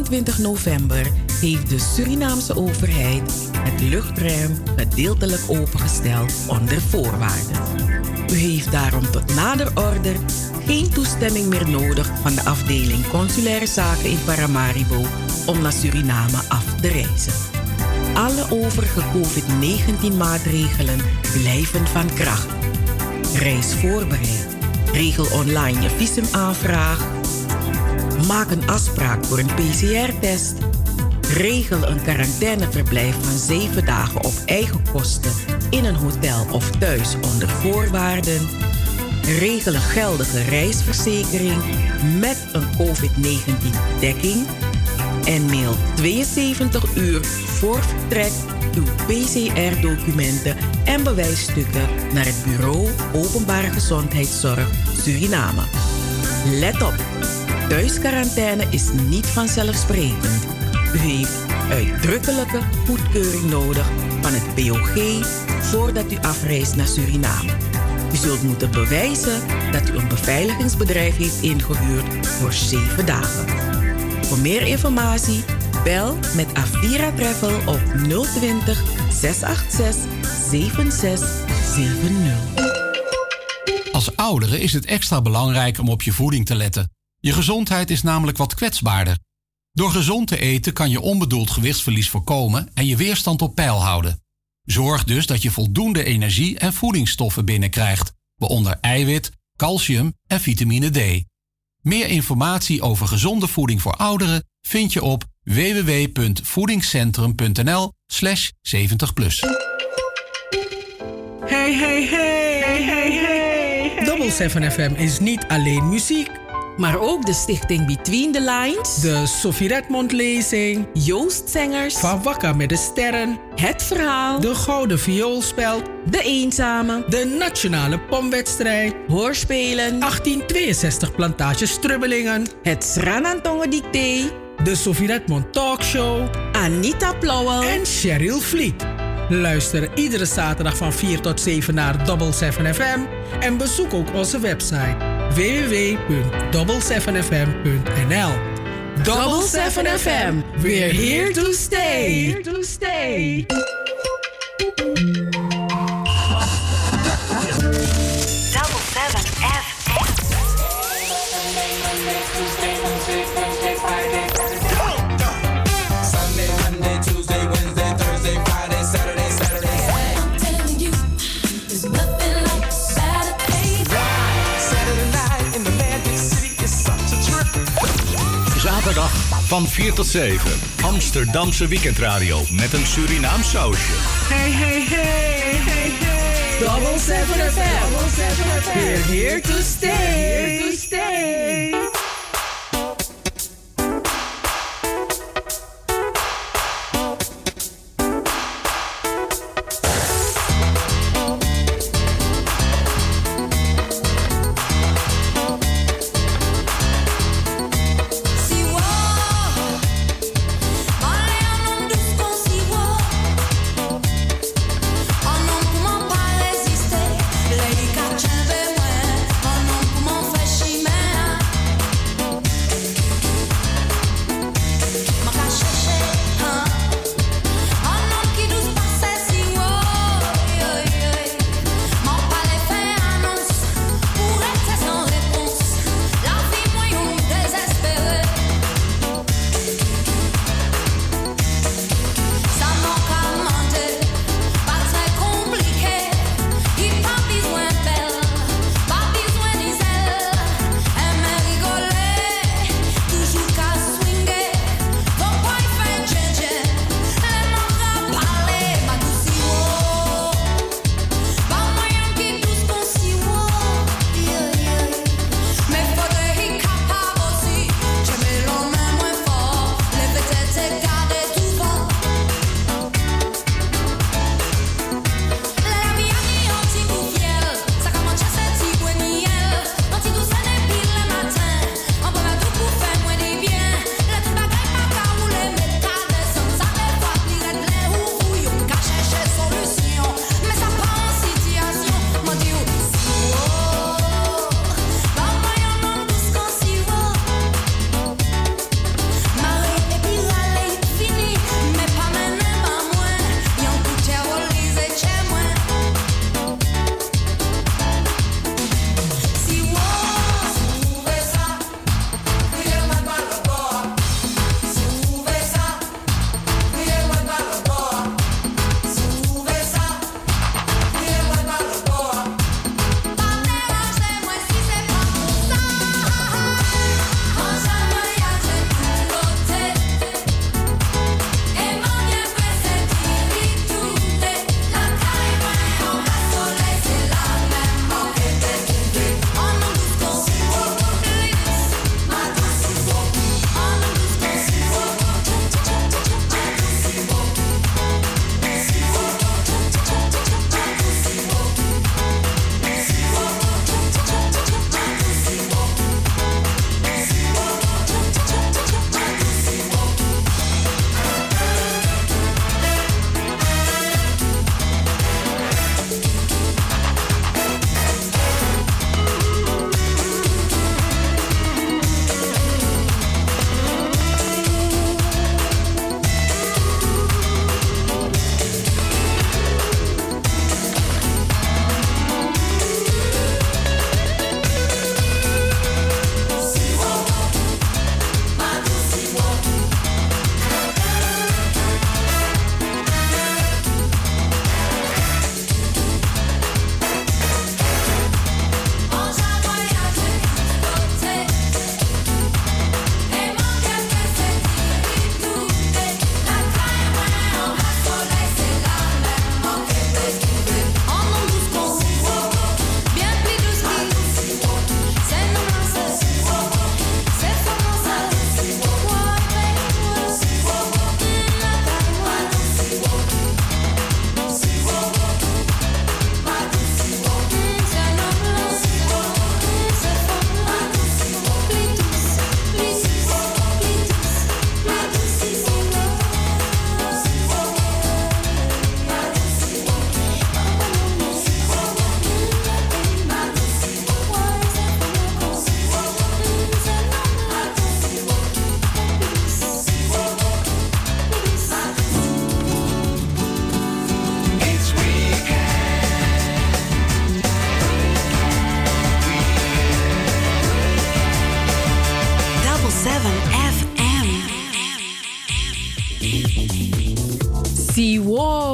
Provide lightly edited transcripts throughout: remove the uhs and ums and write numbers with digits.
28 november heeft de Surinaamse overheid het luchtruim gedeeltelijk opengesteld onder voorwaarden. U heeft daarom tot nader order geen toestemming meer nodig van de afdeling Consulaire Zaken in Paramaribo om naar Suriname af te reizen. Alle overige COVID-19 maatregelen blijven van kracht. Reis voorbereid. Regel online je visumaanvraag. Maak een afspraak voor een PCR-test. Regel een quarantaineverblijf van 7 dagen op eigen kosten in een hotel of thuis onder voorwaarden. Regel een geldige reisverzekering met een COVID-19-dekking. En mail 72 uur voor vertrek uw PCR-documenten en bewijsstukken naar het Bureau Openbare Gezondheidszorg Suriname. Let op, thuisquarantaine is niet vanzelfsprekend. U heeft uitdrukkelijke goedkeuring nodig van het BOG voordat u afreist naar Suriname. U zult moeten bewijzen dat u een beveiligingsbedrijf heeft ingehuurd voor 7 dagen. Voor meer informatie bel met Avira Travel op 020 686 7670. Als oudere is het extra belangrijk om op je voeding te letten. Je gezondheid is namelijk wat kwetsbaarder. Door gezond te eten kan je onbedoeld gewichtsverlies voorkomen en je weerstand op peil houden. Zorg dus dat je voldoende energie en voedingsstoffen binnenkrijgt, waaronder eiwit, calcium en vitamine D. Meer informatie over gezonde voeding voor ouderen vind je op www.voedingscentrum.nl/70+. Hey, hey, hey, hey, hey, hey. Double 7 FM is niet alleen muziek, maar ook de stichting Between the Lines, de Sophie Redmond lezing, Joost Zengers, Van Wakker met de Sterren, Het Verhaal, de Gouden Vioolspeld, De Eenzame, de Nationale Pomwedstrijd, Hoorspelen, 1862 Plantage Strubbelingen, het Sranantongen Dicté, de Sophie Redmond Talkshow, Anita Plauwel en Cheryl Vliet. Luister iedere zaterdag van 4 tot 7 naar Double 7 FM en bezoek ook onze website www.double7fm.nl. Double 7 FM, we're here to stay. Here to stay. Double 7 FM. Zaterdag van 4 tot 7. Amsterdamse weekendradio met een Surinaams sausje. Hey, hey, hey, hey, hey. Double 7 FM. We're here to stay. Here to stay.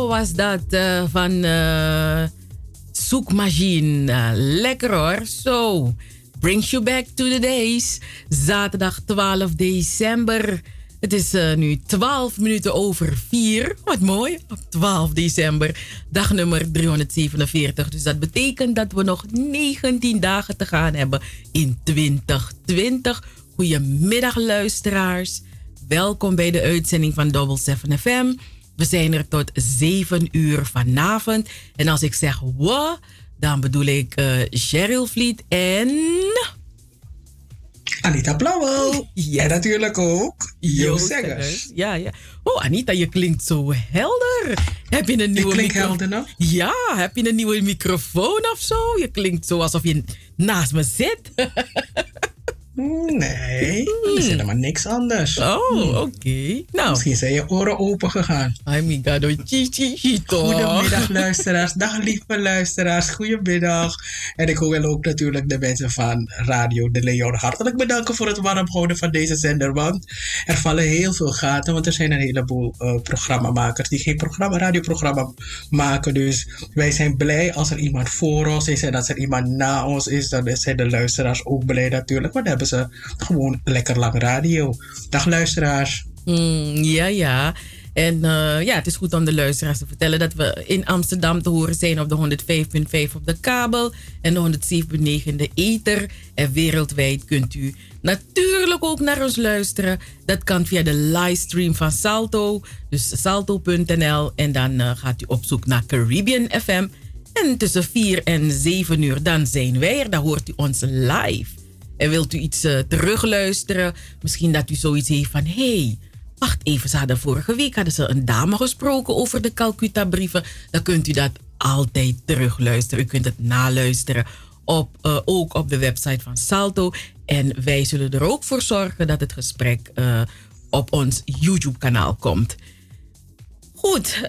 was dat van Zoekmachine. Lekker hoor. Zo, brings you back to the days. Zaterdag 12 december. Het is nu 12 minuten over 4. Wat mooi. Op 12 december. Dag nummer 347. Dus dat betekent dat we nog 19 dagen te gaan hebben in 2020. Goedemiddag luisteraars. Welkom bij de uitzending van Double 7 FM. We zijn er tot 7 uur vanavond. En als ik zeg we, dan bedoel ik Cheryl Vliet en... Anita Blauwel. Yes. En natuurlijk ook Joost Zeggers. Ja, ja. Oh, Anita, je klinkt zo helder. Heb je een nieuwe helder nog? Ja, heb je een nieuwe microfoon of zo? Je klinkt zo alsof je naast me zit. Nee, er is helemaal niks anders. Oh, oké. Nou. Misschien zijn je oren open gegaan. Goedemiddag luisteraars. Dag lieve luisteraars. Goedemiddag. En ik wil ook natuurlijk de mensen van Radio de Leon hartelijk bedanken voor het warm houden van deze zender. Want er vallen heel veel gaten. Want er zijn een heleboel programmamakers die geen radioprogramma maken. Dus wij zijn blij als er iemand voor ons is. En als er iemand na ons is, dan zijn de luisteraars ook blij natuurlijk. Want dan hebben ze gewoon lekker lang radio. Dag luisteraars. Ja. En het is goed om de luisteraars te vertellen dat we in Amsterdam te horen zijn op de 105.5 op de kabel en de 107.9 in de ether. En wereldwijd kunt u natuurlijk ook naar ons luisteren. Dat kan via de livestream van Salto, dus salto.nl. En dan gaat u op zoek naar Caribbean FM. En tussen 4 en 7 uur, dan zijn wij er. Dan hoort u ons live. En wilt u iets terugluisteren? Misschien dat u zoiets heeft van... Hey, wacht even, vorige week hadden ze een dame gesproken over de Calcutta-brieven. Dan kunt u dat altijd terugluisteren. U kunt het naluisteren ook op de website van Salto. En wij zullen er ook voor zorgen dat het gesprek op ons YouTube-kanaal komt. Goed,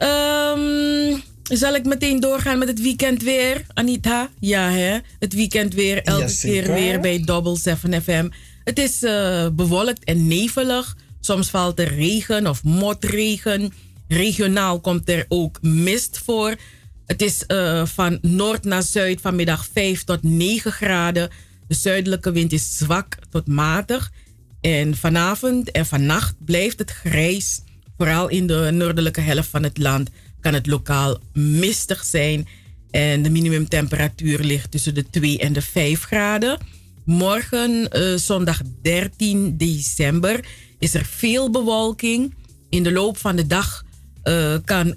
zal ik meteen doorgaan met het weekend weer, Anita? Ja, hè? Het weekend weer, elke keer weer bij Double 7 FM. Het is bewolkt en nevelig. Soms valt er regen of motregen. Regionaal komt er ook mist voor. Het is van noord naar zuid vanmiddag 5 tot 9 graden. De zuidelijke wind is zwak tot matig. En vanavond en vannacht blijft het grijs. Vooral in de noordelijke helft van het land kan het lokaal mistig zijn. En de minimumtemperatuur ligt tussen de 2 en de 5 graden. Morgen, zondag 13 december, is er veel bewolking. In de loop van de dag kan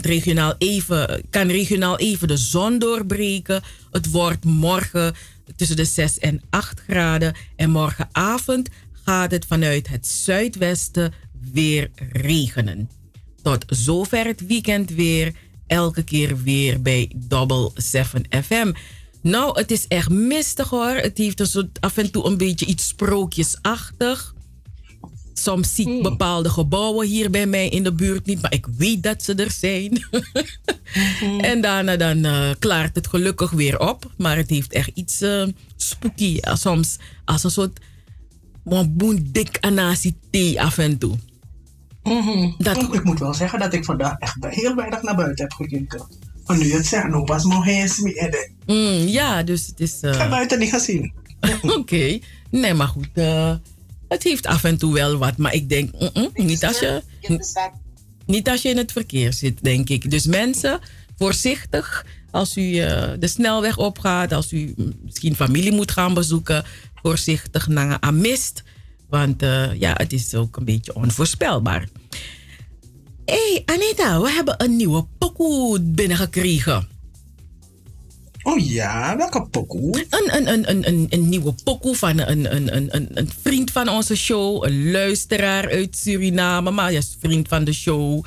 regionaal even de zon doorbreken. Het wordt morgen tussen de 6 en 8 graden. En morgenavond gaat het vanuit het zuidwesten weer regenen. Tot zover het weekend weer. Elke keer weer bij Double 7 FM. Nou, het is echt mistig hoor. Het heeft af en toe een beetje iets sprookjesachtig. Soms zie ik bepaalde gebouwen hier bij mij in de buurt niet. Maar ik weet dat ze er zijn. En daarna dan klaart het gelukkig weer op. Maar het heeft echt iets spooky. Soms als een soort dik anasi thee af en toe. Ik moet wel zeggen dat ik vandaag echt heel weinig naar buiten heb gekeken. Maar nu het zegt, nou pas nog eens meer. Ja, dus het is... Ik heb buiten niet gezien. Oké. Nee, maar goed. Het heeft af en toe wel wat. Maar ik denk, niet als je in het verkeer zit, denk ik. Dus mensen, voorzichtig. Als u de snelweg opgaat. Als u misschien familie moet gaan bezoeken. Voorzichtig naar mist. Want het is ook een beetje onvoorspelbaar. Hey Anita, we hebben een nieuwe pokoe binnengekregen. Oh ja, welke pokoe? Een nieuwe pokoe van een vriend van onze show. Een luisteraar uit Suriname. Maar ja, vriend van de show.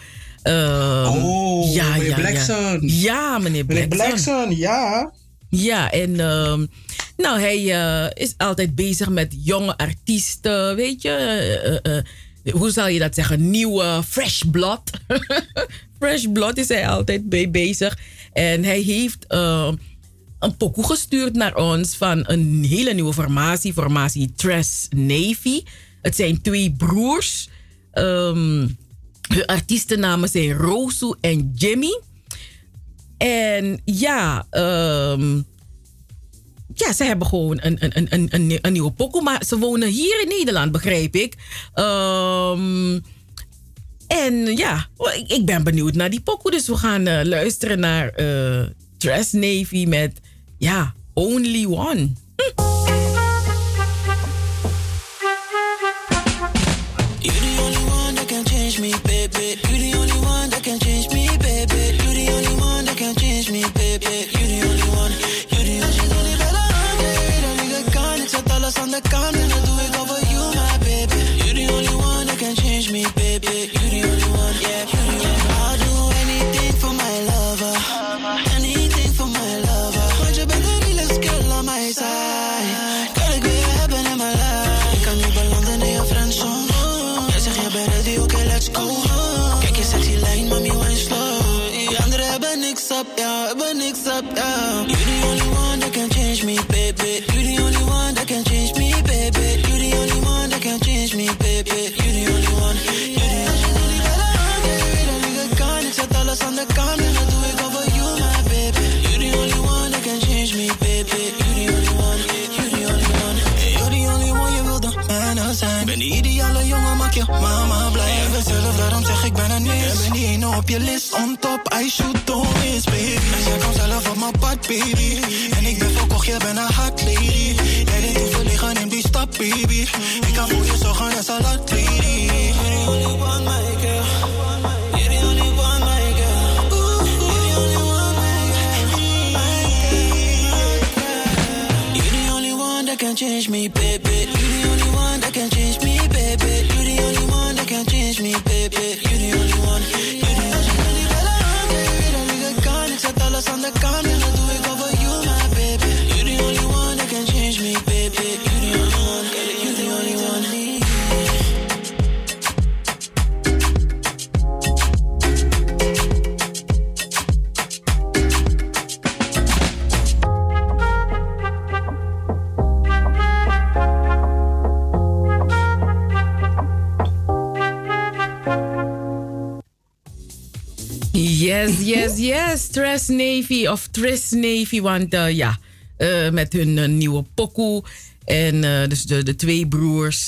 Meneer Blackson. Ja, meneer Blackson, ja. Ja, en hij is altijd bezig met jonge artiesten, weet je. Hoe zal je dat zeggen? Nieuwe fresh blood. Fresh blood is hij altijd bij bezig. En hij heeft een pokoe gestuurd naar ons van een hele nieuwe formatie Tres Navy. Het zijn 2 broers. Hun artiestennamen zijn Rosu en Jimmy. En ja, ze hebben gewoon een nieuwe pokoe. Maar ze wonen hier in Nederland, begrijp ik. En ja, ik ben benieuwd naar die pokoe. Dus we gaan luisteren naar Tres Navy met Only One. You're the only one that can change me, baby. You're the only one that can change me, baby. You're the only one that can change me, baby. You're the only one. You're the only one. Ik ben een dat ik kan. Ik zet alles aan de kant en dat doe ik al voor you, my baby. You're the only one that can change me, baby. You're the only one, yeah. You're the only one. I'll do anything for my lover. Anything for my lover. Want je bent de realest girl on my side. Kan ik weer hebben in mijn life. Ik kan niet belanden in je friendzone. Ready, okay, let's go. Kijk je sexy lijn, mami, wine slow. Die anderen hebben niks up, yeah, hebben niks up, yeah. You're the only one that can change me, baby. You're the only one that can change me, baby. You're the only one that can change me, baby. You're the only one. You're the only one. Ik kan, ik zet alles aan de kant en dat doe ik al voor you, my baby. You're the only one that can change me, baby. You're the only one. You're the only one. You're the only one, je wil de mijne zijn. Ben die ideale jongen, maak je mama blij. En we zelf, daarom zeg ik ben er niet. Je bent die ene op je list, on top, I shoot always, baby. En jij komt zelf op mijn pad, baby. En ik ben verkocht, jij bent een hot lady. Jij denkt hoeveel liggen, neem die stap, baby. Ik kan voor je zorgen, als een lot, lady. You're the only one, my girl. You're the only one, my girl. You're the only one, my girl. You're the only one that can change me, baby. You're the only one that can change me, baby. You're the only one that can change me, baby. You're the only one. You're the only one. Ik kan, ik zet alles aan de kant en dat doe ik al voor you, my baby. You're the only one that can change me, baby. You're the only one. You're the only one. Yes. Tres Navy of Tris Navy. Want met hun nieuwe pokoe. En dus de twee broers,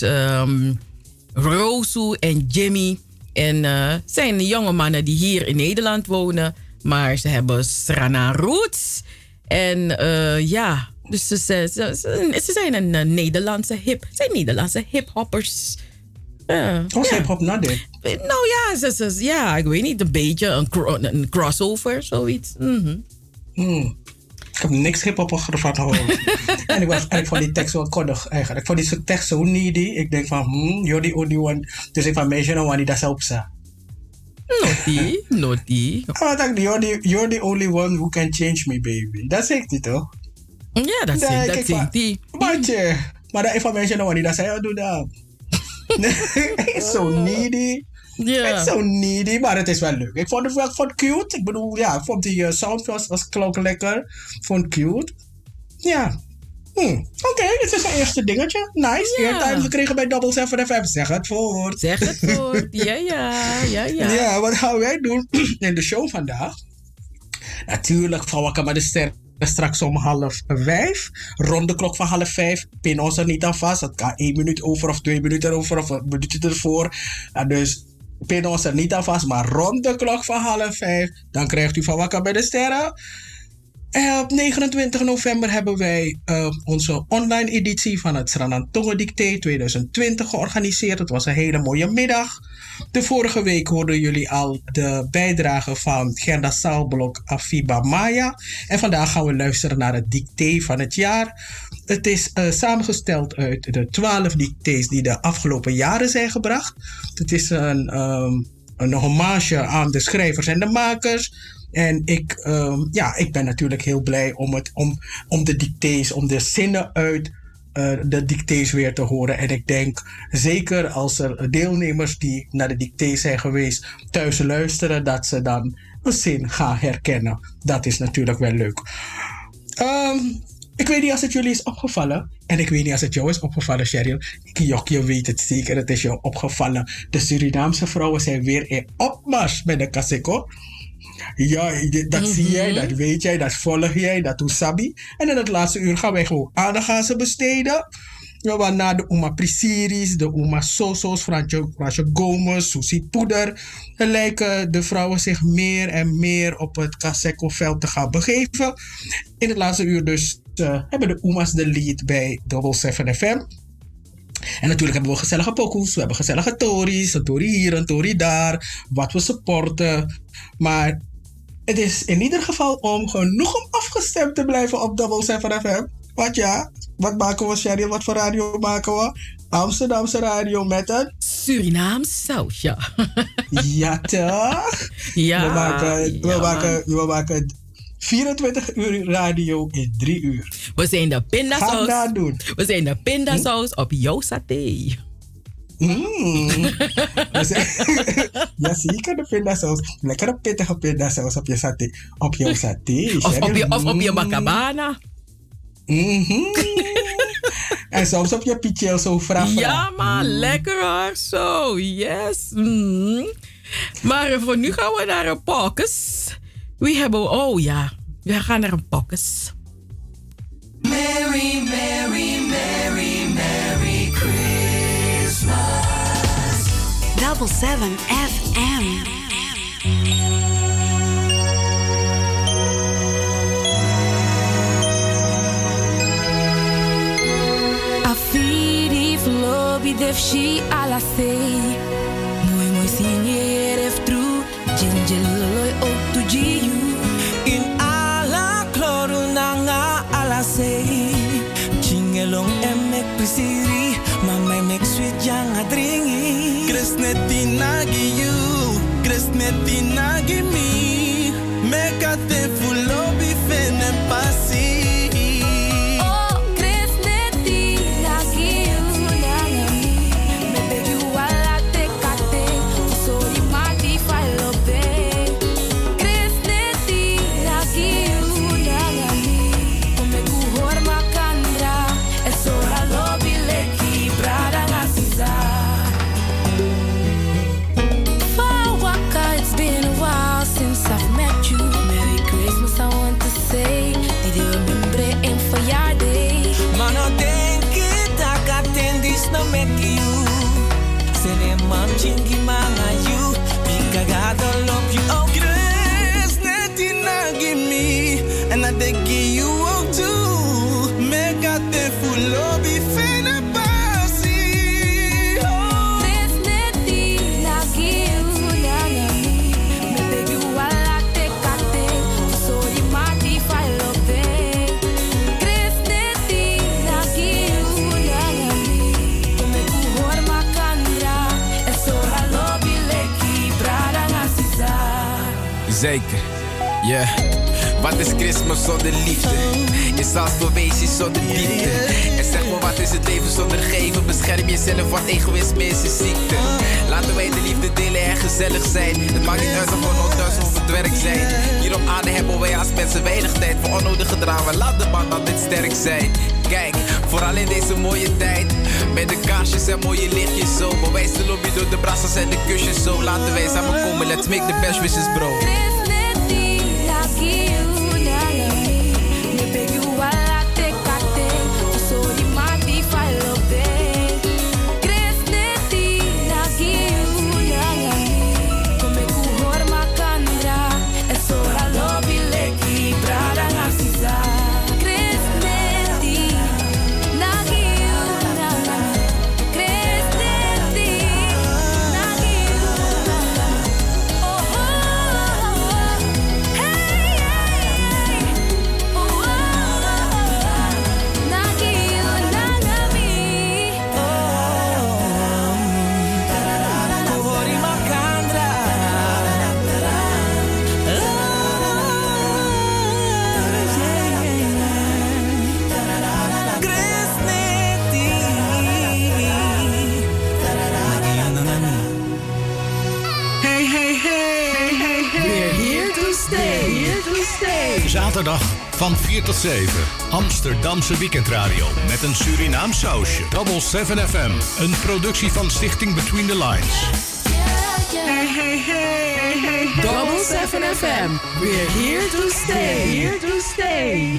Rosu en Jimmy. En zijn jonge mannen die hier in Nederland wonen. Maar ze hebben Srana roots. En dus ze zijn een Nederlandse hip-hoppers. Hip-hop nou dit? Nou ja, ik weet niet, een beetje een crossover, zoiets. Ik heb niks hip-hop van gehoord. En ik vond die tekst wel koddig eigenlijk. Ik vond die tekst zo needy. Ik denk van, you're the only one. Dus ik van, meisje nou, die dat zelf zei. Naughty. Maar ik dacht, you're the only one who can change me, baby. Dat zegt hij toch? Ja, dat zegt hij. Maar dat information nou, die dat zei, doe dat. It's so needy. Yeah. It's so needy, maar het is wel leuk. Ik vond het cute. Ik bedoel, ik vond die sound was klonk lekker. Ik vond het cute. Ja. Oké, dit is zijn eerste dingetje. Nice. Ja. Airtime gekregen bij Double 7 FM. Zeg het voort. Ja. Ja, wat gaan wij doen in de show vandaag? Natuurlijk van Wakker met de Ster. Straks om 4:30. Rond de klok van 4:30. Pin ons er niet aan vast. Het kan 1 minuut over of 2 minuten over of een minuutje ervoor. Dus pin ons er niet aan vast. Maar rond de klok van 4:30. Dan krijgt u van Wakker bij de Sterren. Op 29 november hebben wij onze online editie van het Sranan Tongo Dicté 2020 georganiseerd. Het was een hele mooie middag. De vorige week hoorden jullie al de bijdrage van Gerda Saalblok Afiba Maya. En vandaag gaan we luisteren naar het dicté van het jaar. Het is samengesteld uit de 12 dictés die de afgelopen jaren zijn gebracht. Het is een hommage aan de schrijvers en de makers. En ik ben natuurlijk heel blij om de dictés, om de zinnen uit de dictés weer te horen. En ik denk, zeker als er deelnemers die naar de dictés zijn geweest thuis luisteren, dat ze dan een zin gaan herkennen. Dat is natuurlijk wel leuk. Ik weet niet als het jullie is opgevallen. En ik weet niet als het jou is opgevallen, Cheryl. Je weet het zeker. Het is jou opgevallen. De Surinaamse vrouwen zijn weer in opmars met de Kaseko. Ja, dat zie jij, dat weet jij, dat volg jij, dat doet Sabi. En in het laatste uur gaan wij gewoon aandacht aan ze besteden. Ja, want na de Uma Prisiris, de Uma Soso's, Fransje Gomez, Susie Poeder, lijken de vrouwen zich meer en meer op het Kaseko-veld te gaan begeven. In het laatste uur dus hebben de Uma's de lead bij Double 7 FM. En natuurlijk hebben we gezellige pokoes, we hebben gezellige tories, een tory hier, een tory daar, wat we supporten. Maar het is in ieder geval om genoeg om afgestemd te blijven op Double 7 FM. Want ja, wat maken we, Cheryl? Wat voor radio maken we? Amsterdamse radio met een Surinaams sausje. Ja, toch? Ja. We maken 24 uur radio in 3 uur. We zijn de pindasaus. Ga dat doen. We zijn de pindasaus op jouw saté. Ja, zeker de pindasaus. Lekkere pittige pindasaus op je saté. Op jouw saté. Of op je macabana. En soms op je pichel zo frafra. Ja, maar lekker hoor. Zo, yes. Maar voor nu gaan we naar een pokus. We gaan naar een pokus. Merry, Merry, Merry, Merry Christmas. Double 7 FM. Afiri flobi defshi ala sei. Muy sinyer eftru. Jinjeloloy ook to jiu. In ala klorunanga ala sei. Chingelong emek prisiri. Mama mek sweet yang adringi. Kresneti nagi you. Kresneti nagi me. Mekate fulobi fenen pasi. Chingy manga you, big I love you. Oh, grace, nothing I give me, and I take you out too. Make a te full of be fena pasi. Oh, grace, nothing I give you, me beg you ala te kate, so you might be file of it. Grace, nothing I give you, me ku hor makandra. Zeker, yeah. Wat is Christmas zonder liefde? Is als bewezen zonder diepte. En zeg maar, wat is het leven zonder geven? Bescherm jezelf, want egoïsme is een ziekte. Laten wij de liefde delen en gezellig zijn. Het maakt niet uit of we nog of het werk zijn. Hier op aarde hebben wij als mensen weinig tijd voor onnodige drama. Laat de band altijd sterk zijn. Kijk, vooral in deze mooie tijd. Met de kaarsjes en mooie lichtjes zo. Bewijs de lobby door de brassers en de kusjes zo. Laten wij samen komen, let's make the best wishes, bro. zaterdag van 4 tot 7. Amsterdamse weekendradio met een Surinaam sausje. Double 7 FM, een productie van Stichting Between the Lines. Hey, hey, hey, hey. Double 7 FM. We're here to stay. Here to stay.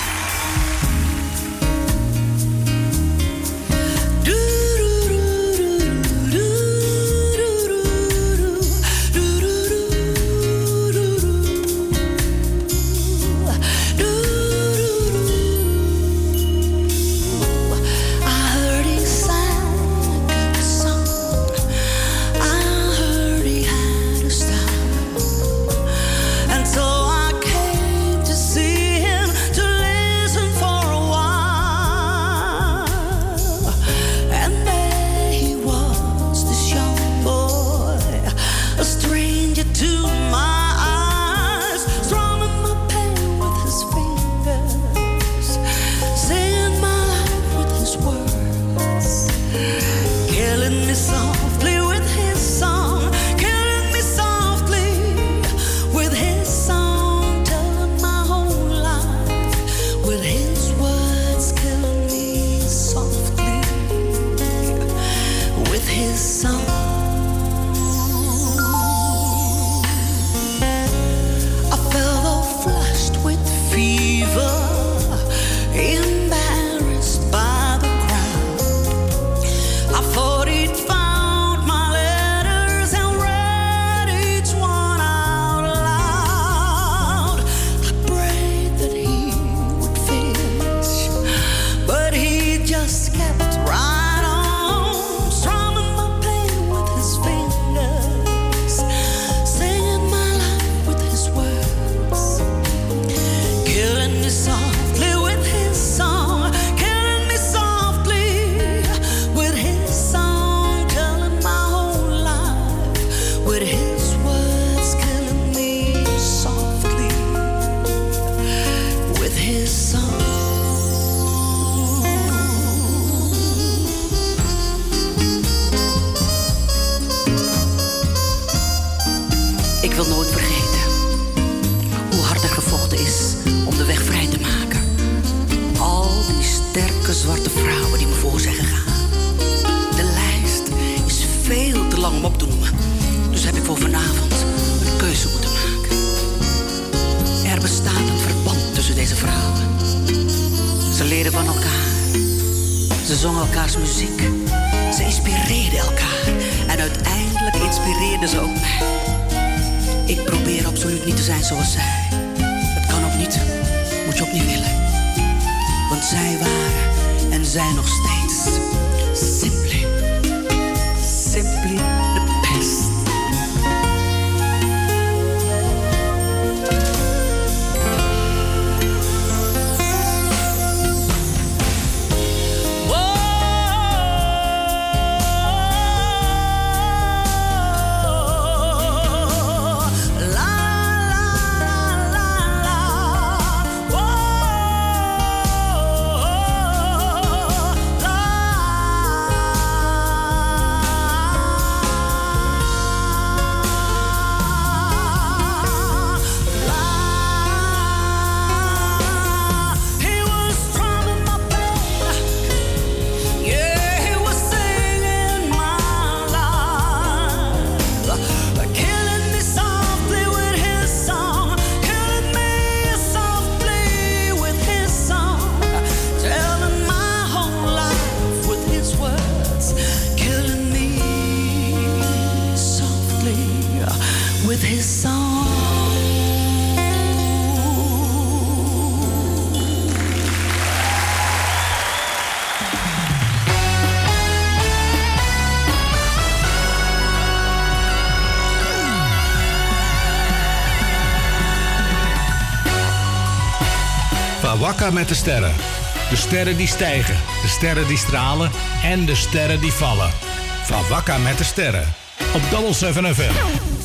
Wakka met de sterren. De sterren die stijgen, de sterren die stralen en de sterren die vallen. Van Wakka met de sterren. Op Double 7 FM.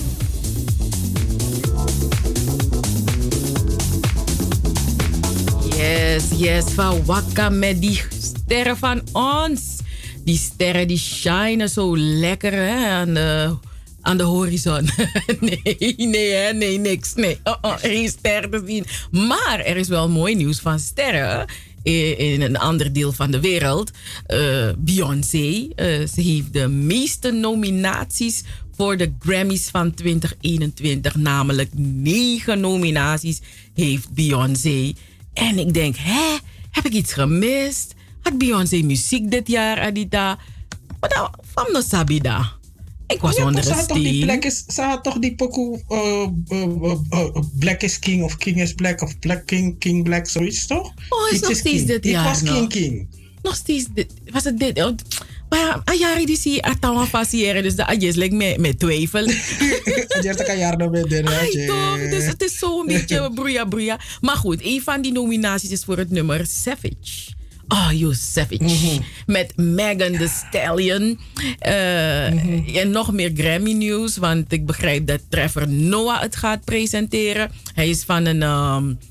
Yes, van Wakka met die sterren van ons. Die sterren die shinen zo lekker hè? aan de horizon. nee, niks. Nee, geen ster te zien. Maar er is wel mooi nieuws van sterren in een ander deel van de wereld. Beyoncé, ze heeft de meeste nominaties voor de Grammys van 2021. Namelijk 9 nominaties heeft Beyoncé. En ik denk, heb ik iets gemist? Had Beyoncé muziek dit jaar, Adita? Maar nou, van de Sabida. Ik was onder de steen. Ze had toch die pokoe Black is King of King is Black of Black King Black, zoiets toch? Oh, is nog steeds dit jaar. Het was King. Nog steeds dit. Was het dit? Maar Ayari die zie Atawa passeren, dus de Ayes lijkt met twijfel. Ayers kan jaar nog met de toch, dus het is zo een beetje broeia. Maar goed, een van die nominaties is voor het nummer Savage. Oh, you savage. Met Megan Thee Stallion. En nog meer Grammy nieuws. Want ik begrijp dat Trevor Noah het gaat presenteren. Hij is van een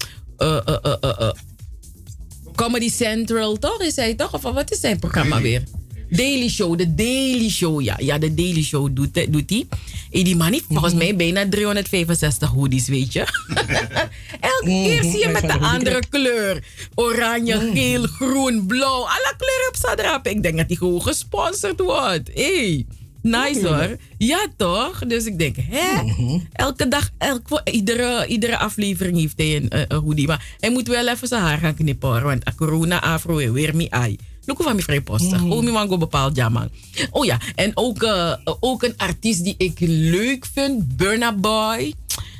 Comedy Central, toch? Is hij toch? Of wat is zijn programma weer? Daily Show, de Daily Show. Ja, de Daily Show doet hij. En die man heeft volgens mij bijna 365 hoodies, weet je. Elke keer zie je met een andere kleur. Oranje, geel, groen, blauw. Alle kleuren op Sadrap. Ik denk dat hij gewoon gesponsord wordt. Hey, nice hoor. Ja toch? Dus ik denk, elke dag, iedere aflevering heeft hij een hoodie. Maar hij moet wel even zijn haar gaan knippen hoor. Want corona afro weer mi ai. Look van mij vrij postig. Oh, mi man go bepaald ja man. Oh ja, en ook een artiest die ik leuk vind, Burna Boy.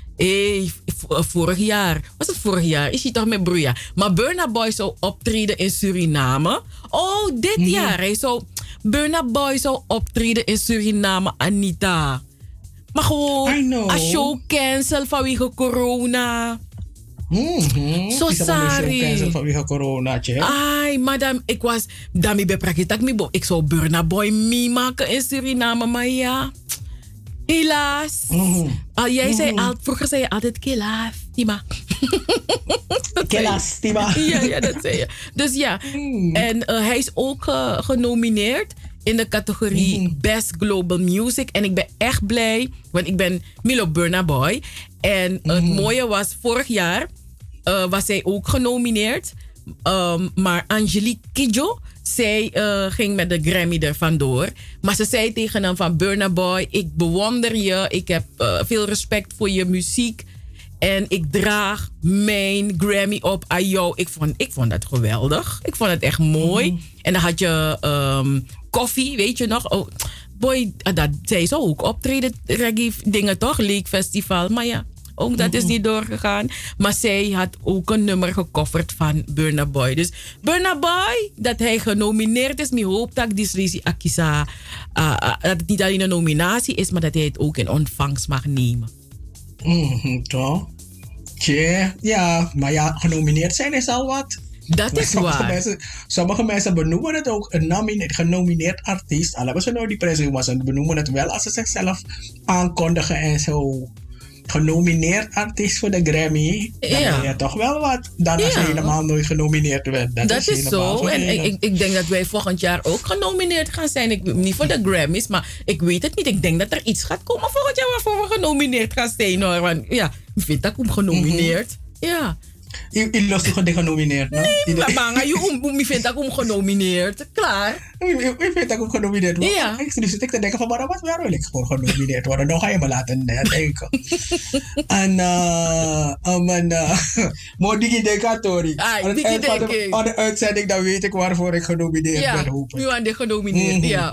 Vorig jaar. Was het vorig jaar? Is hij toch met Bruja? Maar Burna Boy zou optreden in Suriname. Oh, dit jaar. Burna Boy zou optreden in Suriname, Anita. Maar gewoon een show cancel vanwege corona. Zo sorry. Vanwege corona, ai, madame, ik was daarmee beprakitak me. Ik zou Burna Boy mee maken in Suriname, maar ja, helaas. Jij zei vroeger zei je altijd kelaaf, Tima. Kelaaf, Tima. Ja, dat zei je. Dus ja, en hij is ook genomineerd in de categorie Best Global Music. En ik ben echt blij, want ik ben Milo Burna Boy. En het mooie was, vorig jaar was zij ook genomineerd. Maar Angelique Kidjo, zij ging met de Grammy er vandoor. Maar ze zei tegen hem van Burna Boy, ik bewonder je. Ik heb veel respect voor je muziek. En ik draag mijn Grammy op aan jou. Ik vond dat geweldig. Ik vond het echt mooi. En dan had je Koffie, weet je nog? Oh, boy, dat zij zo ook optreden, reggae dingen toch? Lake Festival, maar ja. Ook dat is niet doorgegaan. Maar zij had ook een nummer gecoverd van Burna Boy. Dus Burna Boy, dat hij genomineerd is. Ik hoop dat Disresi Akisa, dat het niet alleen een nominatie is, maar dat hij het ook in ontvangst mag nemen. Toch? Ja, maar ja, genomineerd zijn is al wat. Dat is waar. Sommige mensen benoemen het ook een genomineerd artiest. Al hebben ze nou die prijs, maar ze benoemen het wel als ze zichzelf aankondigen en zo. Genomineerd artiest voor de Grammy. Dan ben je toch wel wat. Dan als je helemaal nooit genomineerd bent. Dat is zo. En ik denk dat wij volgend jaar ook genomineerd gaan zijn. Niet voor de Grammys, maar ik weet het niet. Ik denk dat er iets gaat komen volgend jaar waarvoor we genomineerd gaan zijn. Hoor. Want ja, ik vind dat ik genomineerd. Ja. Je lost toch genomineerd, no? Nee, maar je vindt dat ik genomineerd. Klaar. Je vindt dat ik genomineerd word? Ja. Ik zit te denken van, waarom wil ik gewoon genomineerd worden? Dan ga je me laten denken. En, maar die Decatori. Aan de uitzending, dan weet ik waarvoor ik genomineerd ben. Ja, nu aan de genomineerd, ja.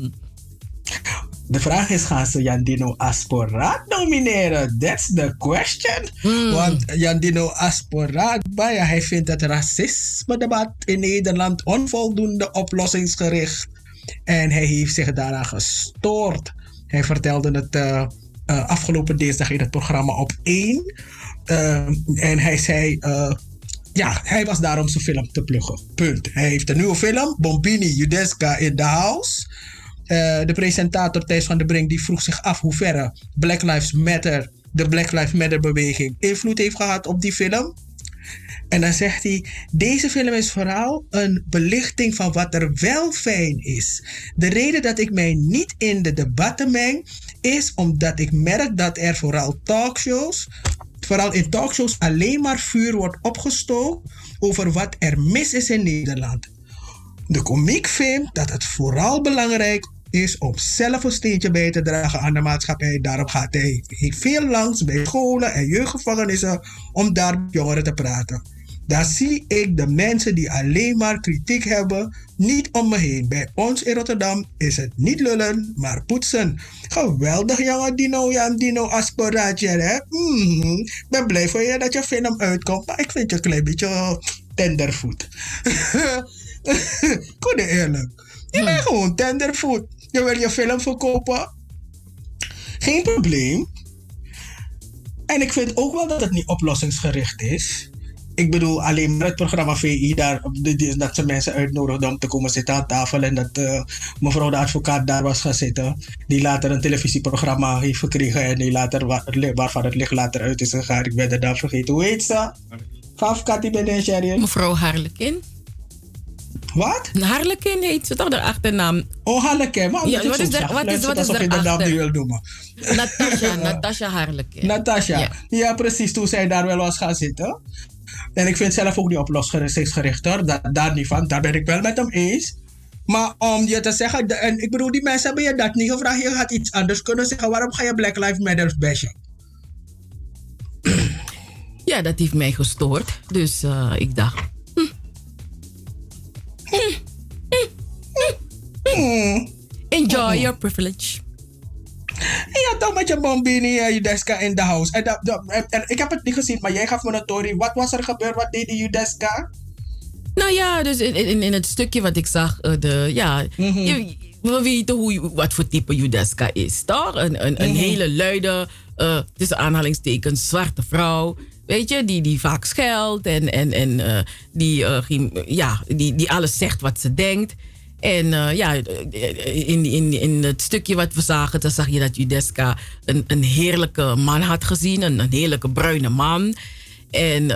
De vraag is, gaan ze Yandino Asporaat nomineren? That's the question. Want Yandino Asporaat, hij vindt het racisme-debat in Nederland onvoldoende oplossingsgericht. En hij heeft zich daaraan gestoord. Hij vertelde het afgelopen dinsdag in het programma Op 1. En hij zei, hij was daar om zijn film te pluggen. Punt. Hij heeft een nieuwe film, Bombini Judeska in the House. De presentator Thijs van der Brink die vroeg zich af hoe ver de Black Lives Matter beweging invloed heeft gehad op die film. En dan zegt hij, deze film is vooral een belichting van wat er wel fijn is. De reden dat ik mij niet in de debatten meng, is omdat ik merk dat er vooral in talkshows alleen maar vuur wordt opgestookt over wat er mis is in Nederland. De komiek vindt dat het vooral belangrijk is om zelf een steentje bij te dragen aan de maatschappij. Daarom gaat hij veel langs bij scholen en jeugdgevangenissen om daar met jongeren te praten. Daar zie ik de mensen die alleen maar kritiek hebben niet om me heen. Bij ons in Rotterdam is het niet lullen, maar poetsen. Geweldig jongen Dino aspiraatje, hè? Ik ben blij voor je dat je film uitkomt, maar ik vind je een klein beetje tendervoet. Goed eerlijk. Je bent gewoon tendervoet. Je wil je film verkopen. Geen probleem. En ik vind ook wel dat het niet oplossingsgericht is. Ik bedoel, alleen maar het programma VI, dat ze mensen uitnodigden om te komen zitten aan tafel. En dat mevrouw de advocaat daar was gaan zitten. Die later een televisieprogramma heeft gekregen. En die later, waarvan het licht later uit is gegaan. Ik ben de naam vergeten. Hoe heet ze? Advocaat, die ben je, Sherry? Mevrouw Harlekin. Wat? Harlekin heet ze toch, de achternaam? Oh, Harlekin. Maar ja, wat is de naam die wil noemen. Natasha Harlekin. Natasha. Ja, precies. Toen zij daar wel was gaan zitten. En ik vind zelf ook niet oplossingsgericht hoor. Daar niet van. Daar ben ik wel met hem eens. Maar om je te zeggen, en ik bedoel, die mensen hebben je dat niet gevraagd. Je gaat iets anders kunnen zeggen. Waarom ga je Black Lives Matter bashen? Ja, dat heeft mij gestoord. Dus ik dacht... Enjoy your privilege. Ja, toch met je bombini en Judeska in de house. En ik heb het niet gezien, maar jij gaf me een story. Wat was er gebeurd? Wat deed die Judeska? Nou ja, dus in het stukje wat ik zag, we weten wat voor type Judeska is, toch? Een hele luide, tussen aanhalingstekens, zwarte vrouw. Weet je, die vaak scheldt en die alles zegt wat ze denkt. En in het stukje wat we zagen, dan zag je dat Judeska een heerlijke man had gezien. Een heerlijke bruine man. En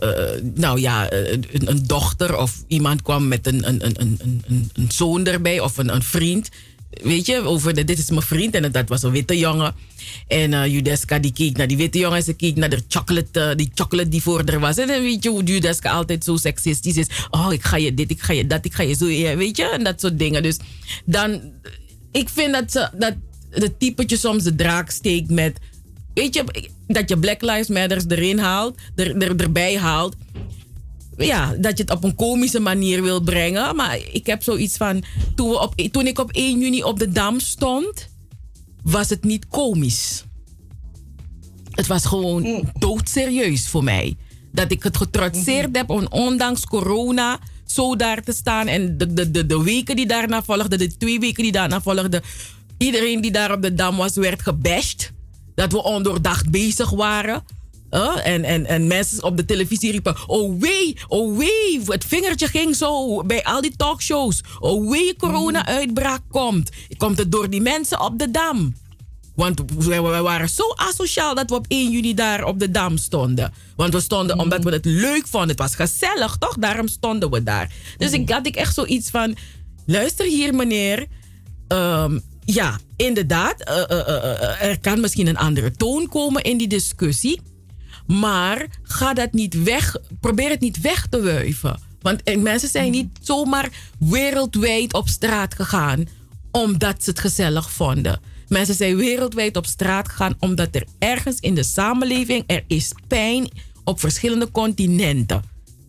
een dochter of iemand kwam met een zoon erbij of een vriend. Weet je, dit is mijn vriend en dat was een witte jongen. En Judeska die keek naar die witte jongen en ze keek naar de chocolate die voor haar was. En dan weet je hoe Judeska altijd zo seksistisch is. Oh, ik ga je dit, ik ga je dat, ik ga je zo, weet je. En dat soort dingen. Dus dan, ik vind dat de typetje soms de draak steekt met... Weet je, dat je Black Lives Matter erin haalt, erbij haalt. Ja, dat je het op een komische manier wil brengen. Maar ik heb zoiets van... Toen ik op 1 juni op de Dam stond... was het niet komisch. Het was gewoon doodserieus voor mij. Dat ik het getrotseerd heb om ondanks corona zo daar te staan. En de weken die daarna volgden, de 2 weken die daarna volgden... iedereen die daar op de Dam was, werd gebashed. Dat we ondoordacht bezig waren... En mensen op de televisie riepen... Oh wee, het vingertje ging zo bij al die talkshows. Oh wee, corona-uitbraak komt. Komt het door die mensen op de Dam. Want we waren zo asociaal dat we op 1 juni daar op de Dam stonden. Want we stonden omdat we het leuk vonden. Het was gezellig, toch? Daarom stonden we daar. Dus had ik echt zoiets van... Luister hier, meneer... ja, inderdaad. Er kan misschien een andere toon komen in die discussie... Maar ga dat niet probeer het niet weg te wuiven. Want mensen zijn niet zomaar wereldwijd op straat gegaan... omdat ze het gezellig vonden. Mensen zijn wereldwijd op straat gegaan... omdat er ergens in de samenleving... er is pijn op verschillende continenten.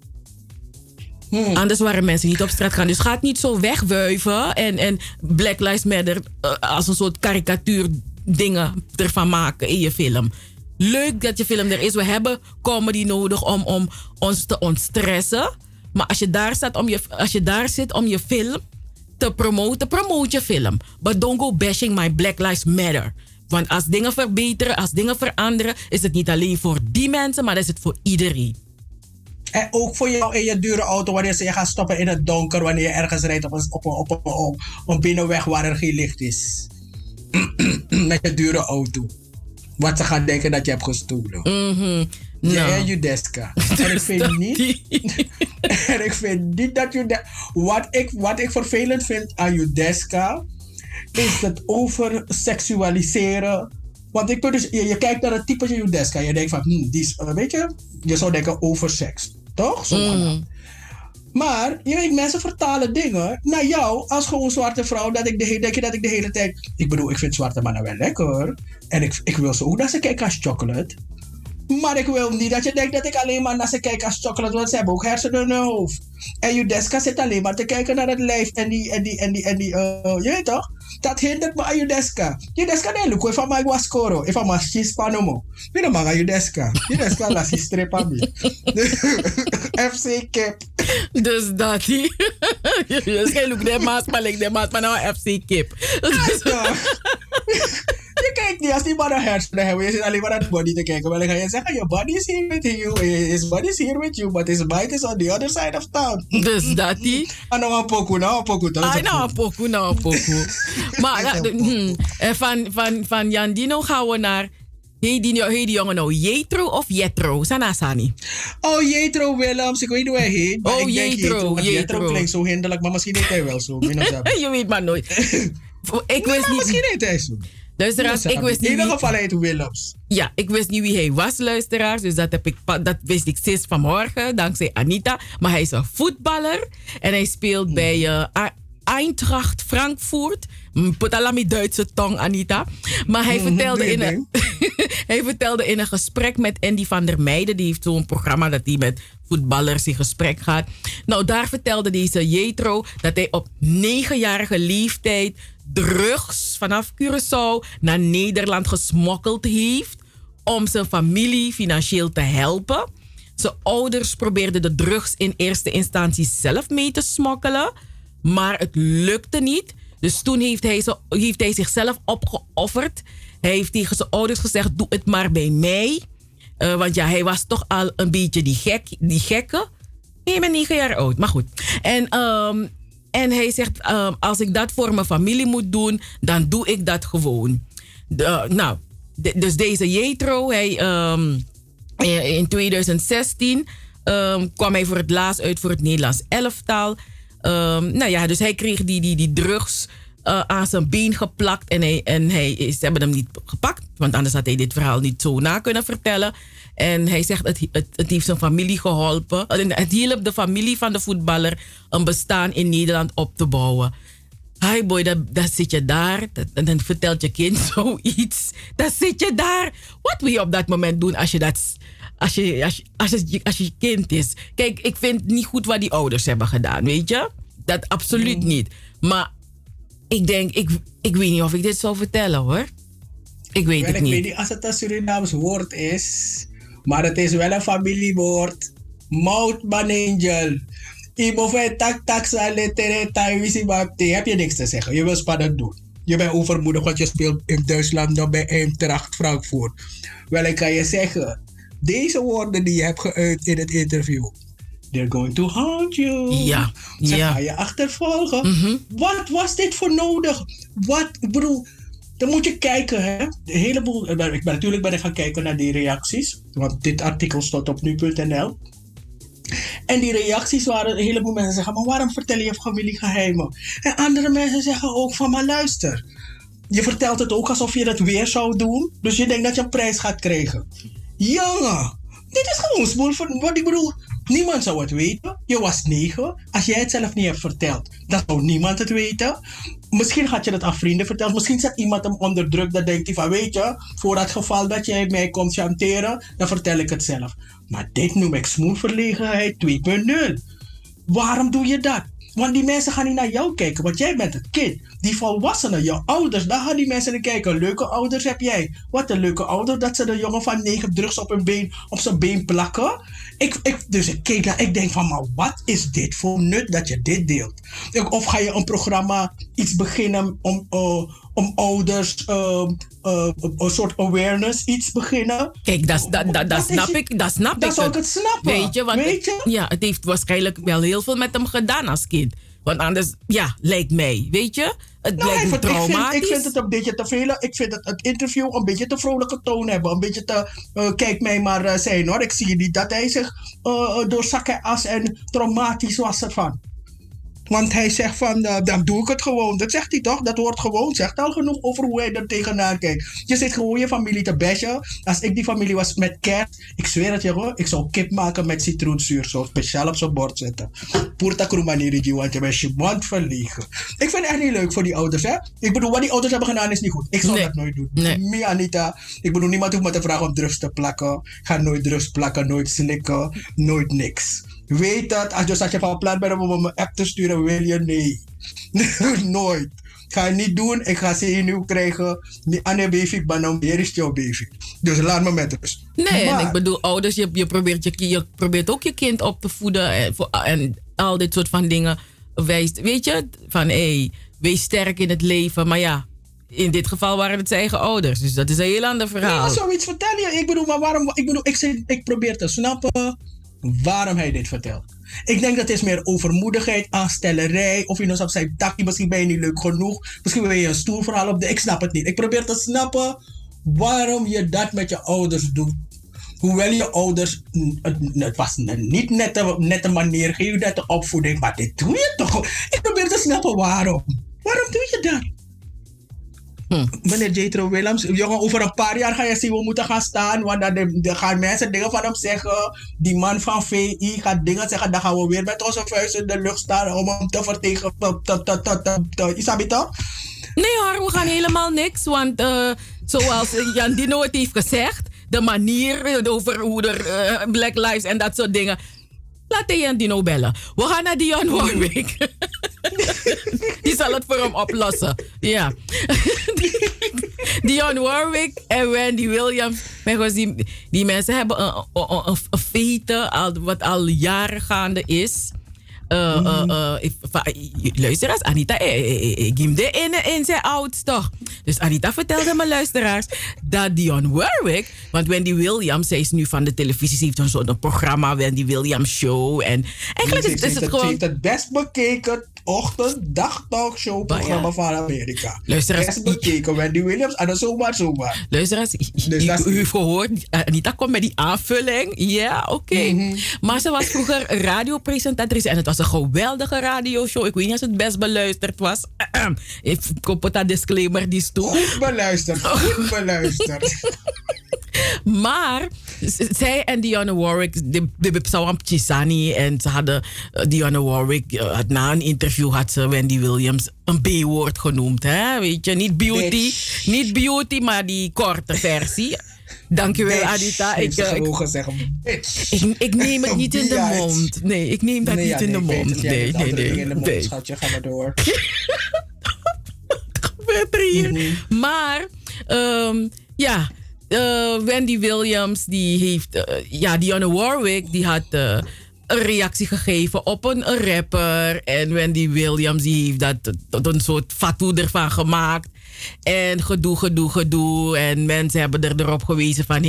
Anders waren mensen niet op straat gaan. Dus ga het niet zo wegwuiven... en Black Lives Matter als een soort karikatuur dingen ervan maken in je film... Leuk dat je film er is. We hebben comedy nodig om ons te ontstressen. Maar als je daar zit om je film te promoten, promote je film. But don't go bashing my Black Lives Matter. Want als dingen verbeteren, als dingen veranderen... is het niet alleen voor die mensen, maar is het voor iedereen. En ook voor jou in je dure auto... wanneer ze je gaan stoppen in het donker... wanneer je ergens rijdt op een binnenweg waar er geen licht is. Met je dure auto. Wat ze gaan denken dat je hebt gestolen. Jij en Judeska. En ik vind niet... en ik vind niet dat Judeska... Wat ik vervelend vind aan Judeska... is het overseksualiseren. Want ik dus, je kijkt naar het type Judeska. Je denkt van... die is, weet je... Je zou denken over seks. Toch? Zogenaamd. Maar, je weet, mensen vertalen dingen naar jou als gewoon zwarte vrouw. Denk je dat ik de hele tijd... Ik bedoel, ik vind zwarte mannen wel lekker. En ik wil ze ook dat ze kijken als chocolate. Maar ik wil niet dat je denkt dat ik alleen maar naar ze kijk als chocolate. Want ze hebben ook hersenen in hun hoofd. En Judeska zit alleen maar te kijken naar het lijf. En die je weet toch? Dat hindert me aan Judeska. Judeska nee, look, if I was scoro. If I was chispanomo. Wie dan maar Judeska. Judeska laat je strip aan me. FC Kip. Dus dat hij. Judeska look de maas, maar nou FC Kip. Je kijkt niet als die man een hersenen hebben. Je zit alleen maar naar de body te kijken. Maar dan ga je zeggen, your body is here with you. His body is here with you. But his mind is on the other side of town. Dus dat hij. Nou een pokoe. Nou een pokoe. Maar van Jandino gaan we naar... Hey die jongen nou, Jetro of Jetro? Sanasani. Oh, Jetro Willems. Ik weet niet hoe hij heet. Oh, Jetro. Jetro klinkt zo hinderlijk, maar misschien heet hij wel zo. Je weet maar nooit. Ik wist niet... Misschien heet hij zo. Luisteraars, ik wist niet... In ieder geval heet Willems. Ja, ik wist niet wie hij was, luisteraars. Dus dat wist ik sinds vanmorgen, dankzij Anita. Maar hij is een voetballer. En hij speelt bij Eintracht Frankfurt. Put alami Duitse tong, Anita. Maar hij vertelde in een gesprek met Andy van der Meijden. Die heeft zo'n programma dat hij met voetballers in gesprek gaat. Nou, daar vertelde deze Jetro dat hij op 9-jarige leeftijd drugs vanaf Curaçao naar Nederland gesmokkeld heeft om zijn familie financieel te helpen. Zijn ouders probeerden de drugs in eerste instantie zelf mee te smokkelen, maar het lukte niet. Dus toen heeft hij zichzelf opgeofferd. Hij heeft tegen zijn ouders gezegd, doe het maar bij mij. Want ja, hij was toch al een beetje die gekke. Nee, ik ben 9 jaar oud, maar goed. En hij zegt, als ik dat voor mijn familie moet doen, dan doe ik dat gewoon. Dus deze Jetro, in 2016 kwam hij voor het laatst uit voor het Nederlands elftal. Dus hij kreeg die drugs aan zijn been geplakt. Ze hebben hem niet gepakt, want anders had hij dit verhaal niet zo na kunnen vertellen. En hij zegt, het heeft zijn familie geholpen. Het hielp de familie van de voetballer een bestaan in Nederland op te bouwen. Hi boy, dan zit je daar. Dan vertelt je kind zoiets. Dan zit je daar. Wat wil je op dat moment doen als je kind is? Kijk, ik vind niet goed wat die ouders hebben gedaan, weet je? Dat absoluut niet. Maar ik denk, ik weet niet of ik dit zou vertellen, hoor. Ik weet het niet. Ik weet niet als het een Surinaams woord is. Maar het is wel een familiewoord. Moutman Angel. Heb je niks te zeggen. Je wil spannend doen. Je bent overmoedig, want je speelt in Duitsland dan bij Eintracht Frankfurt. Wel, ik kan je zeggen. Deze woorden die je hebt geuit in het interview. They're going to haunt you. Ja. Ze gaan je achtervolgen. Mm-hmm. Wat was dit voor nodig? Ik bedoel, dan moet je kijken, hè. De heleboel, natuurlijk ben ik gaan kijken naar die reacties. Want dit artikel stond op nu.nl. En die reacties waren, een heleboel mensen zeggen, maar waarom vertel je familiegeheimen? En andere mensen zeggen ook van, maar luister. Je vertelt het ook alsof je dat weer zou doen. Dus je denkt dat je een prijs gaat krijgen. Jongen, dit is gewoon smoel. Wat ik bedoel, niemand zou het weten. Je was 9. Als jij het zelf niet hebt verteld, dan zou niemand het weten. Misschien had je het aan vrienden verteld. Misschien zet iemand hem onder druk. Dan denkt hij van, weet je, voor dat geval dat jij mij komt chanteren, dan vertel ik het zelf. Maar dit noem ik smoelverlegenheid 2.0. Waarom doe je dat? Want die mensen gaan niet naar jou kijken, want jij bent het kind. Die volwassenen, je ouders, daar gaan die mensen naar kijken. Leuke ouders heb jij. Wat een leuke ouder dat ze de jongen van 9 drugs op zijn been plakken. Dus ik keek daar, ik denk van, maar wat is dit voor nut dat je dit deelt? Of ga je een programma, iets beginnen om ouders, een soort awareness, iets beginnen? Kijk, dat snap ik. Dat zou ik het snappen. Weet je, want ja, het heeft waarschijnlijk wel heel veel met hem gedaan als kind. Want anders, ja, lijkt mij, weet je? Het Nou, lijkt me traumatisch. ik vind het een beetje te veel. Ik vind het interview een beetje te vrolijke toon hebben. Een beetje te, kijk mij maar zijn hoor. Ik zie niet dat hij zich door zak en as en traumatisch was ervan. Want hij zegt van, dan doe ik het gewoon. Dat zegt hij toch? Dat hoort gewoon. Zegt al genoeg over hoe hij er tegenaan kijkt. Je zit gewoon je familie te bashen. Als ik die familie was met kerst, ik zweer het je hoor. Ik zou kip maken met citroenzuur. Zo speciaal op zijn bord zetten. Purta krumaniri, want je bent je mond verlegen. Ik vind het echt niet leuk voor die ouders, hè. Ik bedoel, wat die ouders hebben gedaan is niet goed. Ik zou dat nooit doen. Nee. Mia Anita. Ik bedoel, niemand hoeft me te vragen om drugs te plakken. Ga nooit drugs plakken, nooit slikken, nooit niks. Weet dat, als je van plan bent om me app te sturen, wil je nee. Nooit. Ga je niet doen, ik ga zenuw krijgen. Die andere baby, maar nou weer is jouw baby. Dus laat me met rust. Nee, Maar- en ik bedoel, ouders, je probeert ook je kind op te voeden en al dit soort van dingen. Weet je, van wees sterk in het leven. Maar ja, in dit geval waren het zijn eigen ouders. Dus dat is een heel ander Nee, verhaal. maar zoiets vertel je. Ik bedoel, maar waarom? Ik probeer te snappen waarom hij dit vertelt. Ik denk dat het is meer overmoedigheid, aanstellerij. Of je nog op zijn takje, misschien ben je niet leuk genoeg. Misschien wil je een stoelverhaal op de. Ik snap het niet. Ik probeer te snappen waarom je dat met je ouders doet. Hoewel je ouders, het was een niet nette manier, geen nette opvoeding, maar dit doe je toch? Ik probeer te snappen waarom. Waarom doe je dat? Meneer Jethro Willems, jongen, over een paar jaar ga je zien, we moeten gaan staan. Want dan gaan mensen dingen van hem zeggen. Die man van VI gaat dingen zeggen. Dan gaan we weer met onze vuist in de lucht staan om hem te vertegenwoordigen. Is dat toch? Nee hoor, we gaan helemaal niks. Want zoals Jan Dino het heeft gezegd, de manier over hoe er Black Lives en dat soort dingen. Laat de Jan Dino bellen. We gaan naar Dionne Warwick. Die zal het voor hem oplossen. Ja. Dionne Warwick en Wendy Williams. Die mensen hebben een fete wat al jaren gaande is. Luisteraars, Anita, Gimde in zijn oudst toch? Dus Anita vertelde mijn luisteraars dat Dionne Warwick, want Wendy Williams, zij is nu van de televisie, ze heeft een soort programma, Wendy Williams Show. En eigenlijk is het gewoon. Ze heeft het best bekeken dag-talkshow programma van Amerika. Luisteraars, best bekeken, Wendy Williams, en dan zomaar. Luisteraars, u heeft gehoord, Anita komt met die aanvulling. Ja, oké. Maar ze was vroeger radiopresentatrice en het was een geweldige radioshow. Ik weet niet of het best beluisterd was. Ik kom dat disclaimer die toe. Goed beluisterd. Maar zij en Dionne Warwick, de Sawam Chisani, en ze hadden Dionne Warwick, na een interview had ze Wendy Williams een B-woord genoemd. Hè? Weet je, niet beauty, maar die korte versie. Dankjewel, Anita. Ik neem het niet in de mond. Nee, ik neem dat niet in de mond. Nee. Schatje, ga maar door. Wat gebeurt er hier? Maar, Wendy Williams, die heeft... Dionne Warwick, die had een reactie gegeven op een rapper. En Wendy Williams, die heeft dat tot een soort fatu ervan gemaakt. En gedoe. En mensen hebben erop gewezen van...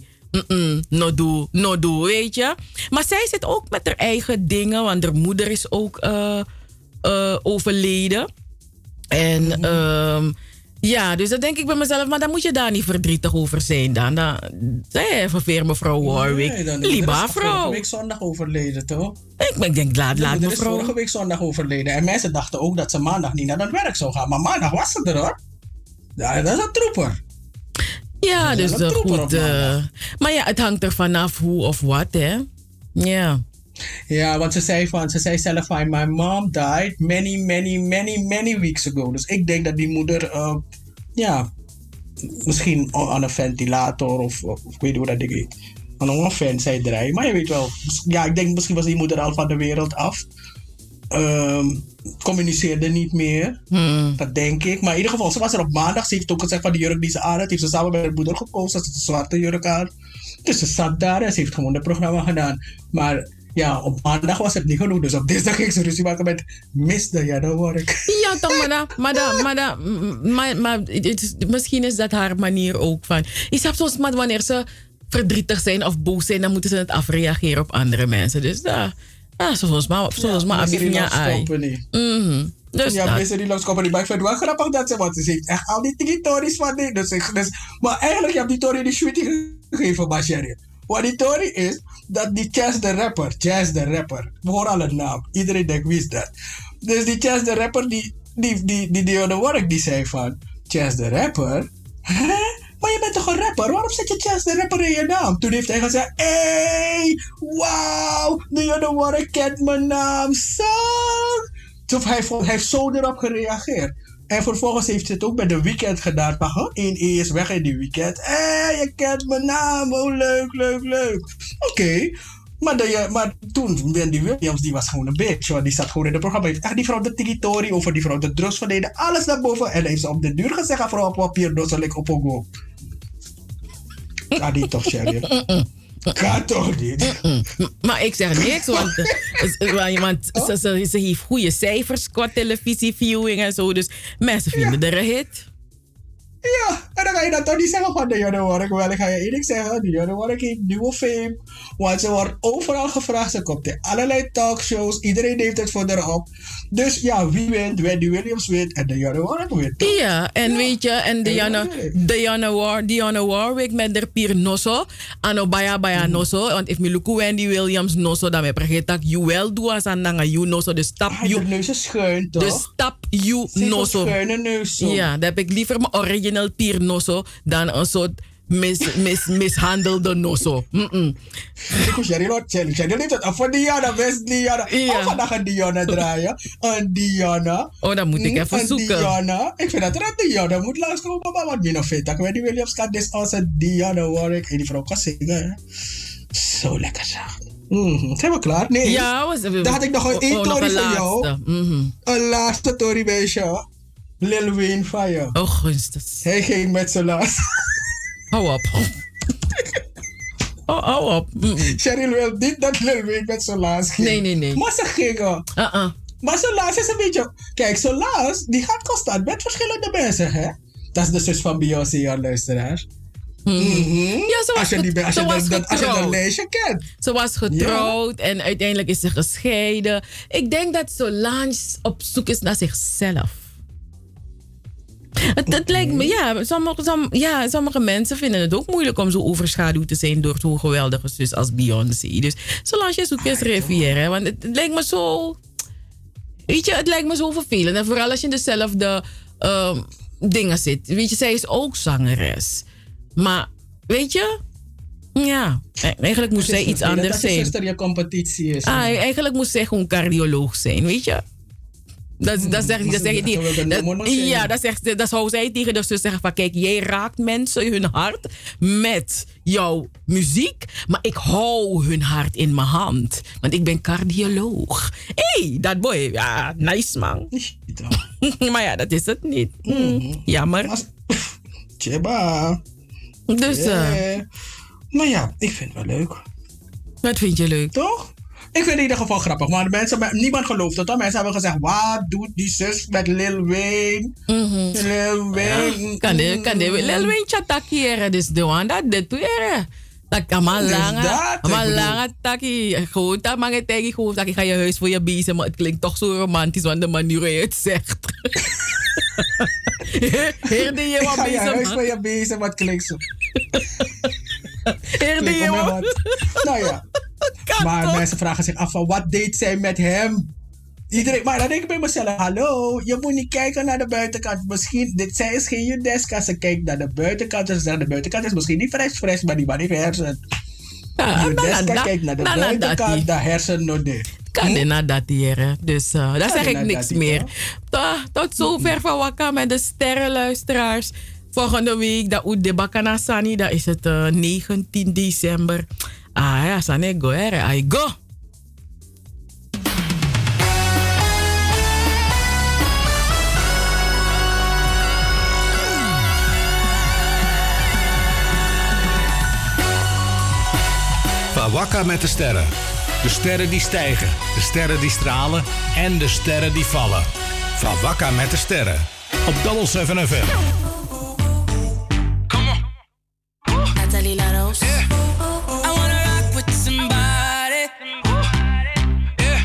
no do, weet je. Maar zij zit ook met haar eigen dingen. Want haar moeder is ook overleden. En... dus dan denk ik bij mezelf, maar dan moet je daar niet verdrietig over zijn. Dan verveer mevrouw Warwick. Lieve vrouw. Vorige week zondag overleden, toch? Ik denk, laat mevrouw. Is vorige week zondag overleden. En mensen dachten ook dat ze maandag niet naar het werk zou gaan. Maar maandag was ze er, hoor. Ja, dat is een troeper. Ja, dus goed. Maar ja, het hangt er vanaf hoe of wat, hè. Ja. Ja, want ze zei zelf van, my mom died many weeks ago. Dus ik denk dat die moeder, misschien aan een ventilator of ik weet niet hoe dat ding heet. Aan een vent zei draaien. Maar je weet wel, ja, ik denk misschien was die moeder al van de wereld af. Communiceerde niet meer. Dat denk ik. Maar in ieder geval, ze was er op maandag. Ze heeft ook gezegd van de jurk die ze aan had. Heeft ze samen met haar moeder gekozen. Ze had een zwarte jurk aan. Dus ze zat daar en ze heeft gewoon het programma gedaan. Maar... ja, op maandag was het niet genoeg. Dus op dinsdag ging ze ruzie maken met Miss Diana Warwick. Ja, toch, maar misschien is dat haar manier ook van... Je snapt soms, maar wanneer ze verdrietig zijn of boos zijn... dan moeten ze het afreageren op andere mensen. Dus Ja, zoals maar Abivnia ai. Dus ja, dat. Misery Logs Company. Maar ik vind het wel grappig dat want ze zegt echt al die territories van dit. Dus, maar eigenlijk heb die Tory die sweetie gegeven, Bashari. Wat die Tory is, dat die Chess de rapper. We horen al het naam. Iedereen denkt, wie is dat? Dus die Chess de rapper, die on the work, die zei van, Chess de rapper? Hè? Maar je bent toch een rapper? Waarom zet je Chess de rapper in je naam? Toen heeft hij gezegd, hey, wow, de on the work kent mijn naam, zo. Dus hij heeft zo erop gereageerd. En vervolgens heeft ze het ook bij de Weeknd gedaan. Maar 1 is weg in die Weeknd. Hé, je kent mijn naam. Oh, leuk. Oké. Maar toen, Wendy Williams, die was gewoon een bitch. Want die zat gewoon in het programma. Heeft echt die vrouw de territorie over die vrouw de drugs verleden. Alles naar boven. En heeft ze op de duur gezegd, vrouw op papier, dus zal ik op een go. Kan niet toch, Sherry? Kan toch niet? Maar ik zeg niks, want ze heeft goede cijfers qua televisieviewing en zo. Dus mensen vinden er een hit. Ja, en dan ga je dat toch niet zeggen van de Jonne Work. Wel, ik ga je eerlijk zeggen, de Jonne Work heeft nieuwe fame. Want ze wordt overal gevraagd. Ze komt in allerlei talkshows. Iedereen neemt het voor erop. Dus ja, wie wint? Wendy Williams wint en de Jonne Work wint. Ja, en weet je, en Dionne Warwick met de Pier Nosso. Ano baya Nosso. Want if me look Wendy Williams Nosso, dan heb je dat you wel doen als aan dan you Nosso. Dus stap you. De neus is schuin, toch? Dus stap you Nosso. Schuine neus zo. Ja, dan heb ik liever mijn original Pier Nosso dan een soort mishandelde Nosso. Sherry heeft het af van Diana, best Diana. Ja. Of vandaag een Diana draaien. Een Diana. Oh, dan moet ik even zoeken. Diana. Ik vind dat er een Diana moet langskomen. Maar wat ben vind ik. Wendy Williams kan dus als een Diana Warwick. En die vrouw kan zingen. Zo lekker zeg. Zijn we klaar? Nee. Ja, dan had ik nog een story voor jou. Een laatste story bij jou. Lil Wayne van je. Oh, gunstig. Hij ging met zijn laatste. Hou op. Hou op. Cheryl wil niet dat Lil Wayne met zijn laatste ging. Nee. Maar ze gingen. Maar zijn laatste is een beetje... Kijk, zijn laatste, die gaat constant met verschillende mensen, hè? Dat is de zus van Beyoncé, jouw luisteraar. Ja, ze was getrouwd. Als je dat lijstje kent. Ze was getrouwd en uiteindelijk is ze gescheiden. Ik denk dat Solange op zoek is naar zichzelf. Het lijkt me, sommige mensen vinden het ook moeilijk om zo overschaduwd te zijn door zo'n geweldige zus als Beyoncé. Dus Solange zoekt eens Rivière, want het lijkt me zo... Weet je, het lijkt me zo vervelend. En vooral als je in dezelfde dingen zit. Weet je, zij is ook zangeres. Maar, weet je... Ja, eigenlijk moest zij iets anders zijn. Dat je zuster je competitie is. Eigenlijk moest zij gewoon cardioloog zijn, weet je. Dat zou zij tegen de zus zeggen van... Kijk, jij raakt mensen hun hart met jouw muziek... maar ik hou hun hart in mijn hand. Want ik ben cardioloog. Hé, dat boy. Ja, nice man. Maar ja, dat is het niet. Jammer. Tjeba. Dus... Maar ja, ik vind het wel leuk. Wat vind je leuk? Toch? Ik vind het in ieder geval grappig. Maar niemand gelooft het. Mensen hebben gezegd, wat doet die zus met Lil Wayne? Lil Wayne. Kan de Lil Wayne chatakeren. Dus de one dat dit weer. Dat kan maar lange takkie. Gewoon dat mag het tegen. Gewoon dat ik ga je huis voor je bezig. Maar het klinkt toch zo romantisch. Want de manier hoe je het zegt. Heerde je wat bezig, man? Ik ga je huis voor je bezig. Maar het klinkt zo. Heerde je wat? Nou ja. Maar mensen vragen zich af van wat deed zij met hem? Maar dan denk ik bij mezelf, hallo, je moet niet kijken naar de buitenkant. Misschien, zij is geen Judeska, ze kijkt naar de buitenkant. Ze zegt, de buitenkant is misschien niet fresh, maar die man heeft hersen. Judeska kijkt naar de buitenkant, de hersen nog niet. Kan je naar dat hier, dus daar zeg ik niks meer. Tot zover van Wakka met de sterrenluisteraars. Volgende week, dat de Bakana Sani, dat is het 19 december. Ja, Sani go, I go. Van Wakka met de sterren. De sterren die stijgen, de sterren die stralen en de sterren die vallen. Van Wakka met de sterren. Op Double 7 FM. Natalie Laros. I wanna rock with somebody.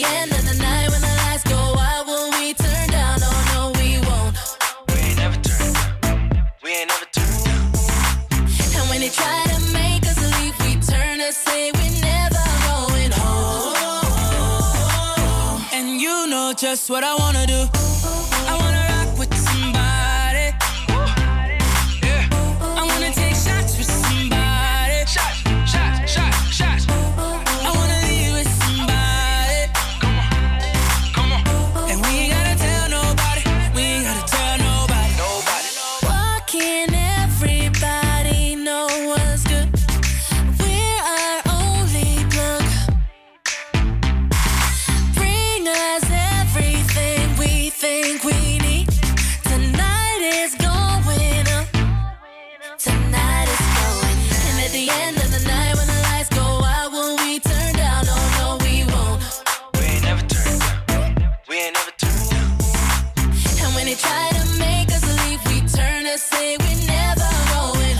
end of the night when the lights go out, will we turn down? Oh no, we won't. We ain't never turned down. We ain't never turned down. And when they try to make us leave, we turn and say we're never going home. And you know just what I wanna do. I wanna rock with somebody. Yeah. I wanna take shots with somebody. Shots, shots, shots, shots. I wanna leave with somebody. Come on, come on. And we ain't gotta tell nobody. We ain't gotta tell nobody. Nobody. Why can't everybody know what's good? We're our only plug. Bring us everything we think we need. Tonight is going up. Tonight is going. And at the end of the night when the lights go out, will we turn down? Oh no, we won't. We ain't never turned down. We ain't never turned down. And when they try to make us leave, we turn and say we're never going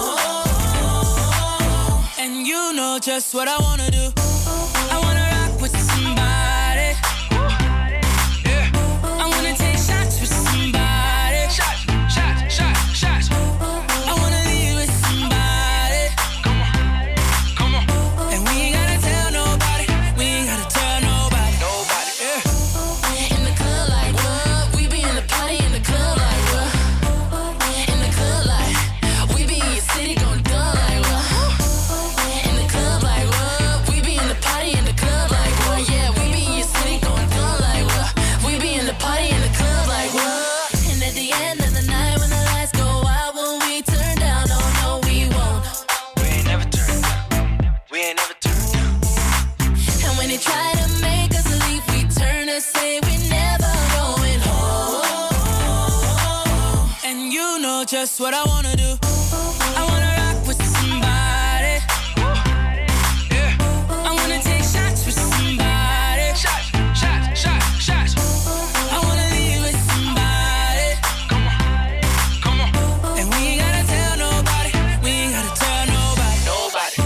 home. And you know just what I wanna do. I wanna rock with somebody. Yeah. I wanna take shots with somebody. Shots, shots, shots, shots. I wanna leave with somebody. Come on, come on. And we ain't gotta tell nobody. We ain't gotta tell nobody. Nobody. Yeah. In the club like what? We be in the party in the club like what? In the club like we be in your city gon' do like what? In the club like what? We be in the party in the club like what? Yeah, we be in your city gon' do like what? We be in the party in the club like what? And at the end of the night when the lights go out, will we turn down? Oh no, we won't. We ain't never turned down. We ain't never turned down. And when they try to make us leave, we turn and say we're never going home. And you know just what I wanna do. I wanna rock with somebody. Yeah. I wanna take shots with somebody. Shots, shots, shots, shots. I wanna leave with somebody. Come on, come on. And we ain't gotta tell nobody. We ain't gotta tell nobody. Nobody.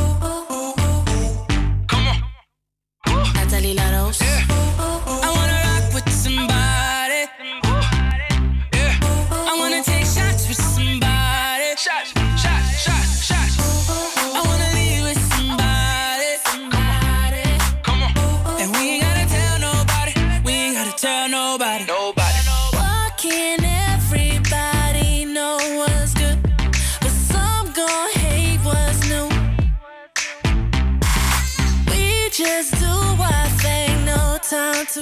Come on. Natalie Laros. Yeah. I wanna rock with somebody. Yeah. I wanna take shots with somebody. Shots, shots, shots, shots. I wanna leave with somebody. Come on. And we ain't gotta tell nobody. We ain't gotta tell nobody. Nobody. Why can't everybody know what's good? But some gon' hate what's new. We just do our thing, no time to.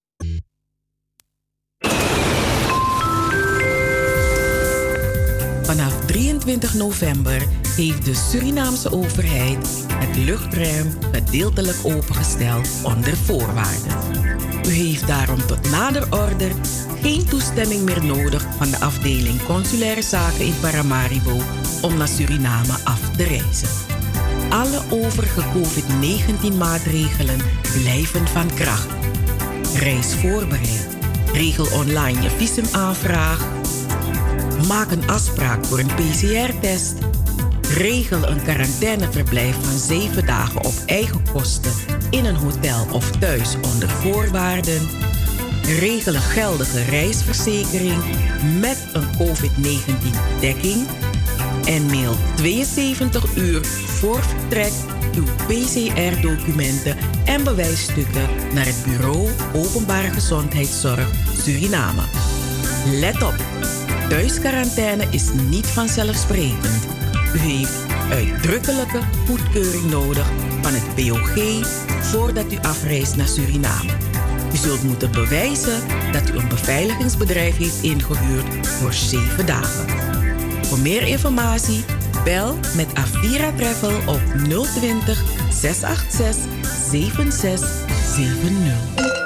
Vanaf 23 november heeft de Surinaamse overheid het luchtruim gedeeltelijk opengesteld onder voorwaarden. U heeft daarom tot nader order geen toestemming meer nodig van de afdeling Consulaire Zaken in Paramaribo om naar Suriname af te reizen. Alle overige COVID-19 maatregelen blijven van kracht. Reis voorbereid. Regel online je visumaanvraag. Maak een afspraak voor een PCR-test. Regel een quarantaineverblijf van 7 dagen op eigen kosten in een hotel of thuis onder voorwaarden. Regel een geldige reisverzekering met een COVID-19-dekking. En mail 72 uur voor vertrek uw PCR-documenten en bewijsstukken naar het Bureau Openbare Gezondheidszorg Suriname. Let op, thuisquarantaine is niet vanzelfsprekend. U heeft uitdrukkelijke goedkeuring nodig van het BOG voordat u afreist naar Suriname. U zult moeten bewijzen dat u een beveiligingsbedrijf heeft ingehuurd voor 7 dagen. Voor meer informatie bel met Avira Travel op 020 686 7670.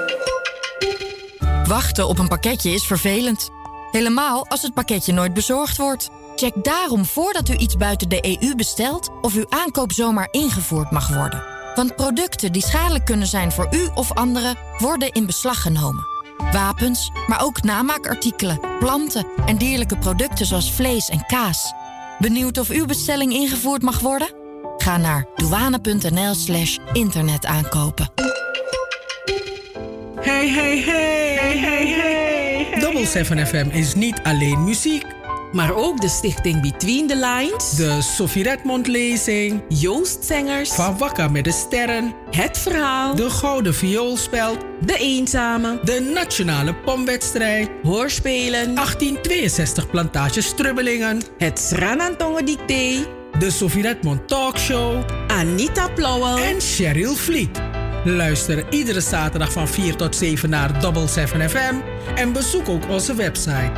Wachten op een pakketje is vervelend. Helemaal als het pakketje nooit bezorgd wordt. Check daarom voordat u iets buiten de EU bestelt of uw aankoop zomaar ingevoerd mag worden. Want producten die schadelijk kunnen zijn voor u of anderen worden in beslag genomen. Wapens, maar ook namaakartikelen, planten en dierlijke producten zoals vlees en kaas. Benieuwd of uw bestelling ingevoerd mag worden? Ga naar douane.nl/internetaankopen. Hey, hey, hey, hey, hey, hey. Double 7 FM is niet alleen muziek, maar ook de stichting Between the Lines, de Sophie Redmond lezing, Joost Zengers, Van Wakka met de Sterren, Het Verhaal, de Gouden Vioolspeld, De Eenzame, de Nationale Pomwedstrijd, Hoorspelen, 1862 Plantage Strubbelingen, het Sranantongen Dicté, de Sophie Redmond Talkshow, Anita Plauwel en Cheryl Vliet. Luister iedere zaterdag van 4 tot 7 naar Double 7 FM en bezoek ook onze website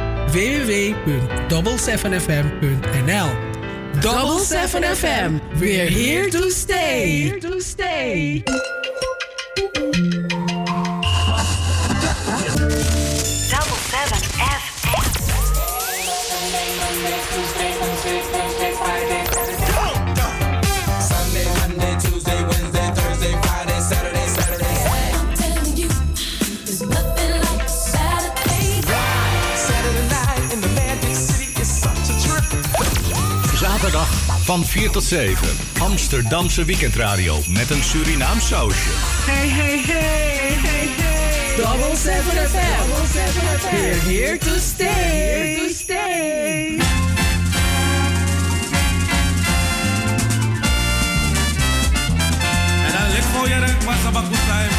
www.double7fm.nl. Double 7 FM, we're here to stay. Here to stay. Double 7 FM. Sunday, Monday, Tuesday, Wednesday, Thursday, Friday, Saturday, Saturday. I'm telling you, there's nothing like Saturday. Saturday night in the Magic City is such a trip. Zaterdag van 4 tot 7. Amsterdamse weekendradio met een Surinaams sausje. Hey, hey, hey, hey, hey. Double 7 FM, we're here to stay. Here to stay. En dan ligt voor je rek, maar ze bakken zijn.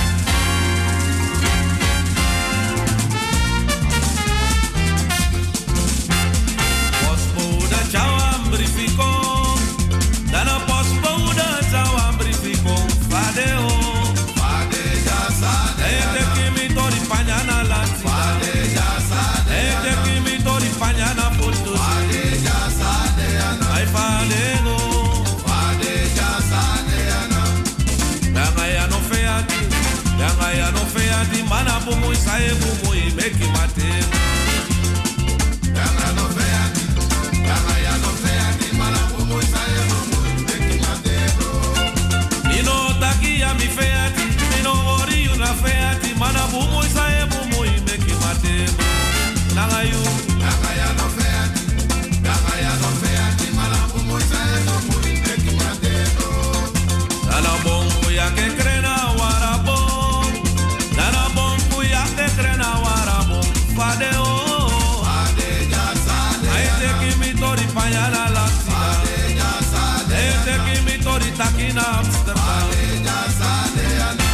Postbode, ciao, ambrifico. Dan een postbode, ciao, ambrifico. Fadeo. Fade, ja, sade. Hey, te kimi tori pañana lanzi. Fade, ja, sade. Hey, te kimi tori pañana putu. Fade, ja, sade. Ay, fadego. Fade, ja, sade. Yanga ya no feati, mana bumui sae bumui meki mate. Yanga ya no feati, mana bumui sae bumui meki mate. Mino taki ya mi feati, mino ori una feati, mana bumui sae bumui meki mate. Nanga ya no feati, mana bumui sae bumui meki mate. Nana bongo ya que crena warabon, nana bongo ya que crena warabon. Fadeo, fade ya sade. Ay te kimi tori pañana laxi. Fade ya sade. Ay te kimi tori takina Amsterdam. Fade ya sade.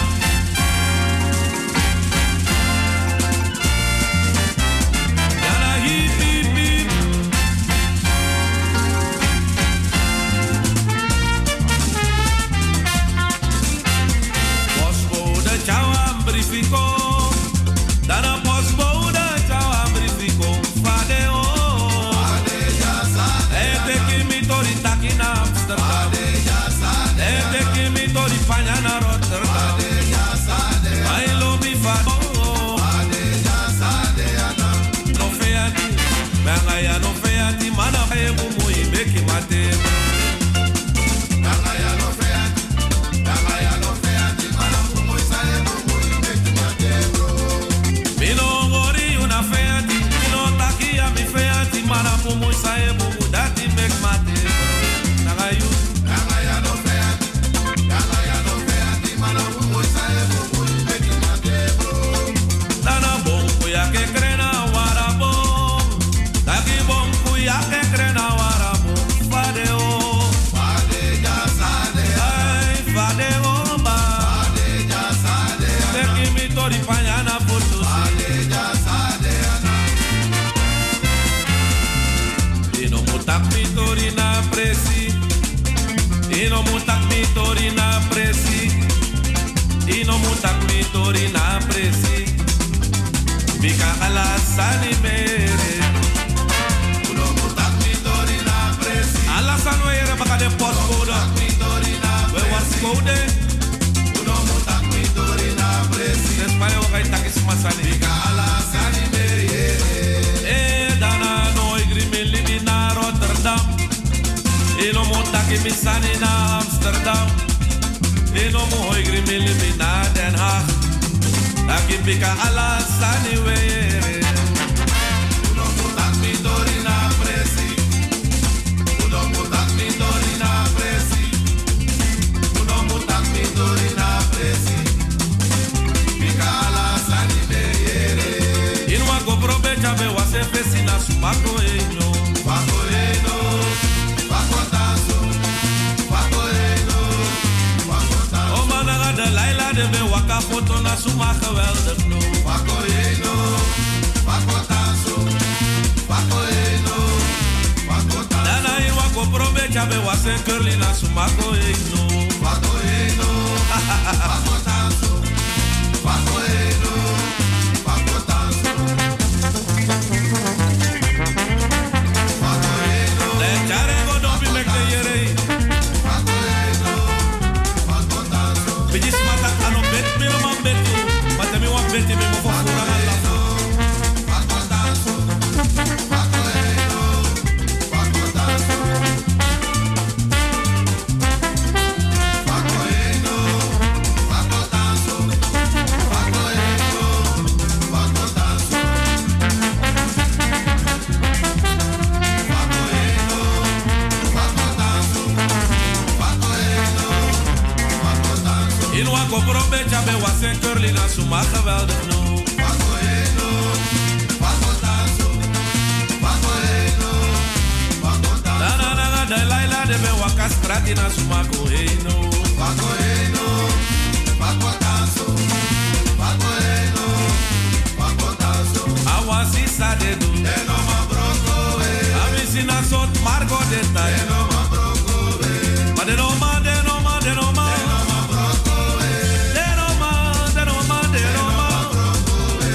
Yana hip hip hip. Postbode, ciao, ambrifico. Dana postbode, ciao, ambrifico. Fadeo. Fade ya sade. Hey, te kimi tori takina Amsterdam. Fade ya sade. Hey, te kimi tori pañana Rotterdam. Fade ya sade. Ay, lo mi fado. Fade ya sade. No feati, benga ya no feati, mana faye bumui beki mate. Benga ya no feati, mana bumui saye bumui beki mate. Mino gori una feati, mino takia mi feati, mana bumui saye bumui dati mek mate. Benga ya no feati, mana bumui saye bumui beki mate. Dana bongo ya que crena warabon, taki bongo ya que crena warabon. Fadeo, fade ya sade. Ay, fadeo ba, fade ya sade. Teki mi tori pañana putu. Fade ya sade. Ino mutak mi tori na presi, ino mutak mi tori na presi, ino mutak mi tori na presi. Bika ala sani mere. Uno mutak mi tori na presi. Ala sanwere baka de postcode. We was code. Uno mutak mi tori na presi. Espanya wakay takis masani. Bika ala sani mere. Dana no igri mi libi na Rotterdam. Ino mutak mi sani na Amsterdam. Ino mo igri mi libi na Den Haag. Taki bika ala sani were. Uno mutak mi tori na presi. Uno mutak mi tori na presi. Uno mutak mi tori na presi. Bika ala sani fesina sumako eno. Wako eno, wako tanso. Wako eno, wako tanso. Oh man, de Laila de be waka foto na suma geweldig no. Wako eno, wako tanso. Wako eno, wako tanso. Dana in wako probecha be wasen curly na sumako eno. Wako eno, wako tanso. Wako eno, wako tanso. Wako eno. Le charengo don't be make the yere. Wako eno, wako tanso. Biji smata ano bet me no man bet you. But me want bet me mo for fura na la. Wako tanso. Wako eno, wako tanso. Wako eno, wako tanso. Wako eno, wako tanso. Wako eno, wako tanso. Wako eno, wako tanso. In wako probecha be wasen curly na suma geweldig no. Wako eno, wako tanso. Wako eno, wako tanso. Na na na de Laila de be waka strati na suma ko eno. Wako eno, wako tanso. Wako eno, wako tanso. Awasi sa de do. Eno ma broko e. Amisi na sot margo de ta. Eno ma broko e. Ma de no ma, de no ma, de no ma. Eno ma broko e. De no ma, de no ma, de no ma. Broko e.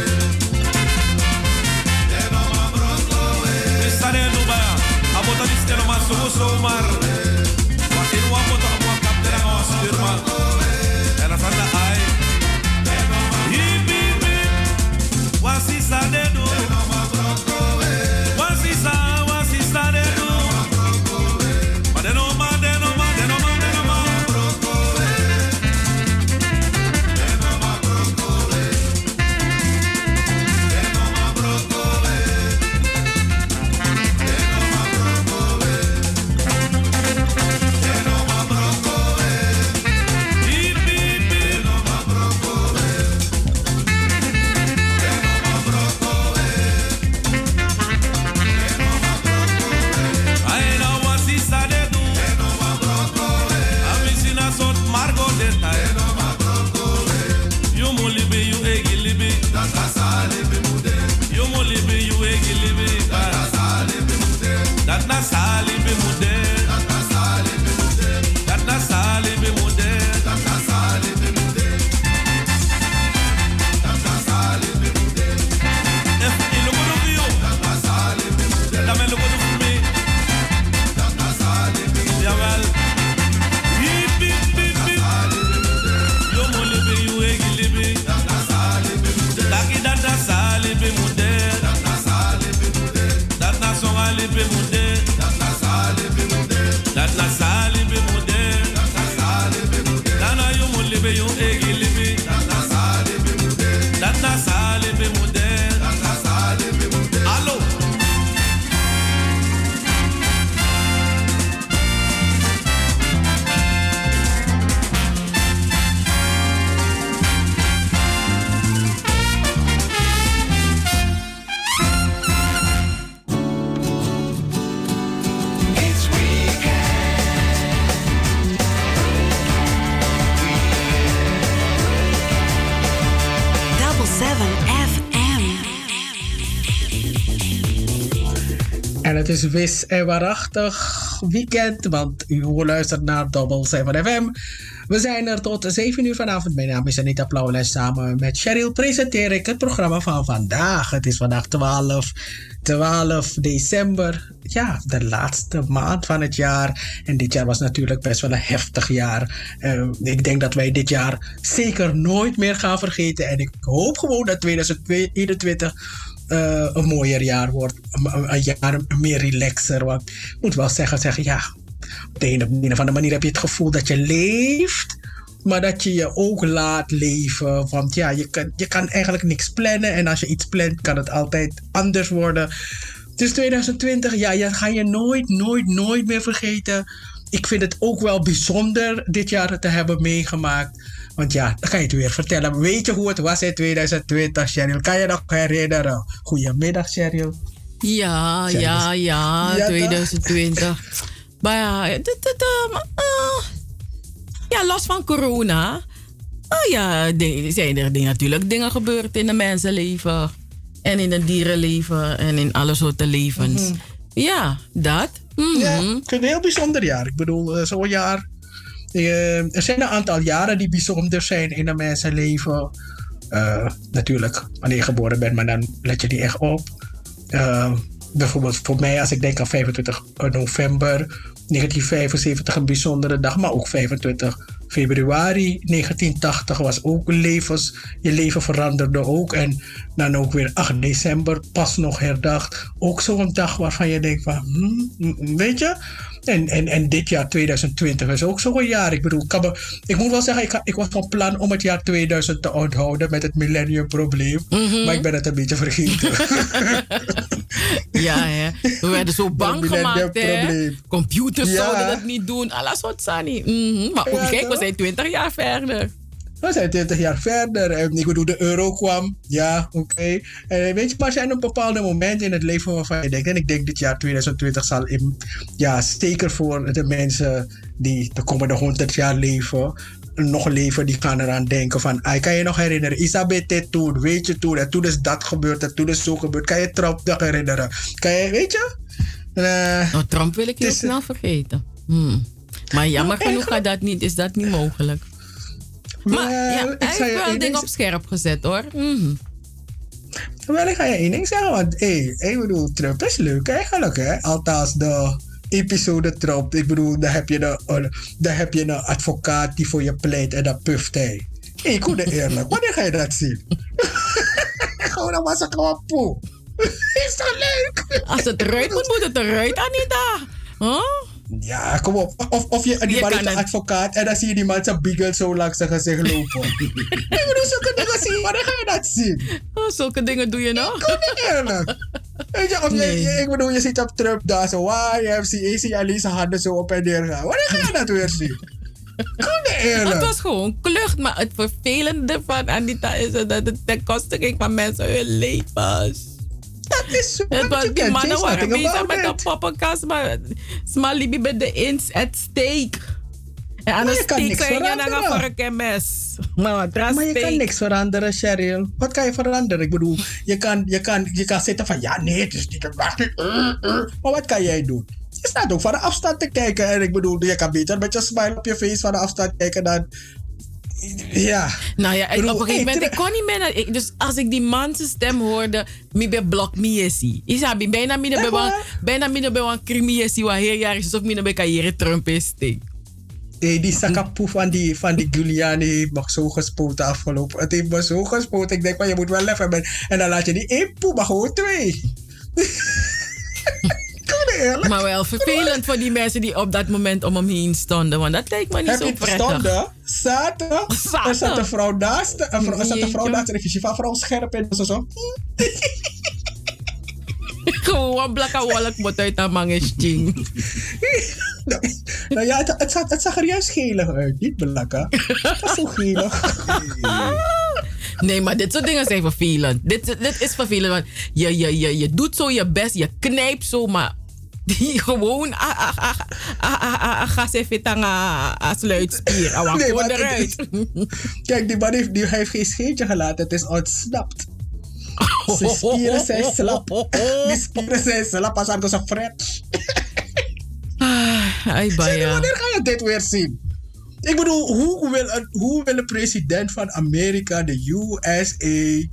De no ma broko e. Isa de no ba. Abota dis de no ma so mar. Wa in wa bota wa kaptera wa spirma. Era fanda ai. Hip hip hip. Wasi sa de do. Wasi sa de do. Ma de no ma, de no ma, de no ma, de no ma. De no ma broko e. De no ma broko e. De no ma broko e. De no ma broko e. Hip hip hip. De no ma broko e. De no ma broko e. Ai na wasi sa de do. De no ma broko e. Amisi na sot margo de ta. De no ma broko e. You mo libe you egi libe. Dat na sa libe mude. You mo libe you egi libe. Dat na sa libe mude. Dat na sa libe mude. Dat na sa libe mude. Dat na sa libe mude. Dat na sa libe mude. Dat na sa libe mude. If you look at you. Dat na sa libe mude. Dat me look at me. Dat na sa libe mude. Jawel. Hip hip hip hip. You mo libe you egi libe. Dat na sa libe mude. Daki dat na sa libe mude. Dat na sa libe mude. Dat na so libe mude. Dat na sa libe mude. Dat na sa libe mude. Dat na sa libe mude. Dana you mo libe you egi libe. Dat na sa libe mude. Dat na sa libe mude. Dat na sa libe mude. Allo. Double 7 FM. En het is wis en waarachtig weekend, want u luistert naar Double 7 FM. We zijn er tot 7 uur vanavond. Mijn naam is Anita Plauw en samen met Cheryl presenteer ik het programma van vandaag. Het is vandaag 12 december. Ja, de laatste maand van het jaar. En dit jaar was natuurlijk best wel een heftig jaar. Ik denk dat wij dit jaar zeker nooit meer gaan vergeten. En ik hoop gewoon dat 2021 een mooier jaar wordt. Een jaar meer relaxer. Want ik moet wel zeggen ja, op de een of andere manier heb je het gevoel dat je leeft. Maar dat je je ook laat leven. Want ja, je kan eigenlijk niks plannen. En als je iets plant, kan het altijd anders worden. Dus 2020, ja, dat ga je nooit meer vergeten. Ik vind het ook wel bijzonder dit jaar te hebben meegemaakt. Want ja, dan kan je het weer vertellen. Weet je hoe het was in 2020, Cheryl? Kan je nog herinneren? Goedemiddag, Cheryl. Ja, 2020. Maar ja, ja, los van corona. Zijn er natuurlijk dingen gebeurd in de mensenleven. En in het dierenleven. En in alle soorten levens. Mhm. Ja, dat. Ja, ik vind het een heel bijzonder jaar. Ik bedoel, zo'n jaar. Er zijn een aantal jaren die bijzonder zijn in een mensenleven. Natuurlijk, wanneer je geboren bent, maar dan let je niet echt op. Bijvoorbeeld voor mij, als ik denk aan 25 november 1975, een bijzondere dag, maar ook 25 februari 1980 was ook je leven veranderde ook. En dan ook weer 8 december, pas nog herdacht. Ook zo'n dag waarvan je denkt van, weet je? En dit jaar 2020 is ook zo'n jaar. Ik bedoel, ik moet wel zeggen, ik was van plan om het jaar 2000 te onthouden met het millenniumprobleem. Maar ik ben het een beetje vergeten. Ja, hè. We werden zo bang gemaakt, hè. Computers zouden dat niet doen. Alles wat Sani. Maar ook, kijk, we zijn 20 jaar verder. We zijn 20 jaar verder. En ik bedoel, de euro kwam. Ja, oké. En weet je, maar er zijn een bepaalde momenten in het leven waarvan je denkt. En ik denk dit jaar 2020 zal zeker voor de mensen die de komende 100 jaar nog leven, die gaan eraan denken van, kan je nog herinneren, Isabel toen, weet je toen, en toen is dat gebeurd, en toen is zo gebeurd. Kan je Trump nog herinneren? Kan je, weet je? Trump wil ik heel snel vergeten. Maar jammer genoeg is dat niet mogelijk. Maar ja, hij heeft wel dingen op scherp gezet, hoor. Wel, ik ga je één ding zeggen, want ik bedoel, Trump is leuk eigenlijk, hè? Althans, de episode Trump, ik bedoel, dan heb je een advocaat die voor je pleit en dat puft hij. Ik hoor het eerlijk, wanneer ga je dat zien? Gewoon dan was ik gewoon poe. Is toch leuk? Als het eruit moet het eruit, Anita. Huh? Ja, kom op. Of die man is een advocaat en dan zie je die man zijn beagle zo langs zijn gezicht lopen. Ik bedoel, zulke dingen zie je. Wanneer ga je dat zien? Zulke dingen doe je nog? Ik kom niet eerlijk. Weet je, ik bedoel, je ziet op Trump daar zo. Je ziet alleen zijn handen zo op en neer gaan. Wanneer ga je dat weer zien? Kom niet eerlijk. Het was gewoon klucht, maar het vervelende van Anita is dat het ten koste ging van mensen hun levens. Dat is zo. Die mannen waren bezig met de poppenkast, maar Smalibi bij de ins at stake. En aan de steek zijn je dan voor een mes. Maar je kan niks veranderen, Cheryl. Wat kan je veranderen? Ik bedoel, je kan zitten van, ja, nee, het is niet een wacht. Maar wat kan jij doen? Je staat ook van de afstand te kijken. En ik bedoel, je kan beter met je smile op je face van de afstand kijken dan... Ja. Nou ja, op een gegeven moment, ik kon niet meer. Dus als ik die man zijn stem hoorde, ik ben blok miesi. Isabi, bijna midden bij een crimiesi, waar heel jaar is of midden bij carrière Trump is. Die sakapoe van die Giuliani heeft me zo gespoten afgelopen. Het heeft me zo gespoten. Ik denk, maar je moet wel even met. En dan laat je die één poe, maar gewoon 2. Maar wel vervelend voor die mensen die op dat moment om hem heen stonden. Want dat lijkt me niet zo prettig. Stonden? Zaten? Er zat een vrouw naast. Er zat een vrouw naast en ik zie van vrouw scherp in. Zo. Gewoon blakke wolk moet uit dat mangesting. Nou ja, het zag er juist gelig uit. Niet blakken. Dat is zo gelig. Nee, maar dit soort dingen zijn vervelend. Dit is vervelend. Want je doet zo je best. Je knijpt zo, maar... Die gewoon gas even aan sluitspier. Nee, maar eruit. Kijk, die man heeft geen scheetje gelaten. Het is ontsnapt. Zijn spieren zijn slap. Die spieren zijn slap als aan zijn fret. Wanneer ga je dit weer zien? Ik bedoel, hoe wil een president van Amerika, de USA...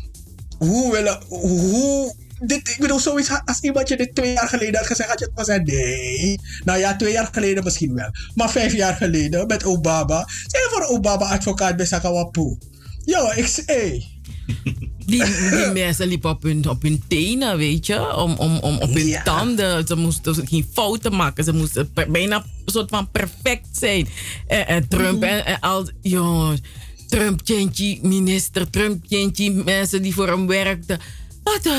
Ik bedoel, zoiets, als iemand je dit 2 jaar geleden had gezegd, had je het gezegd, nee. Nou ja, 2 jaar geleden misschien wel. Maar 5 jaar geleden, met Obama. Zeg voor Obama-advocaat bij Sakawapu. Ja, Die mensen liepen op hun tenen, weet je. Op hun tanden. Ze moesten geen fouten maken. Ze moesten bijna een soort van perfect zijn. En Trump en al... Jongens, Trump, Tjentje, minister. Trump, Tjentje, mensen die voor hem werkten. Wat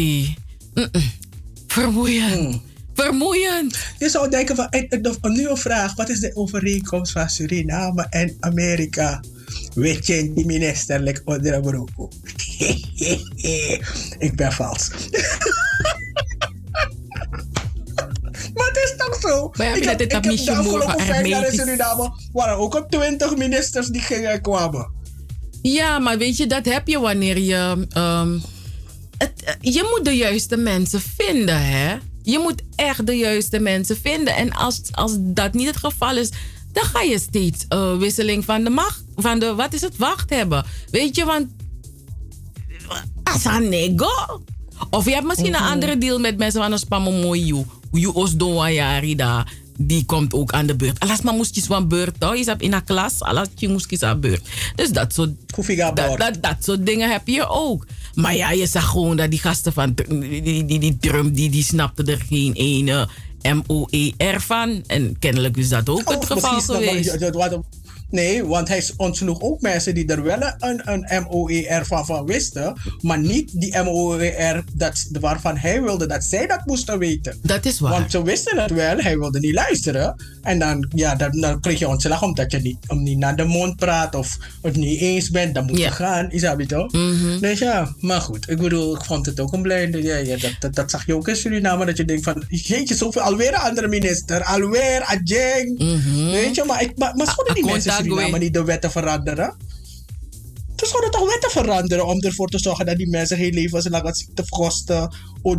Vermoeiend. Vermoeiend. Je zou denken van, een nieuwe vraag. Wat is de overeenkomst van Suriname en Amerika? Weet je, die minister lijkt onder een broek. Ik ben vals. zo. Maar ja, Ik heb dat de afgelopen 5 jaar in hermetisch. Suriname waren ook op 20 ministers die gingen en kwamen. Ja, maar weet je, dat heb je wanneer je... je moet de juiste mensen vinden, hè? Je moet echt de juiste mensen vinden. En als dat niet het geval is, dan ga je steeds wisseling van de macht, van de, wat is het, wacht hebben. Weet je, want als een nego. Of je hebt misschien een andere deal met mensen van een spamomoyu. Je osdoayari daar. Die komt ook aan de beurt. Alas maar moest je zo'n beurt, toch? Je zat in een klas, alas je moest je zo'n beurt. Dus dat soort dingen heb je ook. Maar ja, je zag gewoon dat die gasten van die drum, die snapten er geen ene MOER van. En kennelijk is dat ook het geval geweest. Nee, want hij ontsloeg ook mensen die er wel een MOER van wisten. Maar niet die MOER waarvan hij wilde dat zij dat moesten weten. Dat is waar. Want ze wisten het wel, hij wilde niet luisteren. En dan kreeg je ontslag omdat je niet naar de mond praat of het niet eens bent. Dan moet je gaan, is dat toch? Dus ja, maar goed. Ik bedoel, ik vond het ook een blijde. Dat zag je ook in Suriname. Dat je denkt van, jeetje, zoveel, alweer een andere minister. Alweer, Adjeng. Weet je, maar zouden die mensen Suriname niet de wetten veranderen? Dus zouden toch wetten veranderen om ervoor te zorgen dat die mensen geen levenslange ziektekosten,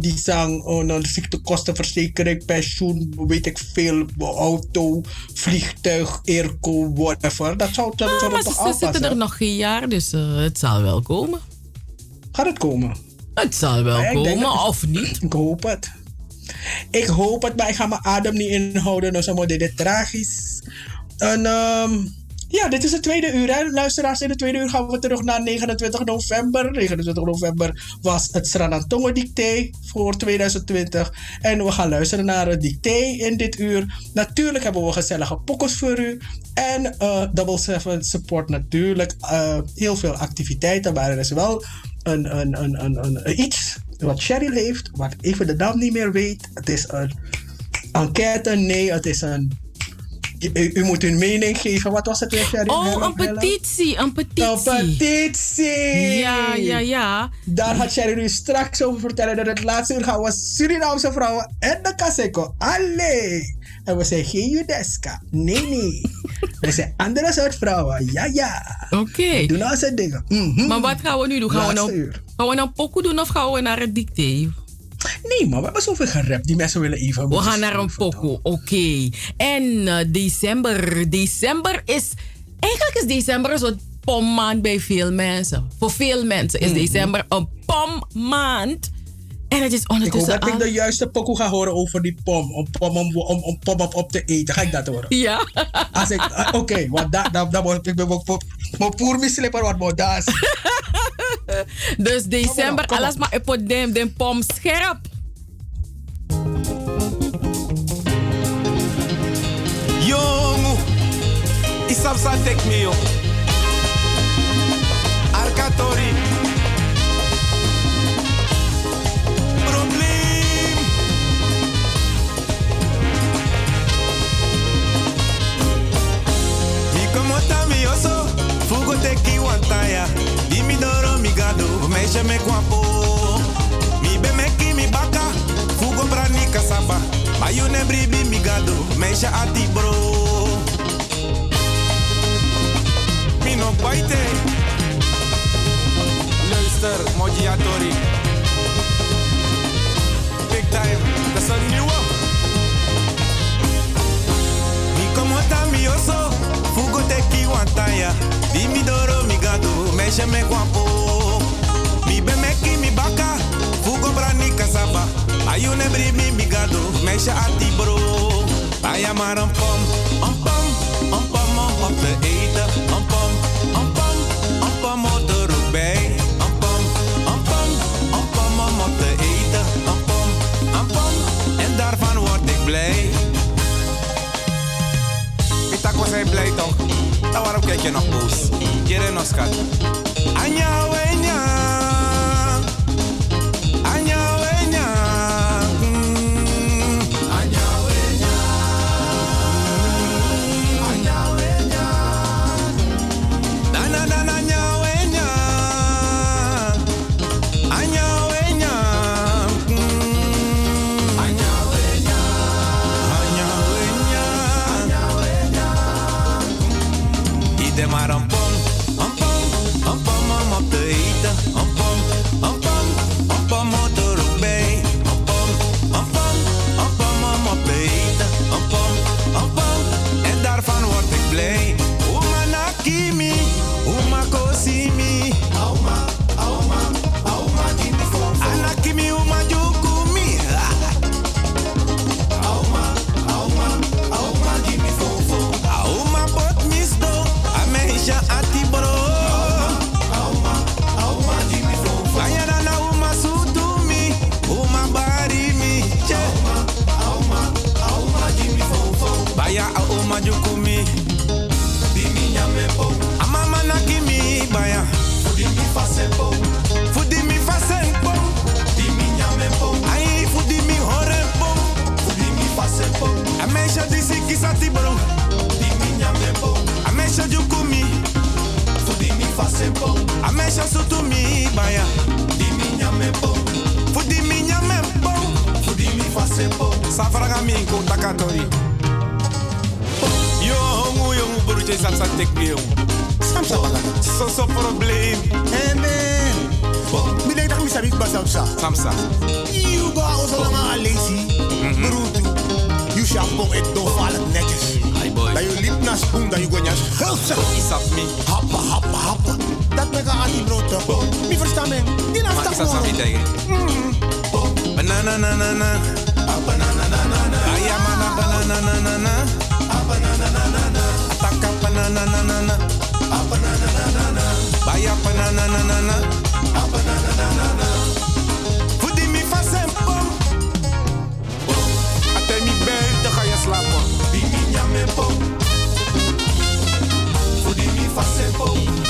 ziektekostenverzekering, pensioen, weet ik veel, auto, vliegtuig, airco, whatever. Dat zou toch afpassen? Ze zitten er nog geen jaar, dus het zal wel komen. Gaat het komen? Het zal wel komen, of niet? Ik hoop het. Ik hoop het, maar ik ga mijn adem niet inhouden. Dus dan wordt dit tragisch. En ja, dit is het tweede uur. Hè. Luisteraars, in het tweede uur gaan we terug naar 29 november. 29 november was het Sranantongen-dicté voor 2020. En we gaan luisteren naar het dicté in dit uur. Natuurlijk hebben we gezellige pokkels voor u. En Double 7 support natuurlijk heel veel activiteiten. Maar er is wel een iets wat Cheryl heeft, wat ik even de naam niet meer weet. Het is een enquête. Nee, het is een... U moet uw mening geven. Wat was het weer, Cheryl? Oh, een petitie. Een petitie! Ja. Daar gaat Cheryl u straks over vertellen. Dat het laatste uur gaan we Surinaamse vrouwen en de Kaseko. Allee! En we zijn geen Judeska. Nee. We zijn andere soort vrouwen. Ja. Oké. Doen onze dingen. Maar wat gaan we nu doen? Gaan we nou pokoe doen of gaan we naar het dicté? Nee, maar we hebben zoveel gerapt. Die mensen willen even... We gaan naar een pokoe, oké. En december. December is... Eigenlijk is december een soort pommaand bij veel mensen. Voor veel mensen is december een pommaand. En het is ondertussen ik hoop dat ik de juiste pokoe ga horen over die pom. Om pom op te eten. Ga ik dat horen? Ja. Oké, want dan word ik mijn poer misleper wat moda's. Dus december, alles maar op de pom scherp. Jongen, isapsa tek me jong. Arkatori. Probleem. Como tá mi oso, fugo te ki wantaya. Di mi doro mi gado, meisje me kwapo. Mi be me ki mi baka, fugo brani kasaba. Mayu ne bribi mi gado, meisje ati bro. Mi no baite. Luister, Mojiatori. Big time, dat is een nieuwe. Mi como tá mi oso. Fugo te ki wantaya, di mi doro mi gado, meisje me kwapo. Mi be me ki mi baka, fugo brani kasaba. Ayune bribi mi gado, meisje ati bro. Aya maar een pom op te eten. Een pom op de roep bij. Een pom op te eten. Een pom, en daarvan word ik blij. Tako zijn blij toch? Dan waarom kijk je nog boos? Jere nog schat. Anja wenya. Anja wenya. Anja wenya. Anja wenya. Na anja wenya. Anja wenya. Anja wenya. Anja Brangaminko takatori. Jongen, broertje, dat zat ik mee. Samsa wala. Zo probleem. Amen. Bilay tak misabi ba Samsa? Samsa. You ga ozo lang aan lazy. Broertje. You shampoo ik doe vallen netjes. Hi boy. Dat je lip na spoen, dat je gonjas gulzig. Is dat me? Happa. Dat me gaan aan die brood. Mi verstaan me. Die naast Maar dat is dat zo tegen? Banana na na na. Banana na na na. Ayamana banana na na na. Banana na na na. Ataka banana na na na. Banana na na na. Baya banana na na na. Banana na na na. Voedi mi fasempo. Até mi buiten ga je slapen. Die mi nyamempo. Voedi mi fasempo.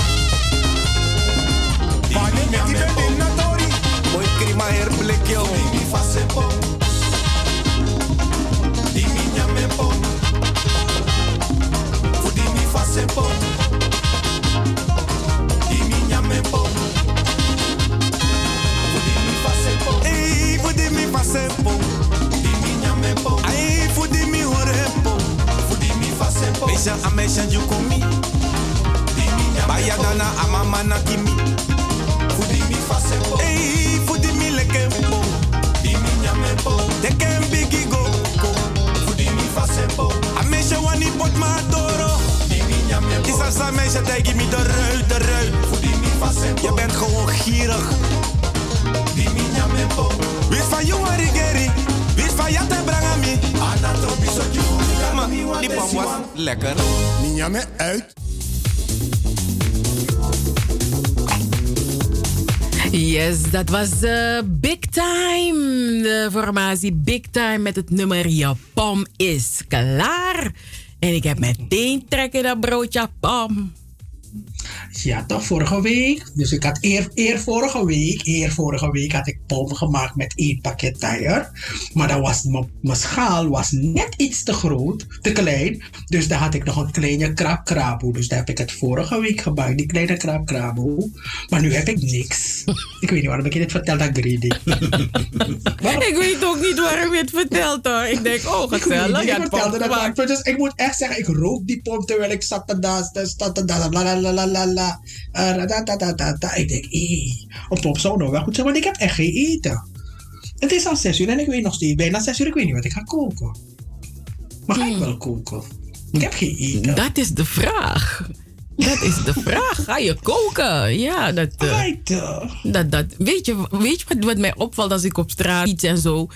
Wanneer met die bent in Natori. Boy, krima herblik yo. Die mi fasempo. Die mi nyamempo. Voedi mi fasempo. Die mi nyamempo. Voedi mi fasempo. Hey, voedi mi fasempo. Die mi nyamempo. Ay, voedi mi horempo. Voedi mi fasempo. Meisha amesha yukumi. Die mi nyamempo. Bayadana amama na kimi. Voedi mi fasempo. Hey, voedi mi lekempo. Die mi nyamempo. Teken bigi go. Voedi mi fasempo. Amesha wani pot ma doro. Die mi nyamempo. Isasa meisha tegi mi de ruit. Voedi mi fasempo. Je bent gewoon gierig. Die mi nyamempo. Wist van jongen rigeri. Wist van jatte brangami. Anatropi so you. Die pap was lekker. Minja me uit. Yes, dat was Big Time. De formatie Big Time met het nummer Je pom is klaar. En ik heb meteen trek in dat broodje pom. Ja, toch vorige week. Dus ik had eer vorige week had ik pom gemaakt met 1 pakket tijger. Maar dan was mijn schaal was net iets te groot, te klein. Dus daar had ik nog een kleine krabkraboe. Dus daar heb ik het vorige week gemaakt, die kleine krabkraboe. Maar nu heb ik niks. Ik weet niet waarom ik je dit vertel, dat greedy. Ik weet ook niet waarom je het vertelt hoor. Ik denk, oh gezellig. Ik vertelde dat maar. Dus ik moet echt zeggen, ik rook die pom terwijl ik zat te dansen. Ik denk, op pop zou nou wel goed zijn, want ik heb echt geen eten. Het is al 6 uur en ik weet nog steeds, bijna 6 uur, ik weet niet wat ik ga koken. Maar ga ik wel koken? Ik heb geen eten. Dat is de vraag. Dat is de vraag. Ga je koken? Ja, dat weet je wat mij opvalt als ik op straat iets en zo.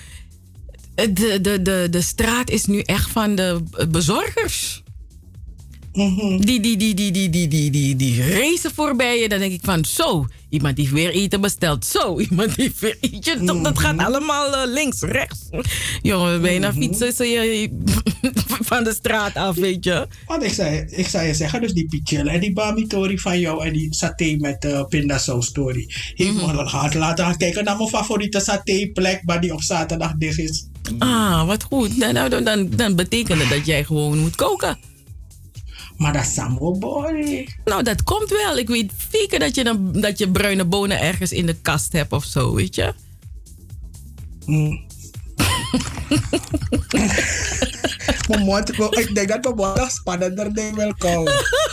De straat is nu echt van de bezorgers. Die racen voorbij je, dan denk ik van zo, iemand die weer eten bestelt. Zo, iemand die weer eten. Dat gaat allemaal links, rechts. Jongen, bijna fietsen ze van de straat af, weet je. Want ik zou je zeggen, dus die pichelle en die bamitori van jou en die saté met pindasaus story. Heeft me wel gehad laten gaan kijken naar mijn favoriete satéplek, maar die op zaterdag dicht is. Ah, wat goed. Dan betekent het dat jij gewoon moet koken. Maar dat is Sambo boy. Nou, dat komt wel. Ik weet zeker dat je bruine bonen ergens in de kast hebt of zo, weet je? Ik denk dat mijn mond nog spannender ding wil komen.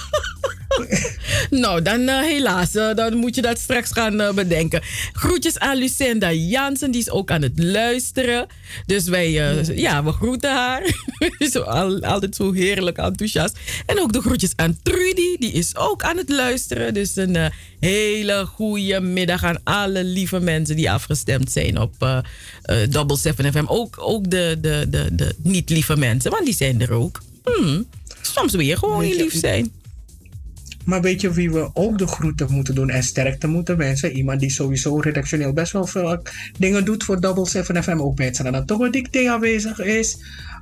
Nou, dan helaas. Dan moet je dat straks gaan bedenken. Groetjes aan Lucinda Jansen. Die is ook aan het luisteren. Dus we groeten haar. Altijd zo heerlijk enthousiast. En ook de groetjes aan Trudy. Die is ook aan het luisteren. Dus een hele goede middag aan alle lieve mensen die afgestemd zijn op Double 7 FM. Ook de niet lieve mensen. Want die zijn er ook. Soms wil je gewoon niet lief zijn. Maar weet je wie we ook de groeten moeten doen en sterkte moeten wensen? Iemand die sowieso redactioneel best wel veel dingen doet voor Double 7 FM. Ook met zijn dat toch een dicté aanwezig is.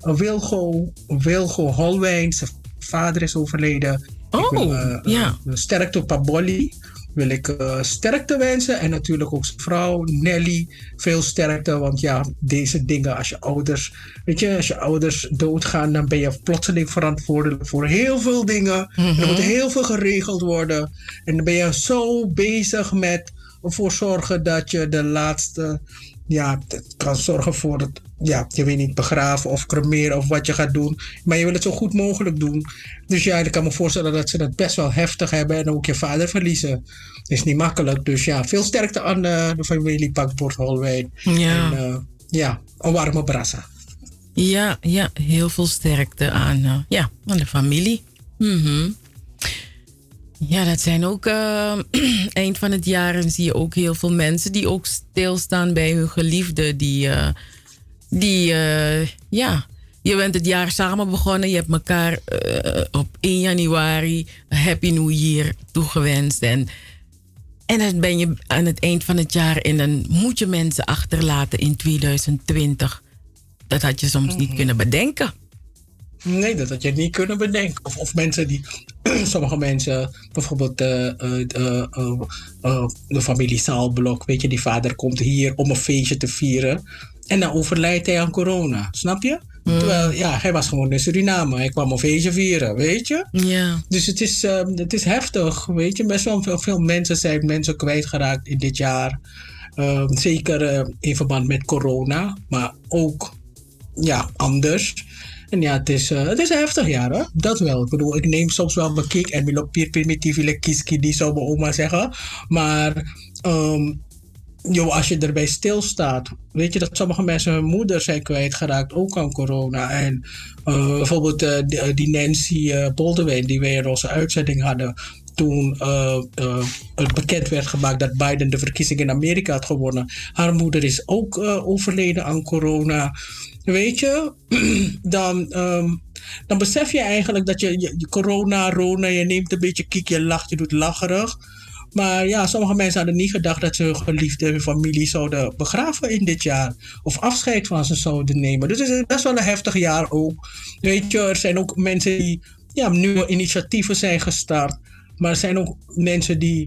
Wilgo Holwijn, zijn vader is overleden. Sterkte op Pabolli. Wil ik sterkte wensen. En natuurlijk ook zijn vrouw Nelly. Veel sterkte. Want ja, deze dingen als je ouders doodgaan, dan ben je plotseling verantwoordelijk voor heel veel dingen. Er moet heel veel geregeld worden. En dan ben je zo bezig met ervoor zorgen dat je de laatste... Ja, het kan zorgen voor het je weet niet, begraven of cremeren of wat je gaat doen. Maar je wil het zo goed mogelijk doen. Dus ja, ik kan me voorstellen dat ze dat best wel heftig hebben. En ook je vader verliezen. Dat is niet makkelijk. Dus ja, veel sterkte aan de familie Pakbord Holwijn. Ja. En een warme brassa. Ja, heel veel sterkte aan de familie. Mhm. Ja, dat zijn ook eind van het jaar en zie je ook heel veel mensen die ook stilstaan bij hun geliefde. Je bent het jaar samen begonnen. Je hebt elkaar op 1 januari Happy New Year toegewenst. En dan ben je aan het eind van het jaar en dan moet je mensen achterlaten in 2020. Dat had je soms niet kunnen bedenken. Nee, dat had je niet kunnen bedenken. Of mensen die... sommige mensen, bijvoorbeeld de familie Zaalblok. Weet je, die vader komt hier om een feestje te vieren. En dan overlijdt hij aan corona. Snap je? Terwijl, hij was gewoon in Suriname. Hij kwam een feestje vieren, weet je? Ja. Dus het is heftig, weet je? Best wel veel mensen zijn mensen kwijtgeraakt in dit jaar. Zeker in verband met corona. Maar ook, anders. En ja, het is een heftig jaar, hè? Dat wel. Ik bedoel, ik neem soms wel mijn kick en wil pier primitieve kiski, die zou mijn oma zeggen. Maar als je erbij stilstaat, weet je dat sommige mensen hun moeder zijn kwijtgeraakt, ook aan corona. En bijvoorbeeld die Nancy Boldewijn, die wij in onze uitzending hadden, toen het bekend werd gemaakt dat Biden de verkiezing in Amerika had gewonnen. Haar moeder is ook overleden aan corona. Weet je, dan besef je eigenlijk dat je corona, Rona, je neemt een beetje kiek, je lacht, je doet lacherig. Maar ja, sommige mensen hadden niet gedacht dat ze hun geliefde, hun familie zouden begraven in dit jaar. Of afscheid van ze zouden nemen. Dus het is best wel een heftig jaar ook. Weet je, er zijn ook mensen die nieuwe initiatieven zijn gestart. Maar er zijn ook mensen die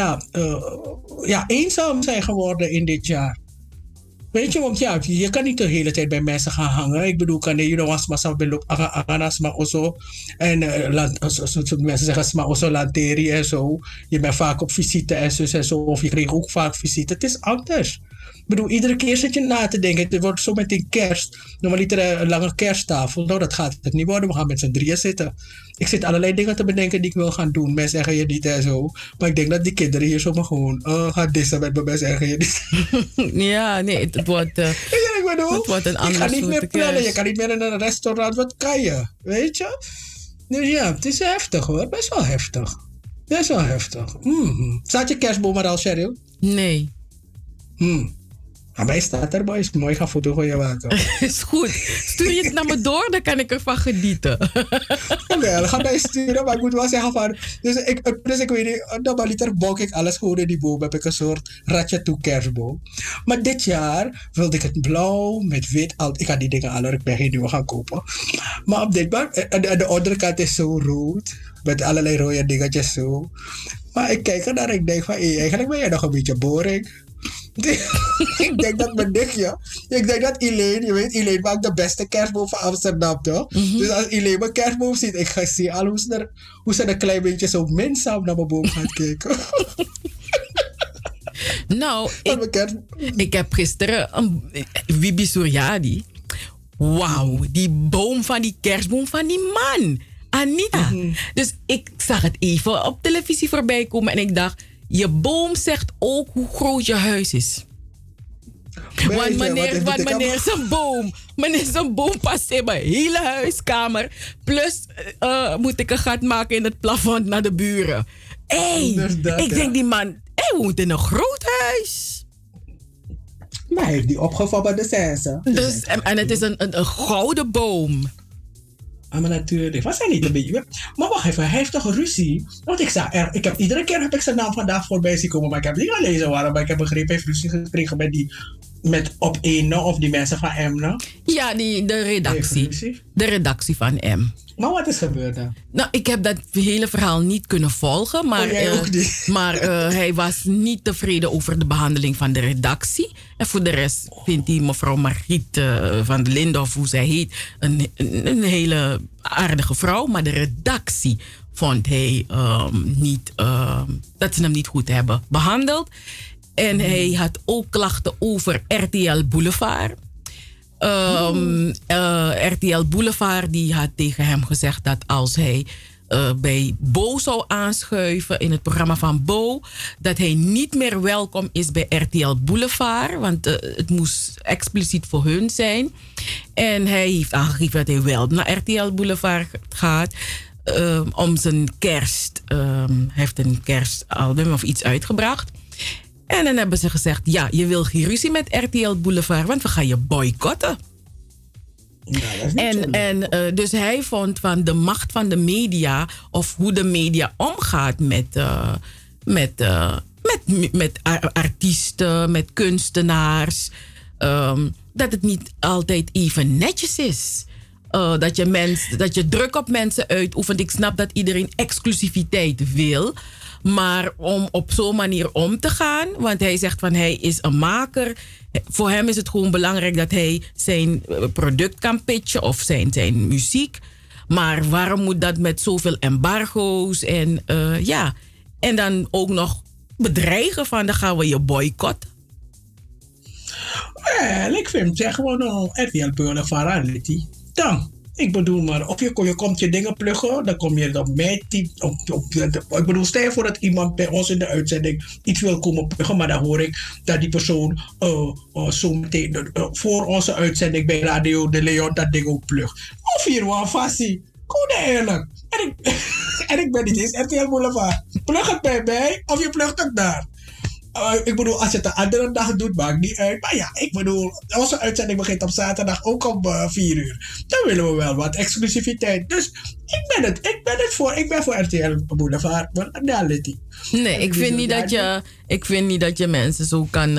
eenzaam zijn geworden in dit jaar. Weet je, want je kan niet de hele tijd bij mensen gaan hangen. Ik bedoel, en mensen zeggen sma oso lanteri en zo. Je bent vaak op visite en zo. Of je kreeg ook vaak visite. Het is anders. Ik bedoel, iedere keer zit je na te denken. Het wordt zo meteen kerst. Normaliter een lange kersttafel. Nou, dat gaat het niet worden. We gaan met z'n drieën zitten. Ik zit allerlei dingen te bedenken die ik wil gaan doen. Mensen zeggen je niet en zo. Maar ik denk dat die kinderen hier zomaar gewoon gaan dissen met me. Zeggen je niet. Ja, nee, het wordt, het wordt een ander. Je gaat niet meer plannen. Je kan niet meer in een restaurant. Wat kan je? Weet je? Dus ja, het is heftig hoor. Best wel heftig. Staat je kerstboom er al, Cheryl? Nee. Maar mij staat er, boys. Mooi gaan foto voor je maken. Is goed. Stuur je het naar me door, dan kan ik ervan genieten. Wel, ga mij sturen, maar ik moet wel zeggen van... Dus ik weet niet, normaliter bouw ik alles gewoon in die boom. Heb ik een soort ratje toe kerstboom. Maar dit jaar wilde ik het blauw met wit. Ik ga die dingen al, ik ben geen nieuwe gaan kopen. Maar op dit moment, de onderkant is zo rood. Met allerlei rode dingetjes zo. Maar ik kijk ernaar en ik denk van... eigenlijk ben jij nog een beetje boring. Ik denk dat mijn nichtje, ik denk dat Elaine, je weet, Elaine maakt de beste kerstboom van Amsterdam, toch? Dus als Elaine mijn kerstboom ziet, ik ga zien al hoe ze een klein beetje zo minzaam naar mijn boom gaat kijken. Nou, ik heb gisteren een Wibi Suryadi. Wauw, die boom van die kerstboom van die man, Anita. Dus ik zag het even op televisie voorbij komen en ik dacht... Je boom zegt ook hoe groot je huis is. Want meneer zijn boom past in mijn hele huiskamer. Plus moet ik een gat maken in het plafond naar de buren. Ik denk die man, hij woont in een groot huis. Maar hij heeft die opgevallen bij de sense. Dus, en het is een gouden boom. Maar natuurlijk, was hij niet een beetje... Maar wacht even, hij heeft toch ruzie? Want iedere keer heb ik zijn naam vandaag voorbij zien komen, maar ik heb niet gelezen waarom. Maar ik heb begrepen, hij heeft ruzie gekregen met op één of die mensen van M. Ja, de redactie. De redactie van M. Maar wat is gebeurd dan? Nou, ik heb dat hele verhaal niet kunnen volgen. Maar, jij ook niet. Maar hij was niet tevreden over de behandeling van de redactie. En voor de rest vindt hij mevrouw Margriet van de Lindhoff, hoe zij heet, een hele aardige vrouw. Maar de redactie vond hij dat ze hem niet goed hebben behandeld. En hij had ook klachten over RTL Boulevard. RTL Boulevard die had tegen hem gezegd dat als hij bij Bo zou aanschuiven in het programma van Bo, dat hij niet meer welkom is bij RTL Boulevard, want het moest expliciet voor hun zijn. En hij heeft aangegeven dat hij wel naar RTL Boulevard gaat om zijn kerst. Hij heeft een kerstalbum of iets uitgebracht. En dan hebben ze gezegd, ja, je wil geen ruzie met RTL Boulevard, want we gaan je boycotten. Ja, dus hij vond van de macht van de media, of hoe de media omgaat met artiesten, met kunstenaars, dat het niet altijd even netjes is. Dat je druk op mensen uitoefent. Ik snap dat iedereen exclusiviteit wil. Maar om op zo'n manier om te gaan, want hij zegt van hij is een maker. Voor hem is het gewoon belangrijk dat hij zijn product kan pitchen of zijn muziek. Maar waarom moet dat met zoveel embargo's en en dan ook nog bedreigen van dan gaan we je boycotten? Ik vind het gewoon RTL Boulevard dan. Ik bedoel maar, of je komt je dingen pluggen, dan kom je op mij. Ik bedoel, stel je voor dat iemand bij ons in de uitzending iets wil komen pluggen, maar dan hoor ik dat die persoon zo meteen voor onze uitzending bij Radio de Leon dat ding ook plugt. Of hier wel fassie. Gewoon eerlijk. En ik ben niet eens RTL Boulevard. Plug het bij mij of je plugt het daar. Ik bedoel, als je het een andere dag doet, maakt niet uit. Maar ja, ik bedoel, onze uitzending begint op zaterdag ook om 4 uur. Dan willen we wel wat exclusiviteit. Dus ik ben voor RTL Boulevard. Maar daar ligt hij. Nee, ik vind niet dat je mensen zo kan,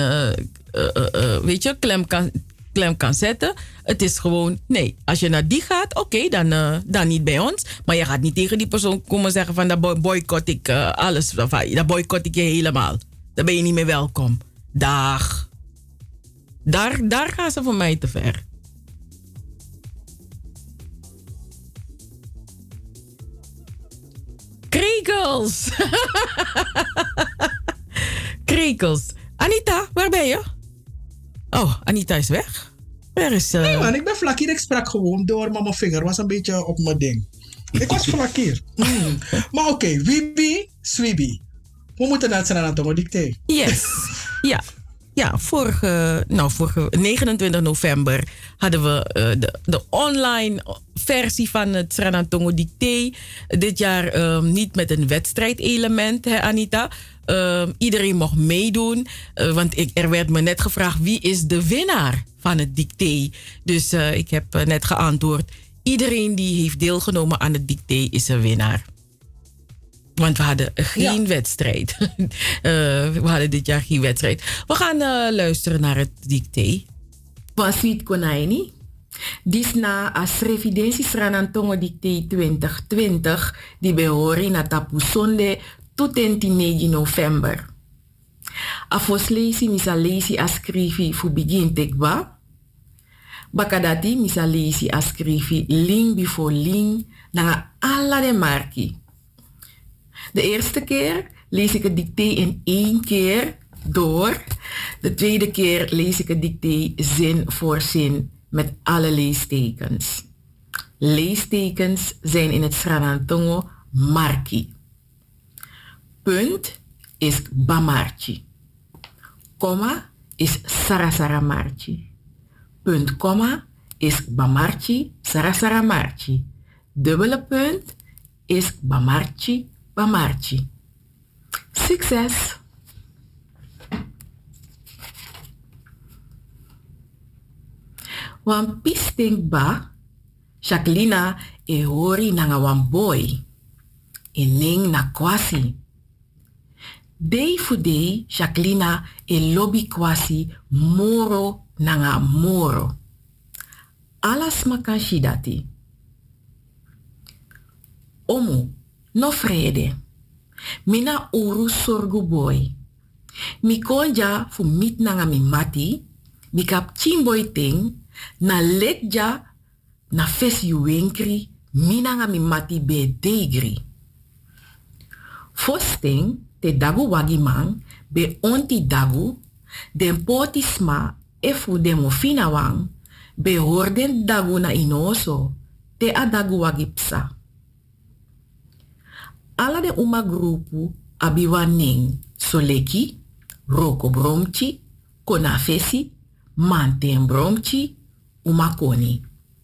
klem kan zetten. Het is gewoon, nee, als je naar die gaat, oké, dan niet bij ons. Maar je gaat niet tegen die persoon komen zeggen van, dan boycott ik alles. Dan boycott ik je helemaal. Dan ben je niet meer welkom. Dag. Daar gaan ze voor mij te ver. Krekels. Krekels. Anita, waar ben je? Oh, Anita is weg. Waar is ze? Nee man, ik ben vlak hier. Ik sprak gewoon door, maar mijn vinger was een beetje op mijn ding. Ik was vlak hier. Maar oké, Wibi, Swibi. We moeten naar het Sranantongo dicté. Yes. Ja, vorige 29 november hadden we de online versie van het Sranantongo dicté. Dit jaar niet met een wedstrijdelement, hè Anita? Iedereen mocht meedoen, want er werd me net gevraagd wie is de winnaar van het dicté. Dus ik heb net geantwoord, iedereen die heeft deelgenomen aan het dicté is een winnaar. Want we hadden geen wedstrijd. We hadden dit jaar geen wedstrijd. We gaan luisteren naar het dicté. Van Sweet Konaini. Dit na a Srevidensi Sranantongo dicté 2020. Die behoren naar Tapu Sonde tot 9 november. A foslesi misalesi ascrivi fu begin tekba. Bakadati misalesi ascrivi ling before ling. Na alla de marki. De eerste keer lees ik het dicté in 1 keer door. De tweede keer lees ik het dicté zin voor zin met alle leestekens. Leestekens zijn in het Sranantongo marki. Punt is bamarchi. Komma is sarasara marchi. Punt komma is bamarchi sarasara marchi. Dubbele punt is bamarchi bamarchi. Succes! Wan pisting ba, Jacqueline e hori nanga wan boy. E ning na kwasi. Day for day, Jacqueline e lobby kwasi moro nanga moro. Alas makan shidati. Omu. No vrede. Mina uru sorgu boy. Mi konja fu mit nanga mi mati. Mi kap chimboy ting. Na letja na fes yu wenkri. Mi nanga mi mati be degri. Fosting te dagu wagimang. Be onti dagu. Den poti sma efu demo fina wang. behoorden dagu na inoso, te a dagu wagipsa. Ala de uma grupu abiwa ning, soleki, roko bromchi, konafesi, manten bromchi, umakoni.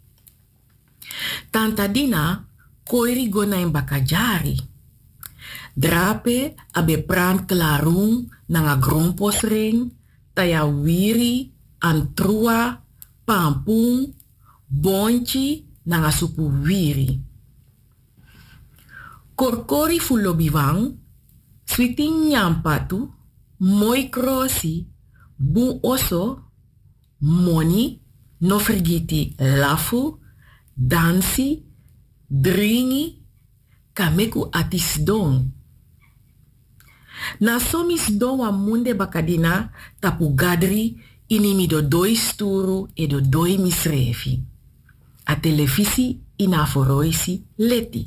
Tanta dina, koiri gona in bakajari. Drape abe pran klarung nanga gromposring, taya wiri, antrua, pampung, bonchi, nanga supu wiri. Korkori fulobiwang, switing nyampatu, moi krosi, bu oso, moni, no vergiti lafu, dansi, dringi, kameku atis don. Na somis don wa munde bakadina tapu gadri inimi do doi sturu e do doi misrefi. A televisi ina foroisi leti.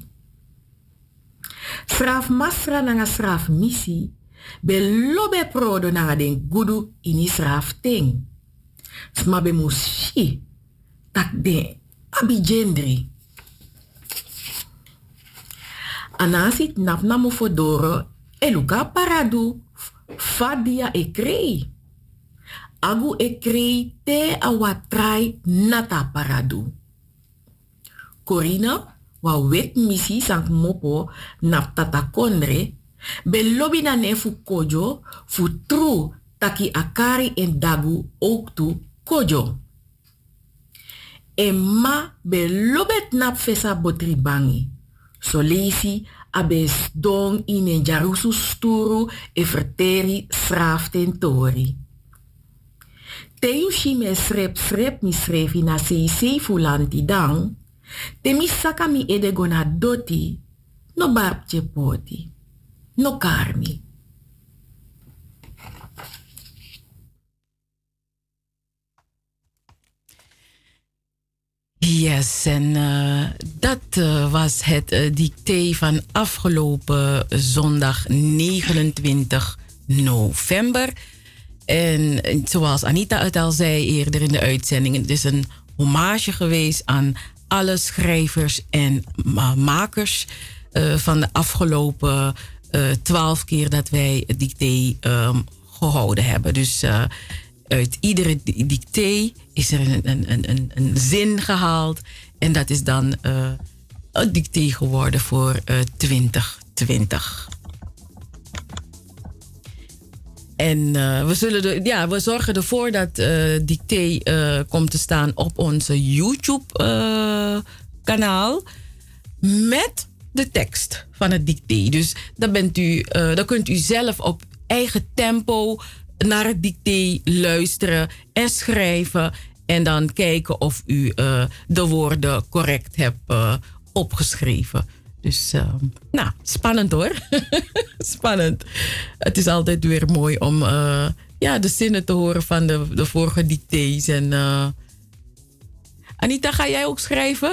Sraf masra nanga sraf misi, be lobe prodo nanga den gudu ini sraf ting. Smabe mushi, tak de abigendri. Anasit napna mo fodoro, eluka paradu, fadia e krei. Agu e krei te awatrai nata paradu. Corina, wa wet misi sank mopo nap tata kondre, belobi na nefu kojo, fu tru taki akari en dagu ook tu kojo. Emma belobet nap fesa botri bangi. Solesi abes dong in jarusu sturu e verteri sraf tentori. Teushi me srep misrefi na sei fulanti dang, te misaka mi edegona doti, no barbje poti, no karmi. Yes, en dat was het dicté van afgelopen zondag 29 november. En zoals Anita het al zei eerder in de uitzending, het is een hommage geweest aan alle schrijvers en makers van de afgelopen 12 keer dat wij het dicté gehouden hebben. Dus uit iedere dicté is er een zin gehaald. En dat is dan een dicté geworden voor 2020. En we zorgen ervoor dat dicté komt te staan op onze YouTube-kanaal. Met de tekst van het dicté. Dus dan kunt u zelf op eigen tempo naar het dicté luisteren en schrijven. En dan kijken of u de woorden correct hebt opgeschreven. Dus, spannend hoor. Spannend. Het is altijd weer mooi om de zinnen te horen van de vorige dictés. En, Anita, ga jij ook schrijven?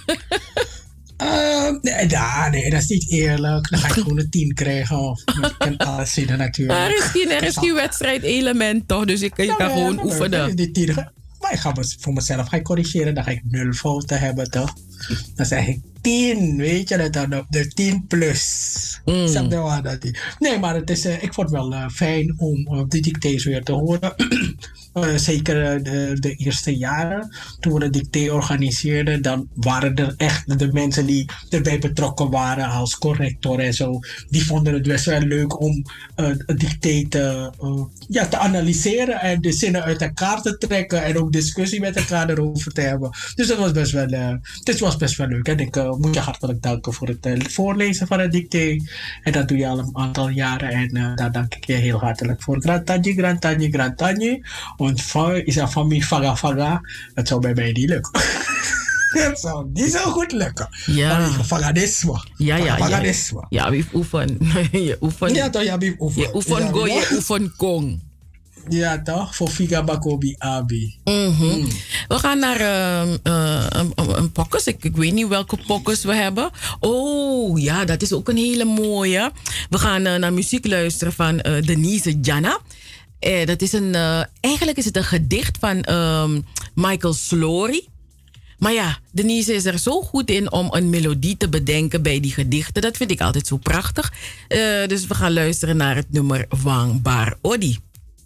Nee, dat is niet eerlijk. Dan ga ik gewoon een 10 krijgen. Of ik kan alles zien natuurlijk. Er is geen wedstrijdelement toch? Dus ik kan gewoon oefenen. Maar voor mezelf ga ik corrigeren. Dan ga ik 0 fouten hebben toch? Dan zeg ik 10, weet je, dan op de 10 plus. Nee, maar het is, ik vond het wel fijn om de dictés weer te horen. Zeker de eerste jaren, toen we de dicté organiseerden, dan waren er echt de mensen die erbij betrokken waren als corrector en zo. Die vonden het best wel leuk om het dicté te analyseren en de zinnen uit elkaar te trekken en ook discussie met elkaar erover te hebben. Dus dat was best wel, dit was best wel leuk. En ik moet je hartelijk danken voor het voorlezen van het dicté. En dat doe je al een aantal jaren en daar dank ik je heel hartelijk voor. Grantanji. Want is een familie faga. Dat zou bij mij niet lukken. Dat zou niet zo goed lukken. Ja. Faganisme. Faganisme. Ja, we oefenen. Je oefent. Ja, toch? Ja, we oefenen. Je oefent go, je oefent kong. Ja, toch? Voor Figa Bakobi Abi. We gaan naar een pokus. Ik weet niet welke pokus we hebben. Oh, ja, dat is ook een hele mooie. We gaan naar muziek luisteren van Denise Jana. Dat is eigenlijk is het een gedicht van Michael Slory. Maar ja, Denise is er zo goed in om een melodie te bedenken bij die gedichten. Dat vind ik altijd zo prachtig. Dus we gaan luisteren naar het nummer Wang Bar Odi.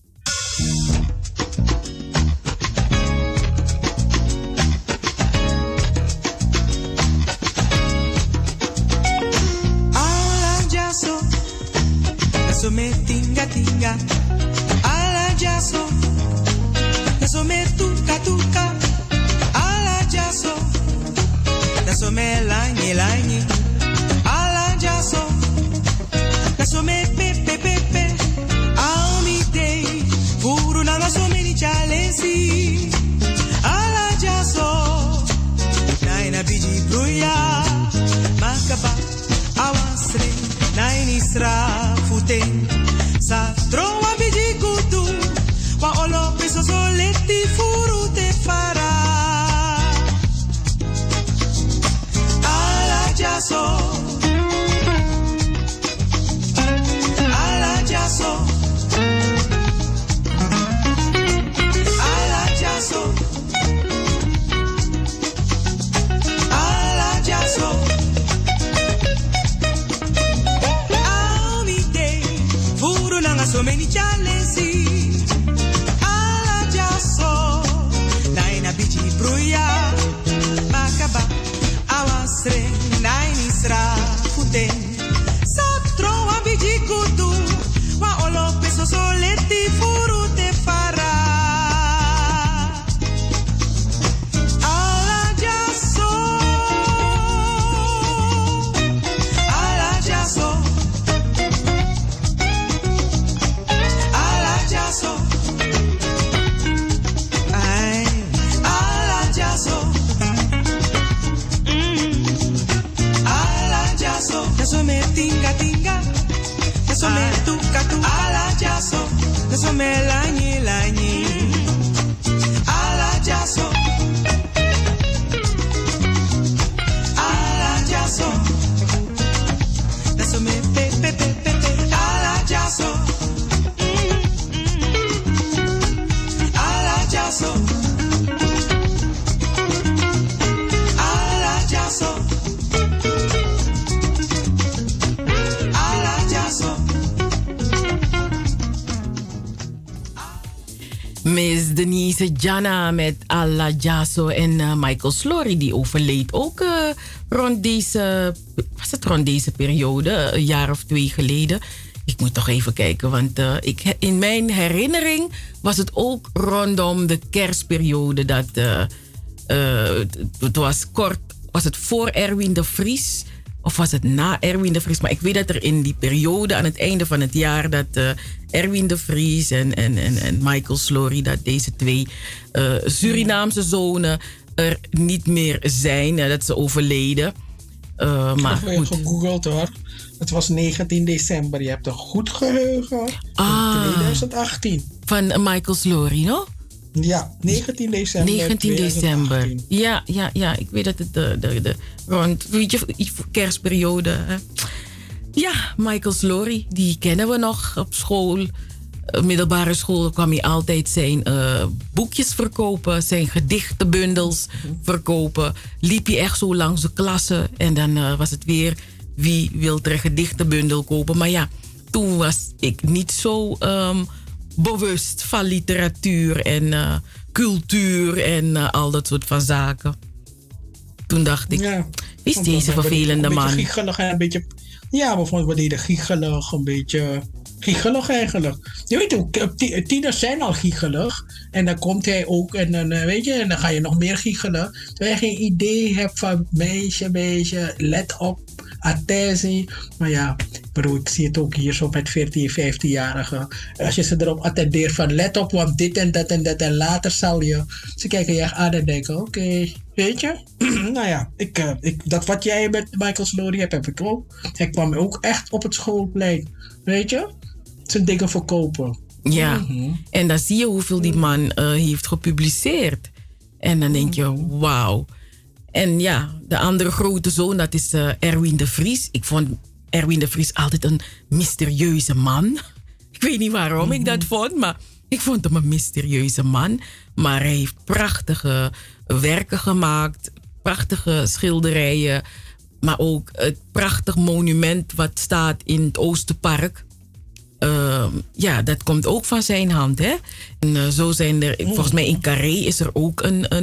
Eso me tinga tinga, ala jaso. Eso me tuka tuka, ala jaso. Eso me lanyi lanyi, ala jaso. Eso me pepe pepe, al mi day. Furu na so many challenges, ala jaso. Naina biji bruya, makaba awansre. Naini sra futen sa troa biji kutu wa olo peso soleti furu te fara ala jaso ala jaso ala jaso ala jaso. So many challenges, ala jaso, naina bichi bruya, makaba, awasre, naini sra futen, satro ambiji kutu, wa olo peso soleti furu te fara, ala jaso, ala jaso. Eso me tinga tinga, eso me tuka tuka, ala jaso, eso me lañi lañi, ala jaso, ala jaso, eso me pepe pepe, ala jaso, ala jaso, ala jaso. Miss Denise Jana met Alla Jaso en Michael Slory, die overleed ook rond deze periode, een jaar of 2 geleden. Ik moet toch even kijken, want in mijn herinnering was het ook rondom de kerstperiode dat het was kort, was het voor Erwin de Vries of was het na Erwin de Vries? Maar ik weet dat er in die periode aan het einde van het jaar dat Erwin de Vries en Michael Slory, dat deze 2 Surinaamse zonen er niet meer zijn, dat ze overleden. Maar ik heb gegoogeld hoor. Het was 19 december. Je hebt een goed geheugen. 2018. Van Michael Slory, no? Ja, 19 december. 19 december. Ja. Ik weet dat het de rond kerstperiode. Ja, Michael Slory, die kennen we nog op school. Middelbare school kwam hij altijd zijn boekjes verkopen, zijn gedichtenbundels verkopen. Liep hij echt zo langs de klasse en dan was het weer wie wil er een gedichtenbundel kopen. Maar ja, toen was ik niet zo bewust van literatuur en cultuur en al dat soort van zaken. Toen dacht ik, wie is deze vervelende man? Een beetje, ja, we vonden we deden giechelig, een beetje giechelig eigenlijk. Je weet ook, tieners zijn al giechelig. En dan komt hij ook en dan, weet je, en dan ga je nog meer giechelen. Terwijl je geen idee hebt van meisje, let op, attentie. Maar ja, bro, ik zie het ook hier zo met 14, 15-jarigen. Als je ze erop attendeert van let op, want dit en dat en dat en later zal je. Ze kijken je echt aan en denken, oké, weet je. Nou ja, dat wat jij met Michael Slory hebt, heb ik ook. Hij kwam ook echt op het schoolplein, weet je. Zijn dingen verkopen. Ja, en dan zie je hoeveel die man heeft gepubliceerd. En dan denk je, wauw. En ja, de andere grote zoon, dat is Erwin de Vries. Ik vond Erwin de Vries altijd een mysterieuze man. Ik Ik weet niet waarom ik dat vond, maar ik vond hem een mysterieuze man. Maar hij heeft prachtige werken gemaakt, prachtige schilderijen. Maar ook het prachtig monument wat staat in het Oosterpark. Ja, dat komt ook van zijn hand, hè? En zo zijn er, volgens mij in Carré is er ook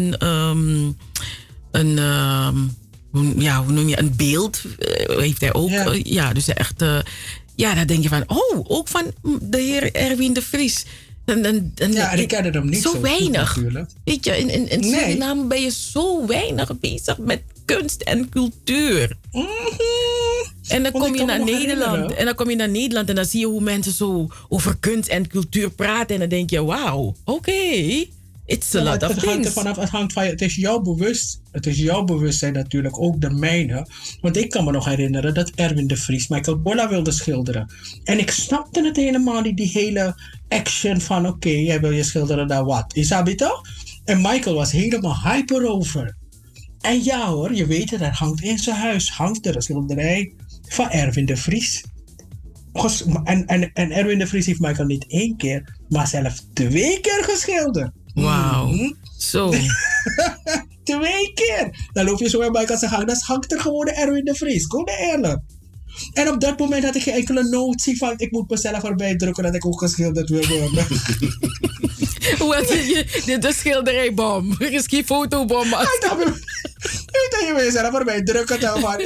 hoe noem je, een beeld. Heeft hij ook. Ja, dus echt, ja, dan denk je van, ook van de heer Erwin de Vries. En ik kende hem niet zo weinig. Goed, natuurlijk. Weet je, in Suriname ben je zo weinig bezig met kunst en cultuur. En dan kom je naar Nederland. En dan kom je naar Nederland en dan zie je hoe mensen zo over kunst en cultuur praten. En dan denk je, wauw, oké. It's a lot of things. Het hangt van je. Het is jouw bewustzijn natuurlijk, ook de mijne. Want ik kan me nog herinneren dat Erwin de Vries Michael Bolla wilde schilderen. En ik snapte het helemaal niet, die hele action van oké, jij wil je schilderen naar wat. Is dat toch? En Michael was helemaal hyper over. En ja hoor, je weet het, er hangt in zijn huis hangt er een schilderij van Erwin de Vries. En Erwin de Vries heeft Michael niet 1 keer, maar zelfs 2 keer geschilderd. Wauw. Zo. 2 keer. Dan loop je zo bij Michael zijn gang. Dan hangt er gewoon de Erwin de Vries. Kom eerlijk. En op dat moment had ik geen enkele notie van ik moet mezelf erbij drukken dat ik ook geschilderd wil worden. Hoe had je de schilderijbom? Er is geen fotobom. Ik dacht dat je jezelf erbij drukken dan van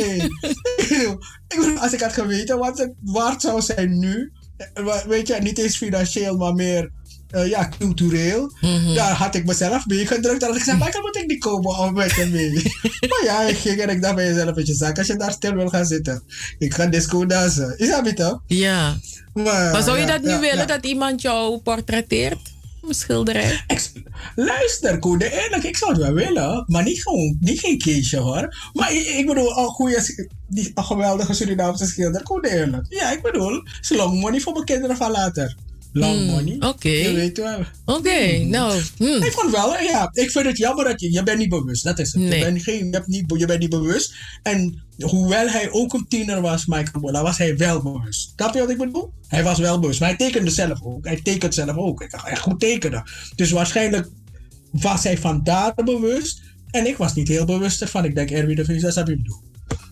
als ik had geweten wat het waard zou zijn nu, weet je, niet eens financieel, maar meer cultureel. Daar had ik mezelf mee gedrukt. Dan had ik gezegd, maar moet ik niet komen of met je mee? Maar ja, ik ging en ik dacht bij jezelf, met je zak, als je daar stil wil gaan zitten, ik ga disco dansen. Is dat niet toch? Ja. Maar zou je dat nu willen, dat iemand jou portretteert? Een schilderij? Luister, Koen, eerlijk, ik zou het wel willen, maar niet geen Keesje hoor. Maar ik bedoel, een geweldige Surinaamse schilder, Koen, eerlijk. Ja, ik bedoel, is long money voor mijn kinderen van later. Long money. Oké. Je weet wel. Oké, nou. Ik vond wel, ja. Ik vind het jammer dat je bent niet bewust. Dat is het. Nee. Je bent niet bewust. En hoewel hij ook een tiener was, Michael Bolla, was hij wel bewust. Snap je wat ik bedoel? Hij was wel bewust. Maar hij tekende zelf ook. Hij tekent zelf ook. Ik kan echt goed tekenen. Dus waarschijnlijk was hij vandaar bewust. En ik was niet heel bewust ervan. Ik denk, Erwin de Vries, dat heb je bedoeld.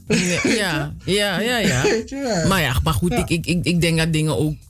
Ja. Maar goed, ja. Ik denk dat dingen ook.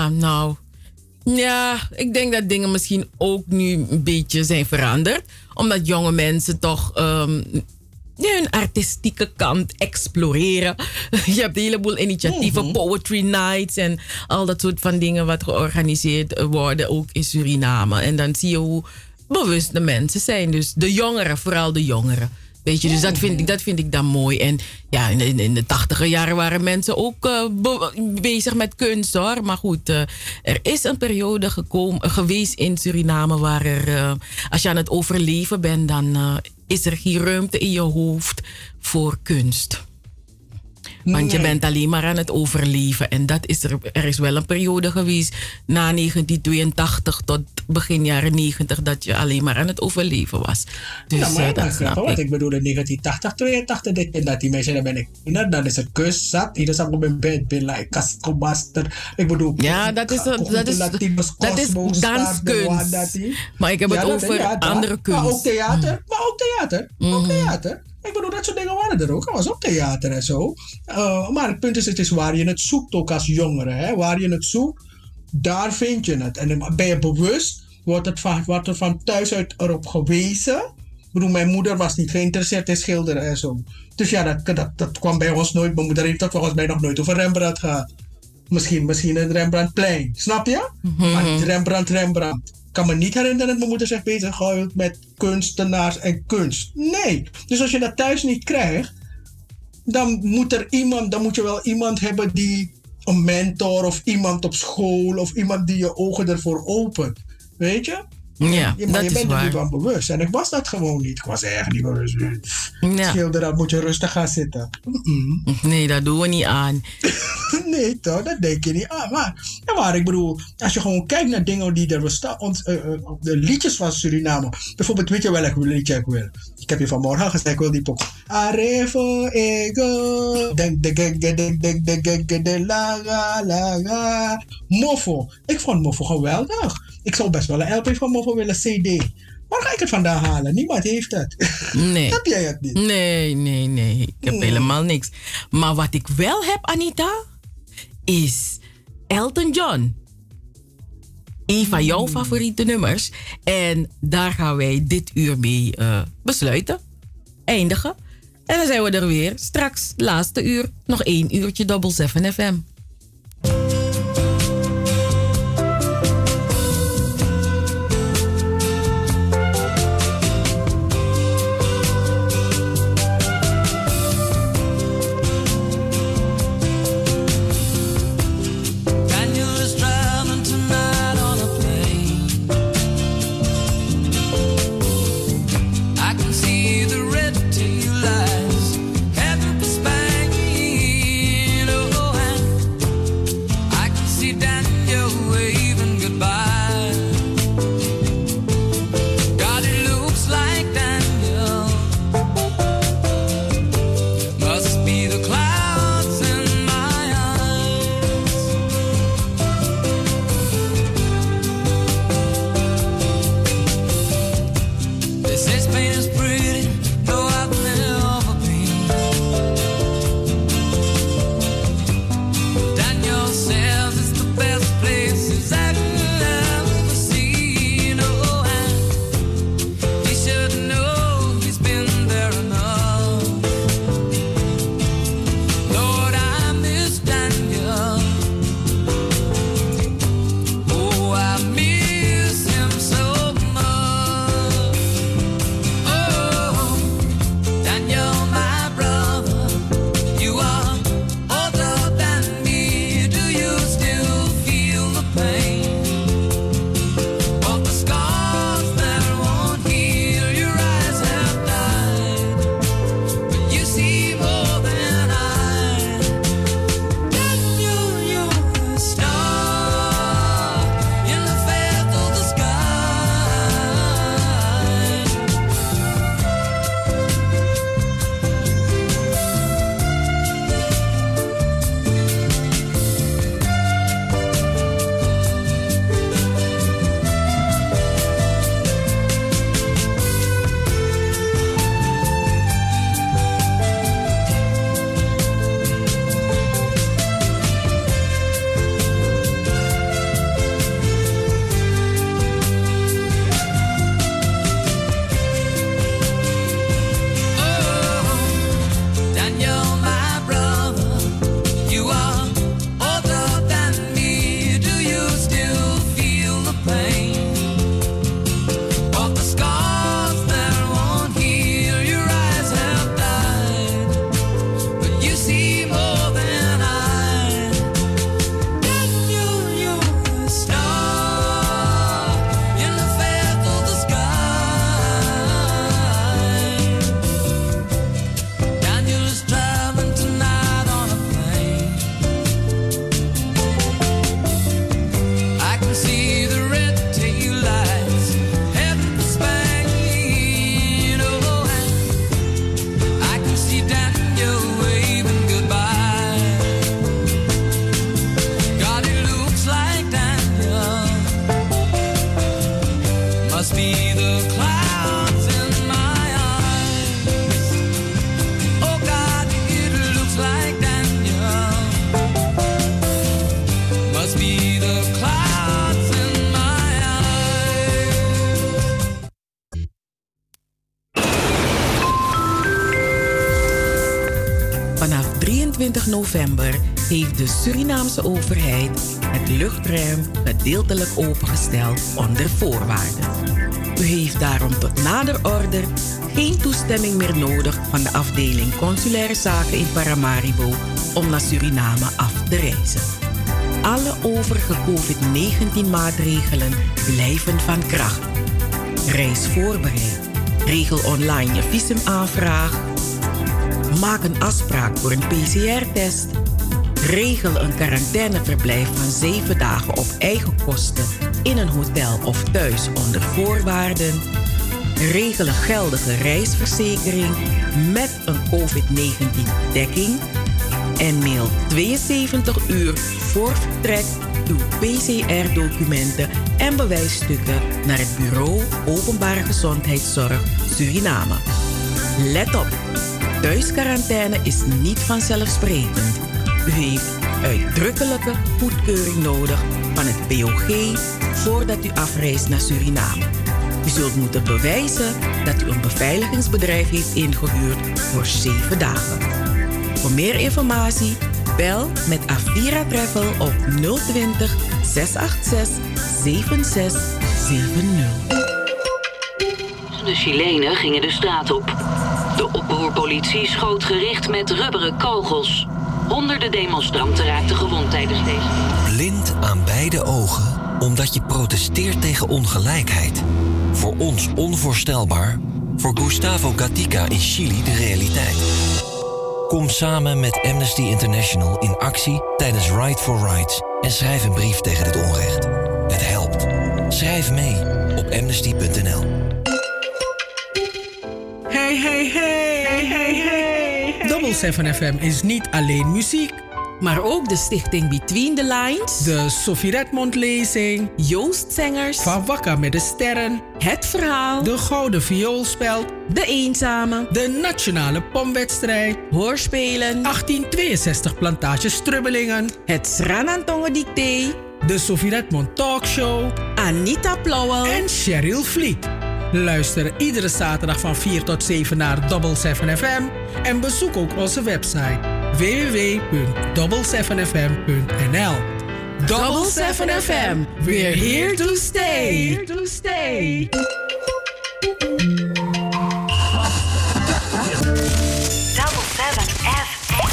Ja, ik denk dat dingen misschien ook nu een beetje zijn veranderd. Omdat jonge mensen toch hun artistieke kant exploreren. Je hebt een heleboel initiatieven, poetry nights en al dat soort van dingen wat georganiseerd worden, ook in Suriname. En dan zie je hoe bewust de mensen zijn. Dus de jongeren, vooral de jongeren. Weet je, dus dat vind ik dan mooi. En ja, in de 80er jaren waren mensen ook bezig met kunst hoor. Maar goed, er is een periode geweest in Suriname waar er, als je aan het overleven bent, dan is er geen ruimte in je hoofd voor kunst. Want je bent alleen maar aan het overleven. En dat is er is wel een periode geweest na 1982 tot begin jaren 90 dat je alleen maar aan het overleven was. Dus maar dat snap ik. Wat ik bedoel in 1980, 82, dat die mensen, dan ben ik dan is het kus zat. Ieder zag op mijn bed, ben like Cascomaster. Ik bedoel, ja, dat is danskunst. Maar ik heb het over andere kunst. Maar ook theater. Ook theater. Ik bedoel, dat soort dingen waren er ook. Er was ook theater en zo. Maar het punt is, het is waar je het zoekt ook als jongere. Hè? Waar je het zoekt, daar vind je het. En ben je bewust, wordt er van thuis uit erop gewezen. Ik bedoel, mijn moeder was niet geïnteresseerd in schilderen en zo. Dus ja, dat kwam bij ons nooit. Mijn moeder heeft dat volgens mij nog nooit over Rembrandt gehad. Misschien het Rembrandtplein. Snap je? Maar niet Rembrandt. Ik kan me niet herinneren dat mijn moeder zich bezighoudt met kunstenaars en kunst. Nee. Dus als je dat thuis niet krijgt, dan moet je wel iemand hebben die een mentor of iemand op school of iemand die je ogen ervoor opent. Weet je? Ja, je dat bent is er waar. niet van bewust. En ik was dat gewoon niet. Ik was er echt niet bewust. Ja. Schilder, dan moet je rustig gaan zitten. Nee, dat doen we niet aan. Nee toch, dat denk je niet aan. Maar ik bedoel, als je gewoon kijkt naar dingen die er bestaan, de liedjes van Suriname. Bijvoorbeeld, weet je welk liedje ik wil? Ik heb je vanmorgen al gezegd, ik wil die pok. Arevo ego, de laga laga. Moffo. Ik vond Moffo geweldig. Ik zou best wel een LP van Moffo willen, CD. Waar ga ik het vandaan halen? Niemand heeft het. Nee. Heb jij het niet? Nee. Ik heb helemaal niks. Maar wat ik wel heb, Anita, is Elton John. Een van jouw favoriete nummers. En daar gaan wij dit uur mee besluiten. Eindigen. En dan zijn we er weer. Straks, laatste uur, nog 1 uurtje Double 7 FM. Daniel is traveling tonight on a plane. I can see the red tail lights heading for Spain. Oh, and I can see Daniel waving goodbye. God, it looks like Daniel must be the clouds in my eyes. They say Spain is pretty, though I've never been. Daniel says it's the best place he's ever seen. Oh, and he should know he's been there enough. Lord, I miss Daniel. Oh, I miss him so much. Oh, Daniel, my brother, you are older than me. Do you still feel the pain of the scars that won't heal? Your eyes have died, but you see more than I. Daniel, you're a star in the face of the sky. Daniel, my brother, you are older than me. Do you still feel the pain of the scars that won't heal? Your eyes have died, but you see more than I. Daniel, you're a star in the face of the sky. Daniel is traveling tonight on a plane. I can see the red tail lights heading for Spain. Oh, and I can see Daniel waving goodbye. God, it looks like Daniel must be the clouds in my eyes. Oh God, it looks like Daniel must be the clouds in my eyes. Vanaf 23 november heeft de Surinaamse overheid het luchtruim gedeeltelijk opengesteld onder voorwaarden. U heeft daarom tot nader order geen toestemming meer nodig van de afdeling Consulaire Zaken in Paramaribo om naar Suriname af te reizen. Alle overige COVID-19 maatregelen blijven van kracht. reis voorbereid. Regel online je visumaanvraag. Maak een afspraak voor een PCR-test. Regel een quarantaineverblijf van 7 dagen op eigen kosten in een hotel of thuis onder voorwaarden. Regel een geldige reisverzekering met een COVID-19-dekking. En mail 72 uur voor vertrek uw PCR-documenten en bewijsstukken naar het Bureau Openbare Gezondheidszorg Suriname. Let op, thuisquarantaine is niet vanzelfsprekend. U heeft uitdrukkelijke goedkeuring nodig van het BOG voordat u afreist naar Suriname. U zult moeten bewijzen dat u een beveiligingsbedrijf heeft ingehuurd voor 7 dagen. Voor meer informatie bel met Avira Travel op 020 686 7670. De Chilenen gingen de straat op. De oproerpolitie schoot gericht met rubberen kogels. Honderden demonstranten raakten gewond tijdens deze. Blind aan beide ogen, omdat je protesteert tegen ongelijkheid. Voor ons onvoorstelbaar, voor Gustavo Gatica in Chili de realiteit. Kom samen met Amnesty International in actie tijdens Ride for Rights en schrijf een brief tegen dit onrecht. Het helpt. Schrijf mee op amnesty.nl. Hey, hey, hey, hey, hey, hey. Double 7 FM is niet alleen muziek, maar ook de stichting Between the Lines, de Sophie Redmond lezing, Joost Zengers, Van Wakka met de Sterren, Het Verhaal, de Gouden Vioolspeld, De Eenzame, de Nationale Pomwedstrijd, Hoorspelen, 1862 Plantage Strubbelingen, het Sranantongen Dicté, de Sophie Redmond Talkshow, Anita Plauwel en Cheryl Vliet. Luister iedere zaterdag van 4 tot 7 naar Double 7 FM en bezoek ook onze website www.double7fm.nl. Double 7 FM, we're here to stay. Here to stay. Double 7 FM.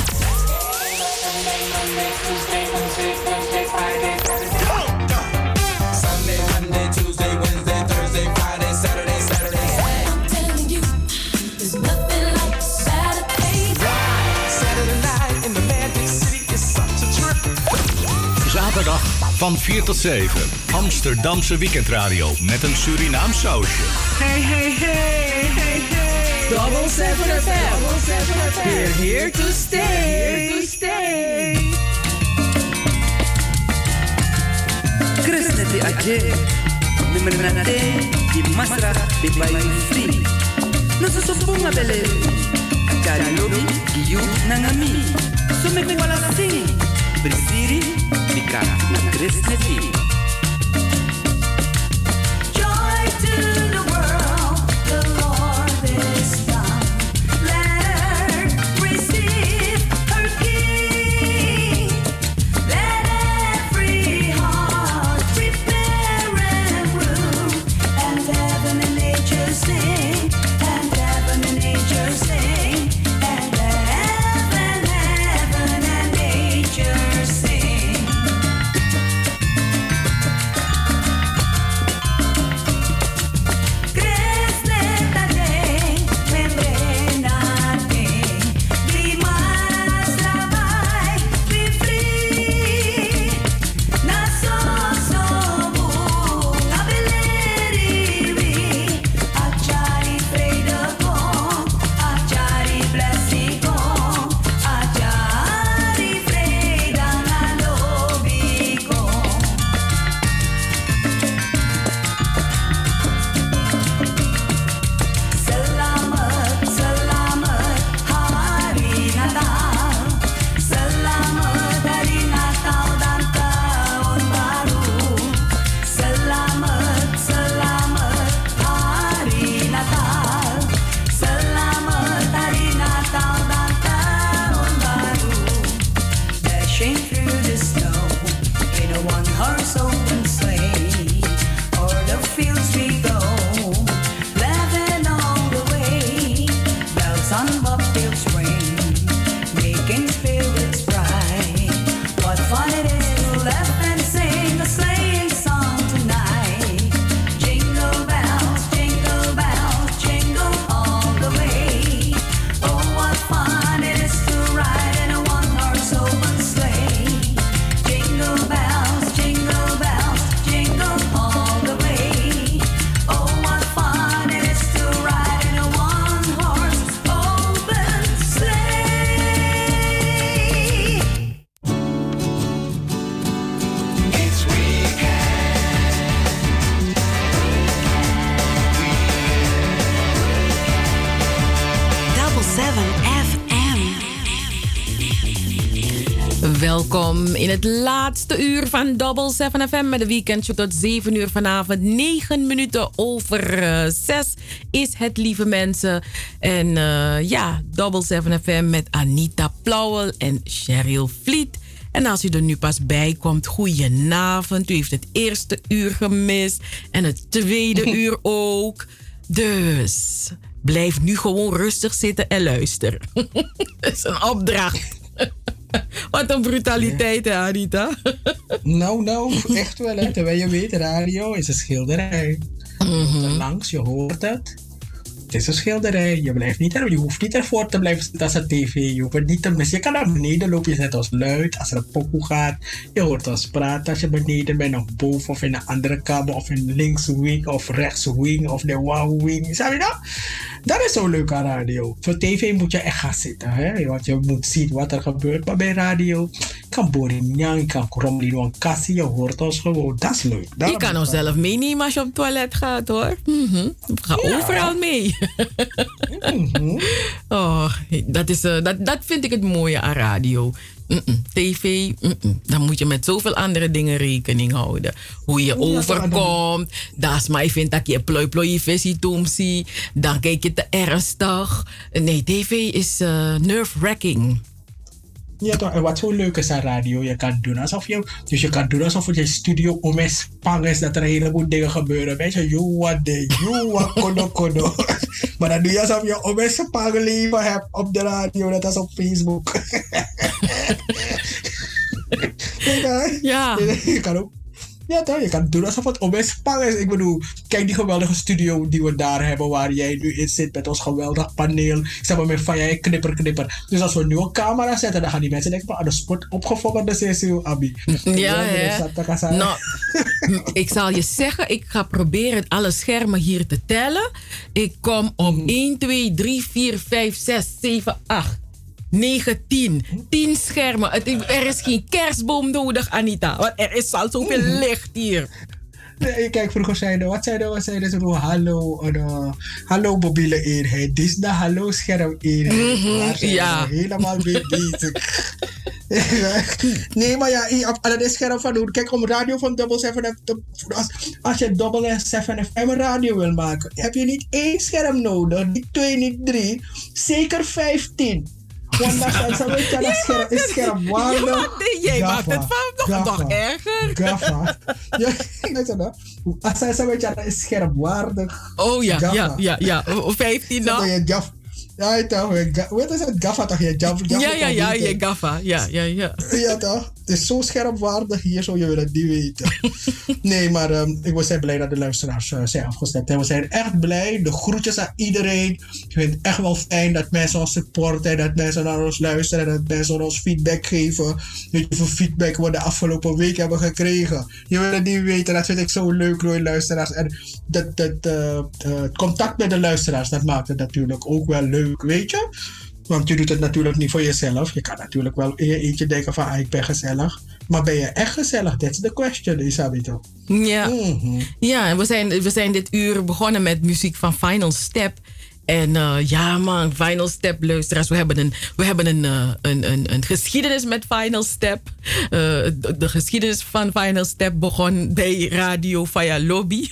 Sunday, Monday, Tuesday, Wednesday, Thursday, Friday, Saturday, Saturday. I'm telling you, there's nothing like Saturday. Saturday night in the Magic City is such a trip. Zaterdag van 4 tot 7. Amsterdamse weekendradio met een Surinaams sausje. Hey, hey, hey, hey, hey. Double 7 FM. Double 7 FM. We're here to stay. Here to stay. Krishna di aje, nimenate di masra di bayi free. Nasa sopunga bele, kari lobi kiyu nangami. So me wala sing, brisiri bika na Krishna di. Joy to the world, the Lord is come. Let her receive her King. Let every heart prepare and room, and heaven and nature sing, and heaven and nature sing, and heaven and nature sing. Welkom in het laatste uur van Double 7 FM met de weekendshow tot 7 uur vanavond. 9 minuten over 6 is het, lieve mensen. En ja, Double 7 FM met Anita Plauwel en Cheryl Vliet. En als u er nu pas bij komt, goedenavond. U heeft het eerste uur gemist en het tweede uur ook. Dus blijf nu gewoon rustig zitten en luisteren. Dat is een opdracht. Wat een brutaliteit, hè, Anita? Nou, echt wel, hè. Terwijl je weet, radio is een schilderij. Je komt er langs, je hoort het. Het is een schilderij. Je hoeft niet ervoor te blijven zitten als een tv. Je hoeft het niet te missen. Je kan naar beneden lopen. Je zet ons luid. Als er een pokoe gaat. Je hoort ons praten als je beneden bent. Of boven. Of in een andere kamer. Of in links wing. Of rechts wing. Of de wow wing. Snap je dat? Dat is zo leuk aan radio. Voor tv moet je echt gaan zitten. Hè? Want je moet zien wat er gebeurt. Maar bij radio kan borinjang. Je kan kromlien een kassie. Je hoort ons gewoon. Dat is leuk. Je kan ons zelf meenemen als je op het toilet gaat, hoor. We gaan overal mee. Oh, dat vind ik het mooie aan radio. TV, dan moet je met zoveel andere dingen rekening houden. Hoe je overkomt. Dat is maar, ik vind dat je ploi visie toemsie. Dan kijk je te ernstig. Nee, TV is nerve-wracking. Ja, toch. En wat zo leuk is aan radio, je kan doen alsof je kan doen alsof je studio om is spang is, dat er een heleboel dingen gebeuren. Weet je, you wat kono. Maar dan doe je alsof je om is spang leven hebt op de radio, net als op Facebook. Ja. Je kan ook. Ja, toch? Je kan doen alsof het om is spang is. Ik bedoel, kijk die geweldige studio die we daar hebben, waar jij nu in zit met ons geweldig paneel. Ik zeg maar met van jij knipper. Dus als we nu een camera zetten, dan gaan die mensen denken, aan de sport opgevangen, dat is heel Abi. Ja, hè. Nou, ik zal je zeggen, ik ga proberen alle schermen hier te tellen. Ik kom om 1, 2, 3, 4, 5, 6, 7, 8. 19. 10 schermen. Er is geen kerstboom nodig, Anita. Want er is al zoveel licht hier. Nee, kijk, vroeger zeiden ze hallo mobiele eenheid. Dit is de hallo scherm eenheid. Ja. Helemaal mee bezig. Nee, maar ja, op dat scherm van doen. Kijk, om radio van Double 7 als je Double 7 FM radio wil maken, heb je niet 1 scherm nodig, niet 2, niet 3, zeker 15. Want dat is schermwaardig. Jij maakt het van nog erger. Gaffa. Als hij zo weet, dat is schermwaardig. Oh ja. 15 dan. Ja, toch. Wat is het? Gaffa toch? Je gaffa. Ja. Ja, toch? Het is zo scherpwaardig hier, zo je wil het niet weten. Nee, maar we zijn blij dat de luisteraars zijn afgestemd. En we zijn echt blij. De groetjes aan iedereen. Ik vind het echt wel fijn dat mensen ons supporten. Dat mensen naar ons luisteren. En dat mensen ons feedback geven. Weet je hoeveel feedback we de afgelopen week hebben gekregen. Je wil het niet weten. Dat vind ik zo leuk, hoor, luisteraars. En het contact met de luisteraars, dat maakt het natuurlijk ook wel leuk, weet je. Want je doet het natuurlijk niet voor jezelf. Je kan natuurlijk wel in je eentje denken van, ik ben gezellig. Maar ben je echt gezellig? That's the question, Isabito. Ja, ja, en we zijn dit uur begonnen met muziek van Final Step. En ja man, Final Step luisteraars, we hebben een geschiedenis met Final Step. De geschiedenis van Final Step begon bij Radio Via Lobby.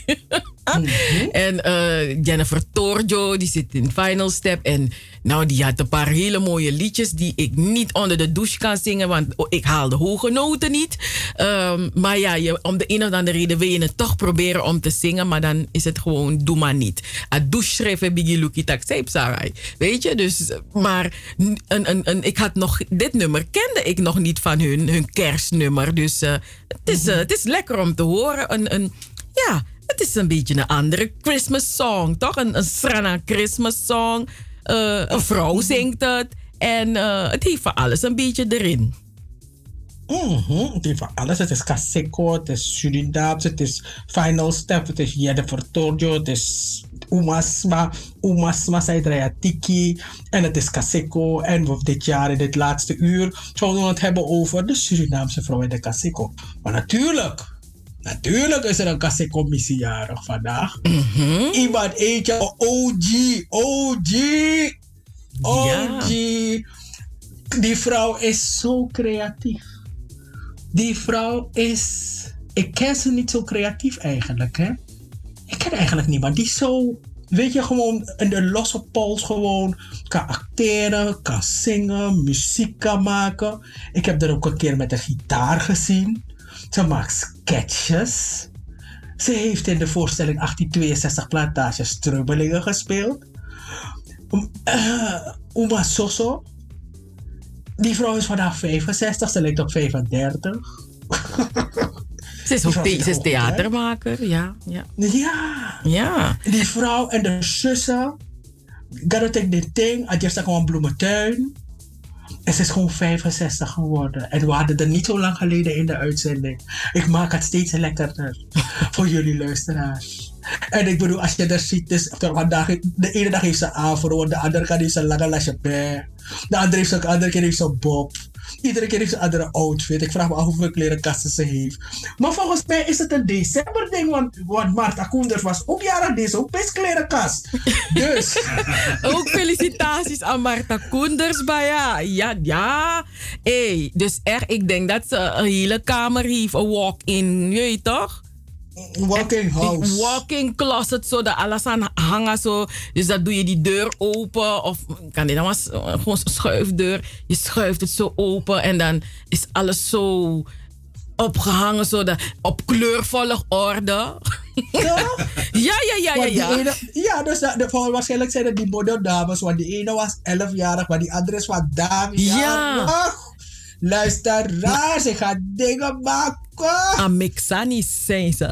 En Jennifer Torjo, die zit in Final Step. En nou, die had een paar hele mooie liedjes die ik niet onder de douche kan zingen, want ik haal de hoge noten niet. Maar ja, om de een of andere reden wil je het toch proberen om te zingen, maar dan is het gewoon, doe maar niet. A douche schreef Biggie Luki tak sarai. Weet je, dus, maar ik had nog, dit nummer kende ik nog niet van hun kerstnummer. Dus het is lekker om te horen. Ja, het is een beetje een andere Christmas song, toch? Een Srana Christmas song. Een vrouw zingt het. En het heeft van alles een beetje erin. Het heeft van alles. Het is Kaseko, het is Surinaams, het is Final Step, het is Jennifer Torjo, het is Umasma Saidrea Tiki. En het is Kaseko. En dit jaar, in dit laatste uur, zouden we het hebben over de Surinaamse vrouw in de Kaseko. Maar natuurlijk is er een Kaseko-missie jarig vandaag. Iemand eentje, OG. Ja. Die vrouw is zo creatief. Die vrouw is... Ik ken ze niet zo creatief eigenlijk, hè. Ik ken eigenlijk niemand die zo... Weet je, gewoon in de losse pols gewoon kan acteren, kan zingen, muziek kan maken. Ik heb er ook een keer met een gitaar gezien. Ze maakt sketches. Ze heeft in de voorstelling 1862 Plantage Strubbelingen gespeeld. Uma Soso. Die vrouw is vandaag 65, ze lijkt op 35. Ze is ook theatermaker, ja. Ja. Die vrouw en de zussen. Gotta take the thing. Het is gewoon bloementuin. En ze is gewoon 65 geworden. En we hadden er niet zo lang geleden in de uitzending. Ik maak het steeds lekkerder voor jullie luisteraars. En ik bedoel, als je er ziet, dus vandaag, de ene dag heeft ze afro, de andere keer heeft ze lange lasje bij. De andere keer heeft ze bob. Iedere keer heeft ze een andere outfit. Ik vraag me af hoeveel klerenkasten ze heeft. Maar volgens mij is het een december ding, want Marta Koenders was ook jarig, deze ook best klerenkast. Dus. Ook felicitaties aan Marta Koenders, Baya. Ja. Hey, dus echt, ik denk dat ze een hele kamer heeft, een walk-in, weet je toch? Walking house. Walking closet, zo dat alles aan hangen zo. Dus dat doe je die deur open. Of kan dit dan maar gewoon een schuifdeur. Je schuift het zo open en dan is alles zo opgehangen. Zo dat, op kleurvolle orde. Ja, dus waarschijnlijk zijn het die modeldames. Want die ene was 11-jarig, maar die andere is wat damejarig. Ja. Luisteraars, ik ga dingen maken. Amixani zijn ze.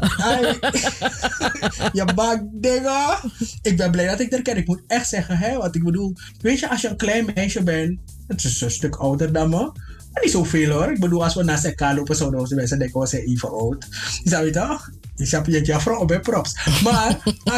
Je maakt dingen. Ik ben blij dat ik er ken. Ik moet echt zeggen, hè, want ik bedoel, weet je, als je een klein meisje bent, het is een stuk ouder dan me. Maar niet zoveel hoor. Ik bedoel, als we naast elkaar lopen, zouden onze mensen denken, we zijn even oud. Zou je toch? Ik snap je, ja, vrouw bij props. Maar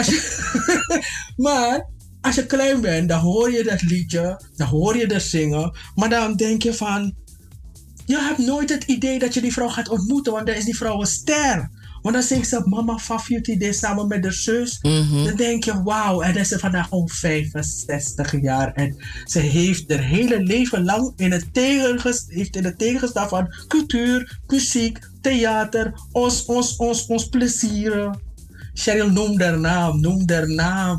als je klein bent, dan hoor je dat liedje, dan hoor je dat zingen, maar dan denk je van, je hebt nooit het idee dat je die vrouw gaat ontmoeten, want dan is die vrouw een ster. Want dan zingt ze Mama Fafuti samen met haar zus. Dan denk je, wauw, en dan is ze vandaag gewoon 65 jaar. En ze heeft haar hele leven lang in het tegenstaan van cultuur, muziek, theater, ons plezieren. Cheryl, noem haar naam.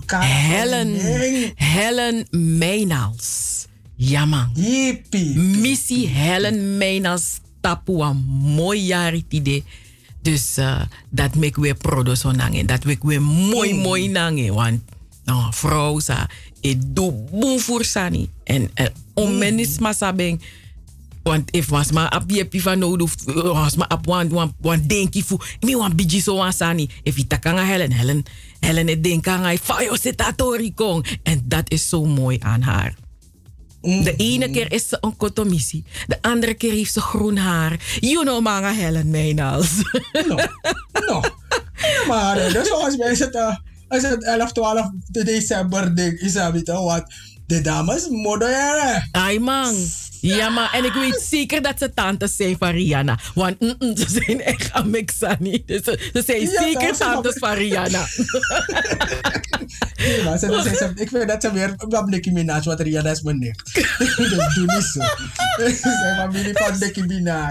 Helen Meinals. Ja man. Jippie. Missie Helen Meinals tapu een mooi jaar idee. Dus dat maak we producer nange. Dat maak we mooi nange. Want vrouw sa het doe boe voor sani. En onmenis masabeng. Want if was maar op je piva nodig, was maar op want denki fu, mi wan biji so wan sani. If je takanga Helen het denkanga fayo setatori kong. En dat is zo mooi aan haar. De ene keer is ze een kotomissie. De andere keer heeft ze groen haar. You know manga Helen Meinals. No. Maar dus als het 11, 12 december ding is dat niet, wat de dames modern. Ai man. Ja, maar en ik weet zeker dat ze tantes zijn van Rihanna. Want ze zijn echt Amixani. Dus ze zijn zeker tantes van Rihanna. Nee, maar ik vind dat ze weer op Nicki Minaj, want Rihanna is mijn nicht. Dus doe niet zo. Ze zijn familie van Nicki Minaj.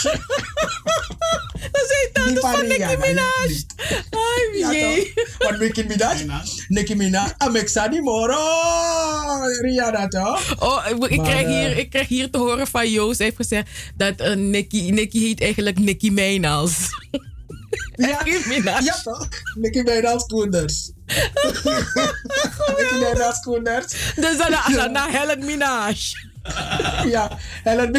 Dat zijn tantes van Nicki Minaj. Ai, jee. Want Nicki Minaj, Amixani moro. Rihanna toch? Oh, ik krijg hier te horen van Joost. Hij heeft gezegd dat Nicki heet eigenlijk Nicki Meinals. Ja, ja toch? Nicki Meinals Koenders. Nicki Meinals Koenders. Dus dan naar Helen Minaj. Ja, Helen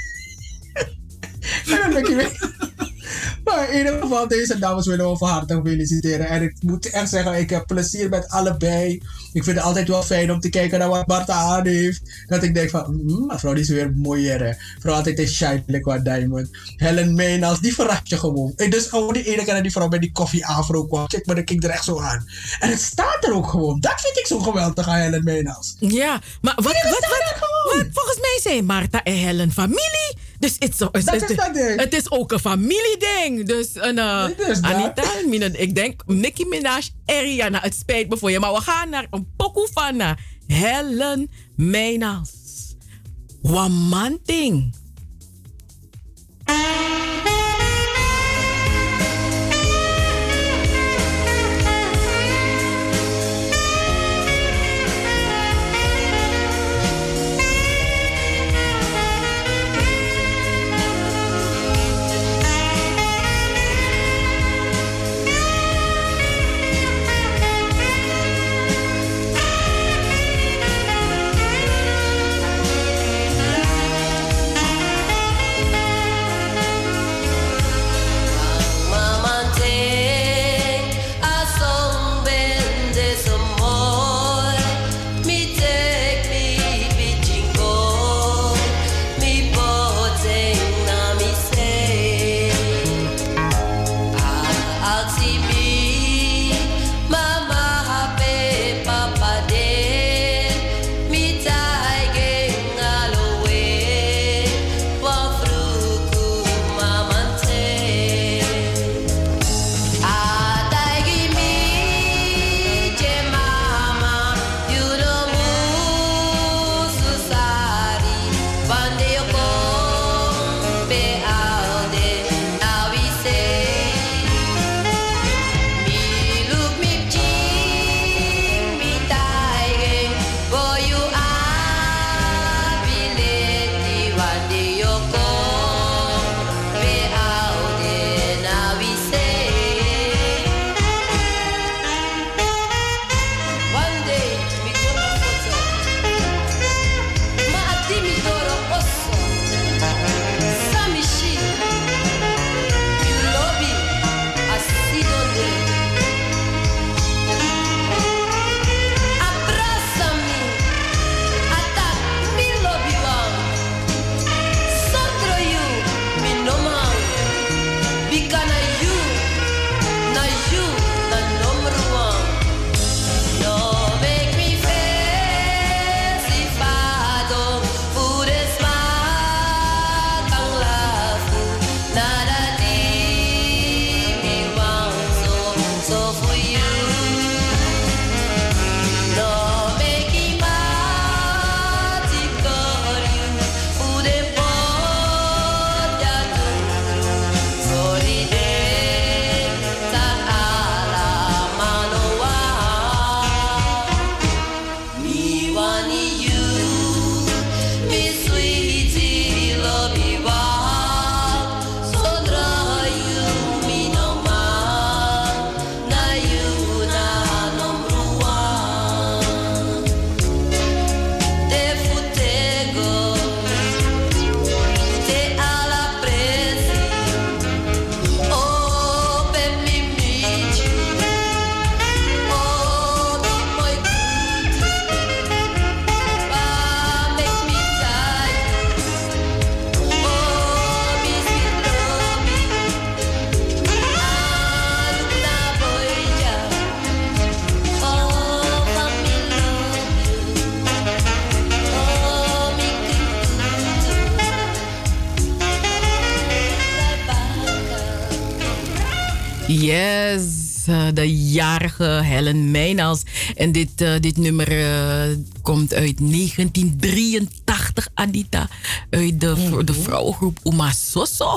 Minaj. Maar in ieder geval, deze dames willen we van harte feliciteren. En ik moet echt zeggen, ik heb plezier met allebei. Ik vind het altijd wel fijn om te kijken naar wat Marta aan heeft. Dat ik denk van, mevrouw die is weer mooier hè. Vrouw altijd is shine like wat diamond. Helen Meinals, die verrast je gewoon. En dus gewoon die ene keer dat die vrouw met die koffie afro kwam. Kijk maar, dan kijk ik er echt zo aan. En het staat er ook gewoon. Dat vind ik zo geweldig aan Helen Meinals. Ja, maar wat volgens mij zijn Marta en Helen familie. Dus het is ook een familieding. Dus Anita, ik denk Nicki Minaj en Rihanna. Het spijt me voor je, maar we gaan naar een pokoe van Helen Meinals. Wamanting. Yes, de jarige Helen Mijnals. En dit nummer komt uit 1983, Anita. Uit de vrouwengroep Uma Soso.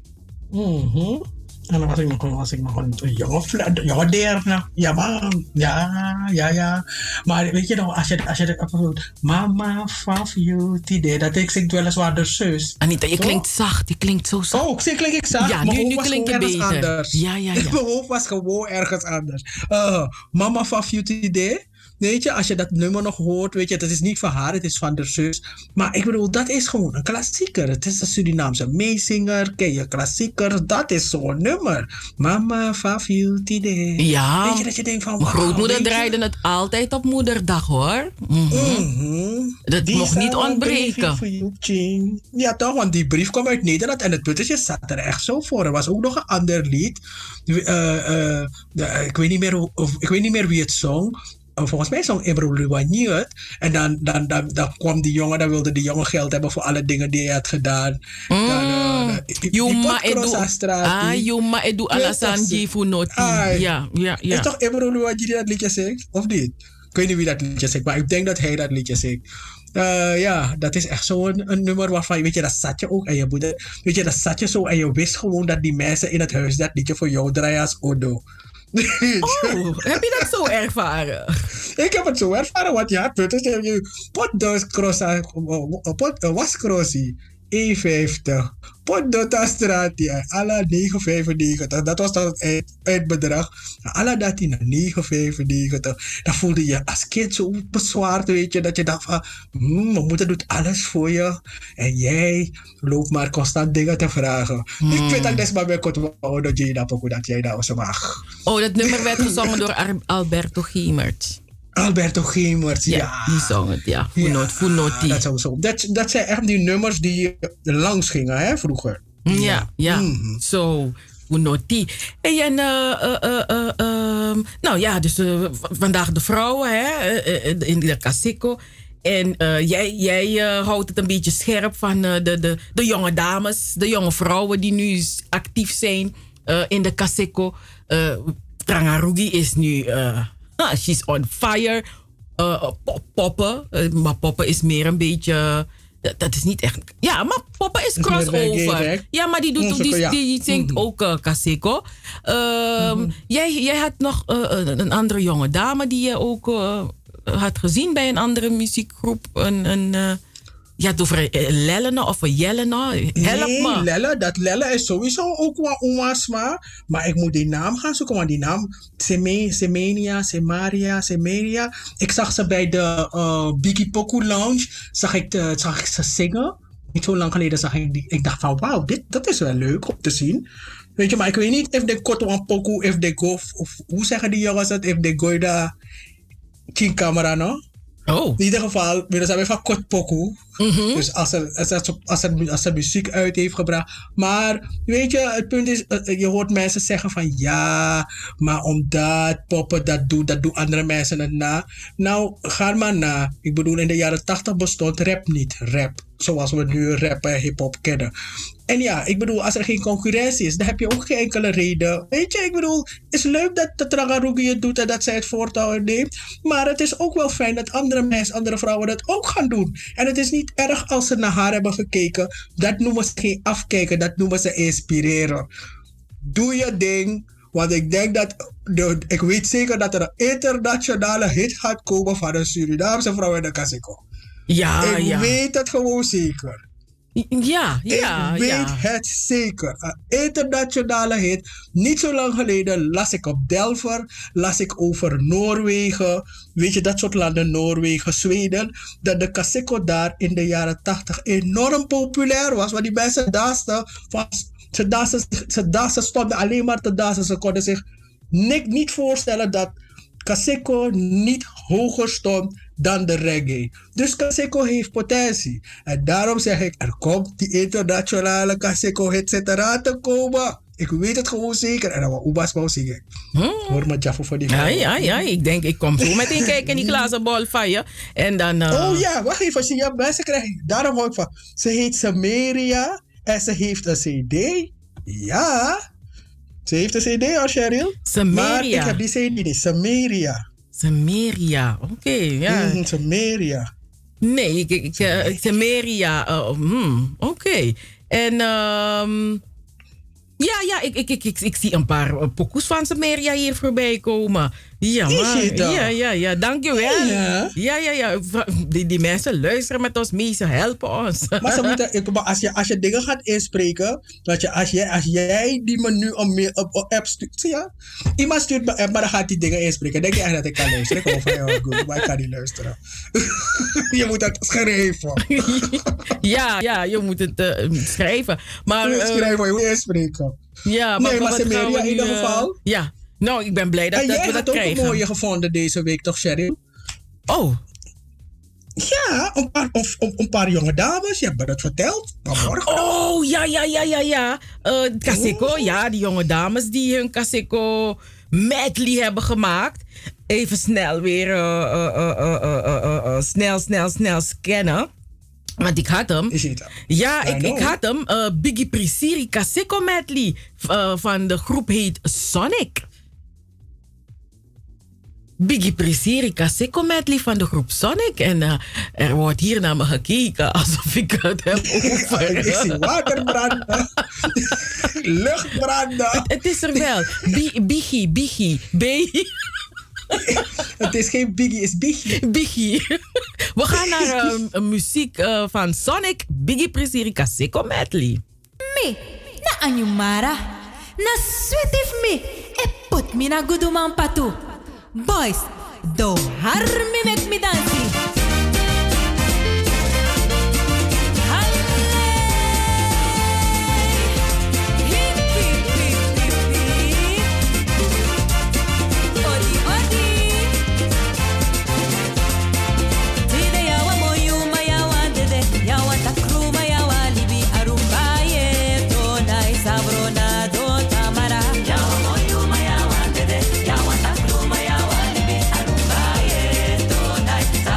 En dan was ik nog een jonge derde. Ja, man. Ja. Maar weet je nog, als je bijvoorbeeld Mama, Fafio, Tide, dat ik zing weliswaar de zus. Anita, je klinkt zacht. Je klinkt zo zacht. Oh, klink ik zacht? Ja, nu klinkt het beter. Anders. Ja. Mijn hoofd was gewoon ergens anders. Mama, Fafio, Tide. Weet je, als je dat nummer nog hoort, weet je, dat is niet van haar, het is van de zus. Maar ik bedoel, dat is gewoon een klassieker. Het is een Surinaamse meezinger, ken je klassiekers, dat is zo'n nummer. Mama, Fafio, Tide. Ja, weet je dat je denkt van, mijn grootmoeder draaide het altijd op moederdag, hoor. Dat mocht niet ontbreken. Ja, toch, want die brief kwam uit Nederland en het puttetje zat er echt zo voor. Er was ook nog een ander lied. Ik weet niet meer wie het zong. Volgens mij zong Ebro Luwani het. En dan kwam die jongen, dan wilde die jongen geld hebben voor alle dingen die hij had gedaan. Juma edu alasanji funoti. Ja. Is toch Ebro Luwani die dat liedje zingt? Of niet? Ik weet niet wie dat liedje zingt, maar ik denk dat hij dat liedje zingt. Ja, dat is echt zo'n nummer waarvan, weet je, dat zat je ook en je moeder. Weet je, dat zat je zo en je wist gewoon dat die mensen in het huis dat liedje voor jou draaien als Odo. Oh, heb je dat zo ervaren? Ik heb het zo ervaren, want ja, punt is, waskrossie, E50, potdotastratia, alla 9,95. Dat was dan het bedrag. Alla dat in 9,95. Dan voelde je als kind zo bezwaard, weet je, dat je dacht van, mijn moeder doet alles voor je en jij loopt maar constant dingen te vragen. Ik weet dat desma bij Kotwao dat jij dat zo mag. Oh, dat nummer werd gezongen door Alberto Gemert. Alberto Gemert, ja. Die zong het, ja. Funoti. Dat zijn echt die nummers die langs gingen, hè, vroeger. Ja. Zo, Funoti. En nou ja, dus vandaag de vrouwen, hè, in de Kaseko. En jij houdt het een beetje scherp van de jonge dames, de jonge vrouwen die nu actief zijn in de Kaseko. Trangarugi is nu... she's on fire. Poppen. Maar Poppen is meer een beetje... Dat is niet echt... Ja, maar Poppen is crossover. Ja, maar die zingt ook Kaseko. Jij had nog een andere jonge dame die je ook had gezien bij een andere muziekgroep. Je had over Lellena of Jelena. Help me. Lelle, dat Lelle is sowieso ook wel Omasma. Maar ik moet die naam gaan zoeken, want die naam... Semeria. Ik zag ze bij de Biggie Poku Lounge. Zag ik ze zingen. Niet zo lang geleden zag ik die. Ik dacht van, wauw, dat is wel leuk om te zien. Weet je, maar ik weet niet of de Kotwan Poku, of de Go... Of hoe zeggen die jongens het? Of de Goida... King Camera, no? Oh. In ieder geval, we zijn van Kot Poku. Dus als ze muziek uit heeft gebracht. Maar weet je, het punt is, je hoort mensen zeggen van ja, maar omdat Poppen dat doen andere mensen het na. Nou, ga maar na. Ik bedoel, in de jaren 80 bestond rap niet. Rap, zoals we nu rap en hip-hop kennen. En ja, ik bedoel, als er geen concurrentie is, dan heb je ook geen enkele reden. Weet je, ik bedoel, het is leuk dat de Trangarugi het doet en dat zij het voortouw neemt. Maar het is ook wel fijn dat andere vrouwen dat ook gaan doen. En het is niet erg als ze naar haar hebben gekeken. Dat noemen ze geen afkijken, dat noemen ze inspireren. Doe je ding, want ik denk dat, ik weet zeker dat er een internationale hit gaat komen van een Surinaamse vrouw in de Kaseko. Ik weet het gewoon zeker. Ik weet het zeker. Een internationale hit. Niet zo lang geleden las ik op Delver, las ik over Noorwegen. Weet je, dat soort landen, Noorwegen, Zweden. Dat de Kaseko daar in de jaren 80 enorm populair was. Want die mensen dansten. Ze dansten, stonden alleen maar te dansen. Ze konden zich niet voorstellen dat Kaseko niet hoger stond dan de reggae. Dus Kaseko heeft potentie. En daarom zeg ik, er komt die internationale Kaseko hit zitten aan te komen. Ik weet het gewoon zeker. En dan wat Oebas wou zingen. Hoor maar Jaffo voor die vrouw. Ja. Ik denk, ik kom zo meteen kijken in die glazen bol van je. En dan... Oh ja, wacht even. Zie je, mensen krijgen... Daarom hou ik van... Ze heet Semeria. En ze heeft een cd. Ja. Ze heeft een CD al, Cheryl. Semeria. Maar ik heb die CD niet. Semeria. Semeria, oké, ja. Semeria. Nee, Semeria, oké. En ja, ik zie een paar pokoes van Semeria hier voorbij komen. Ja, ja, dankjewel. Ja. Die mensen luisteren met ons mee, ze helpen ons. Maar ze moeten, als je dingen gaat inspreken, dat je, als jij die menu op app stuurt, zie je? Iemand stuurt mijn app, maar dan gaat die dingen inspreken. Denk je echt dat ik kan luisteren? Ik hoor van jou goed, maar ik kan niet luisteren. Je moet het schrijven. Ja, je moet het schrijven. Maar, schrijven, je moet inspreken. Ja, maar, nee, maar Semeria in ieder geval. Ja. Nou, ik ben blij dat we dat krijgen. En jij had ook een mooie gevonden deze week, toch, Cheryl? Oh. Ja, een paar jonge dames. Je hebt me dat verteld vanmorgen. Oh, ja. Kaseko, ja, die jonge dames die hun Kaseko medley hebben gemaakt. Even snel weer snel scannen. Want ik had hem. Ja, ik had hem. Biggie Prisiri Kaseko medley van de groep heet Sonic. Biggie Prisiri Kaseko medley van de groep Sonic. En er wordt hier naar me gekeken alsof ik het heb over. Ik zie waterbranden. Luchtbranden. Het is er wel. Biggie. Het is geen Biggie, het is Biggie. We gaan naar muziek van Sonic. Biggie Prisiri Kaseko medley. Me, na Anyumara. Na sweet if me. E put me na guduman patu. Boys, do harmi make me dancing. Sabronado, tamara.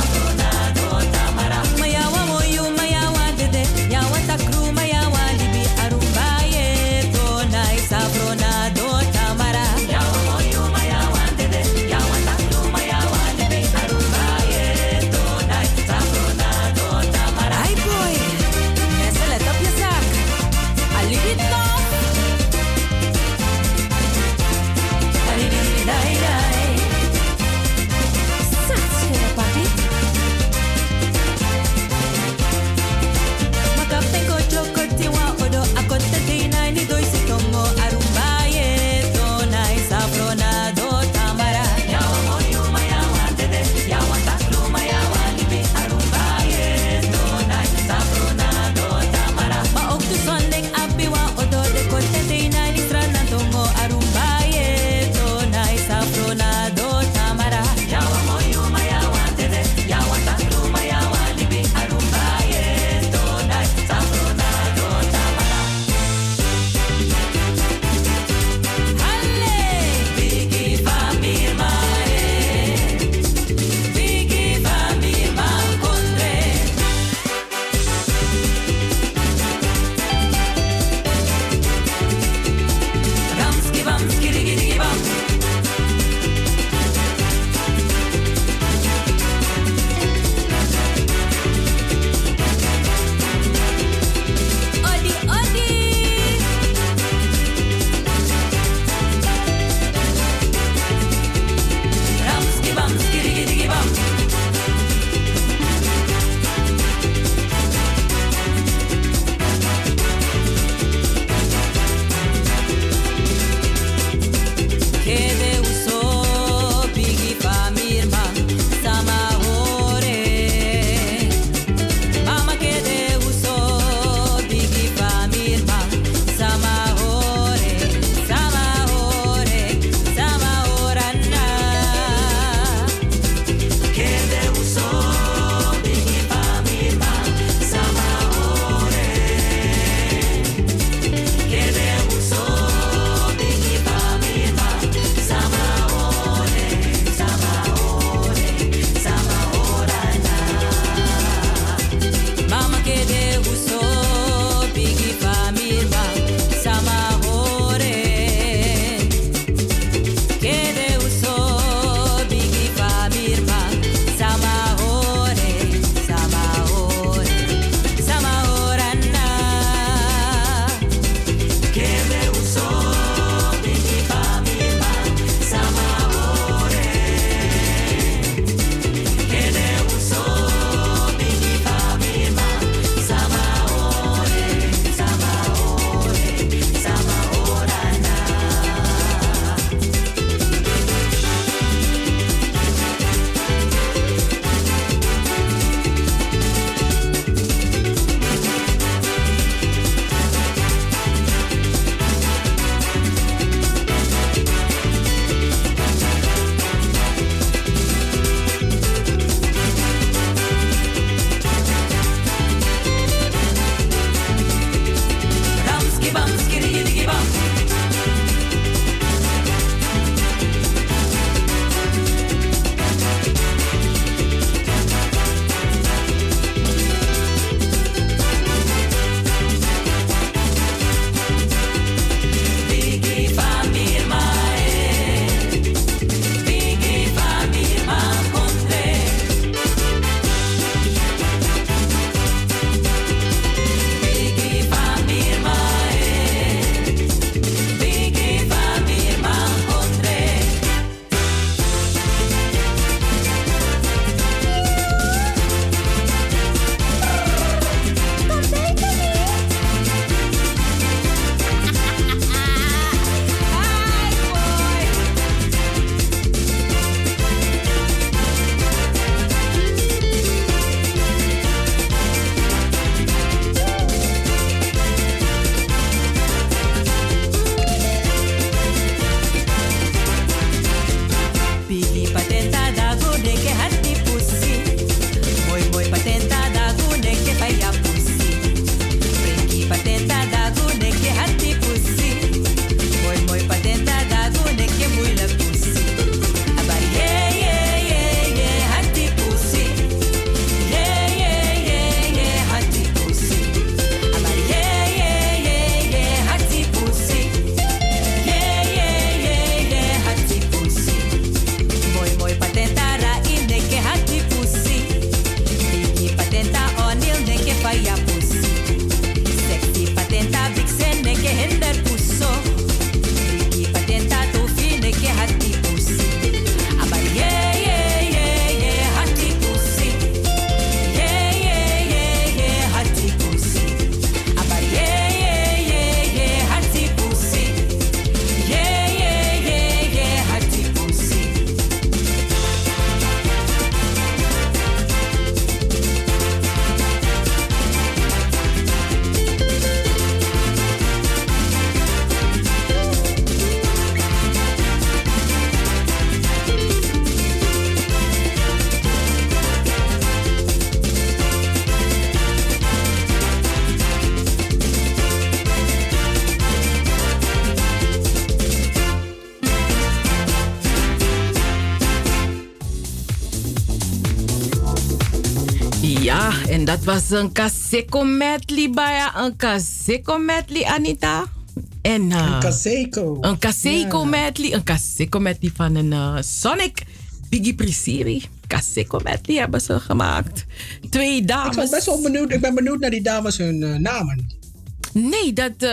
Ja, en dat was een Kaseko medley, Baya. Een Kaseko medley, Anita. En, een Kaseko. Een Kaseko medley. Een Kaseko medley van een Sonic Biggie Prisiri. Kaseko medley hebben ze gemaakt. 2 dames. Ik ben best wel benieuwd. Ik ben benieuwd naar die dames hun namen. Nee,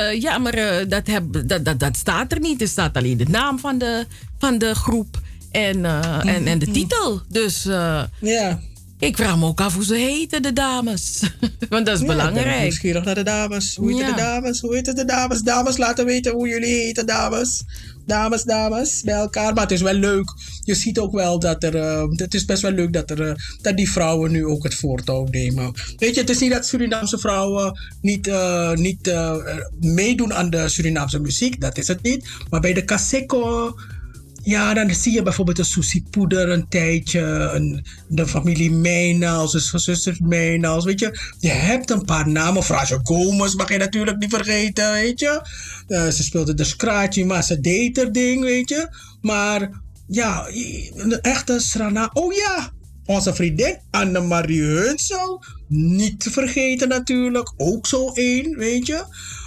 dat staat er niet. Er staat alleen de naam van de groep en de titel. Dus ja. Ik vraag me ook af hoe ze heten, de dames. Want dat is belangrijk. Ik ben nieuwsgierig naar de dames. Hoe heten de dames? Hoe heten de dames? Dames, laten weten hoe jullie heten, dames. Dames, bij elkaar. Maar het is wel leuk. Je ziet ook wel dat het is best wel leuk dat die vrouwen nu ook het voortouw nemen. Weet je, het is niet dat Surinaamse vrouwen niet meedoen aan de Surinaamse muziek. Dat is het niet. Maar bij de Kaseko... Ja, dan zie je bijvoorbeeld een Susie Poeder een tijdje, de familie Meynals, de zusters Meynals, weet je. Je hebt een paar namen, Fransje Gomez mag je natuurlijk niet vergeten, weet je. Ze speelde de Scratchy, maar ze deed er ding, weet je. Maar ja, een echte Srana, oh ja, onze vriendin Annemarie Hunsel, niet te vergeten natuurlijk, ook zo één, weet je.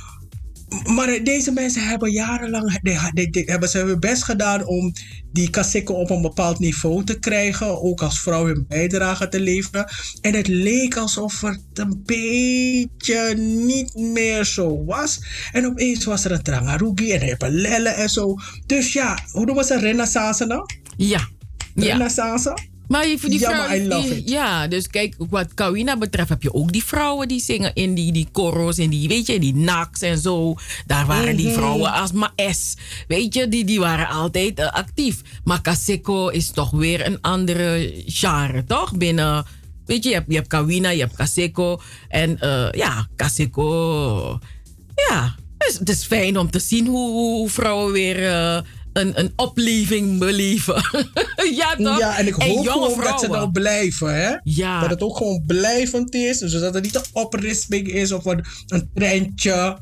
Maar deze mensen hebben jarenlang hebben ze hun best gedaan om die Kaseko op een bepaald niveau te krijgen. Ook als vrouw hun bijdrage te leveren. En het leek alsof het een beetje niet meer zo was. En opeens was er een Trangarugi en Repelelle en zo. Dus ja, hoe noemen ze renaissance nou? Ja. Renaissance? Maar voor die vrouwen, I love it. Ja, dus kijk, wat Kawina betreft heb je ook die vrouwen die zingen in die koros en die, weet je, die naks en zo. Daar waren die vrouwen als Maes, weet je, die waren altijd actief. Maar Kaseko is toch weer een andere genre, toch? Binnen, weet je, je hebt Kawina, je hebt Kaseko en ja, Kaseko, ja. Dus het is fijn om te zien hoe vrouwen weer... Een opleving beleven. Ja, toch? Ja, en ik hoop gewoon dat ze dan blijven, hè? Ja. Dat het ook gewoon blijvend is. Dus dat het niet een oprisping is of een trendje.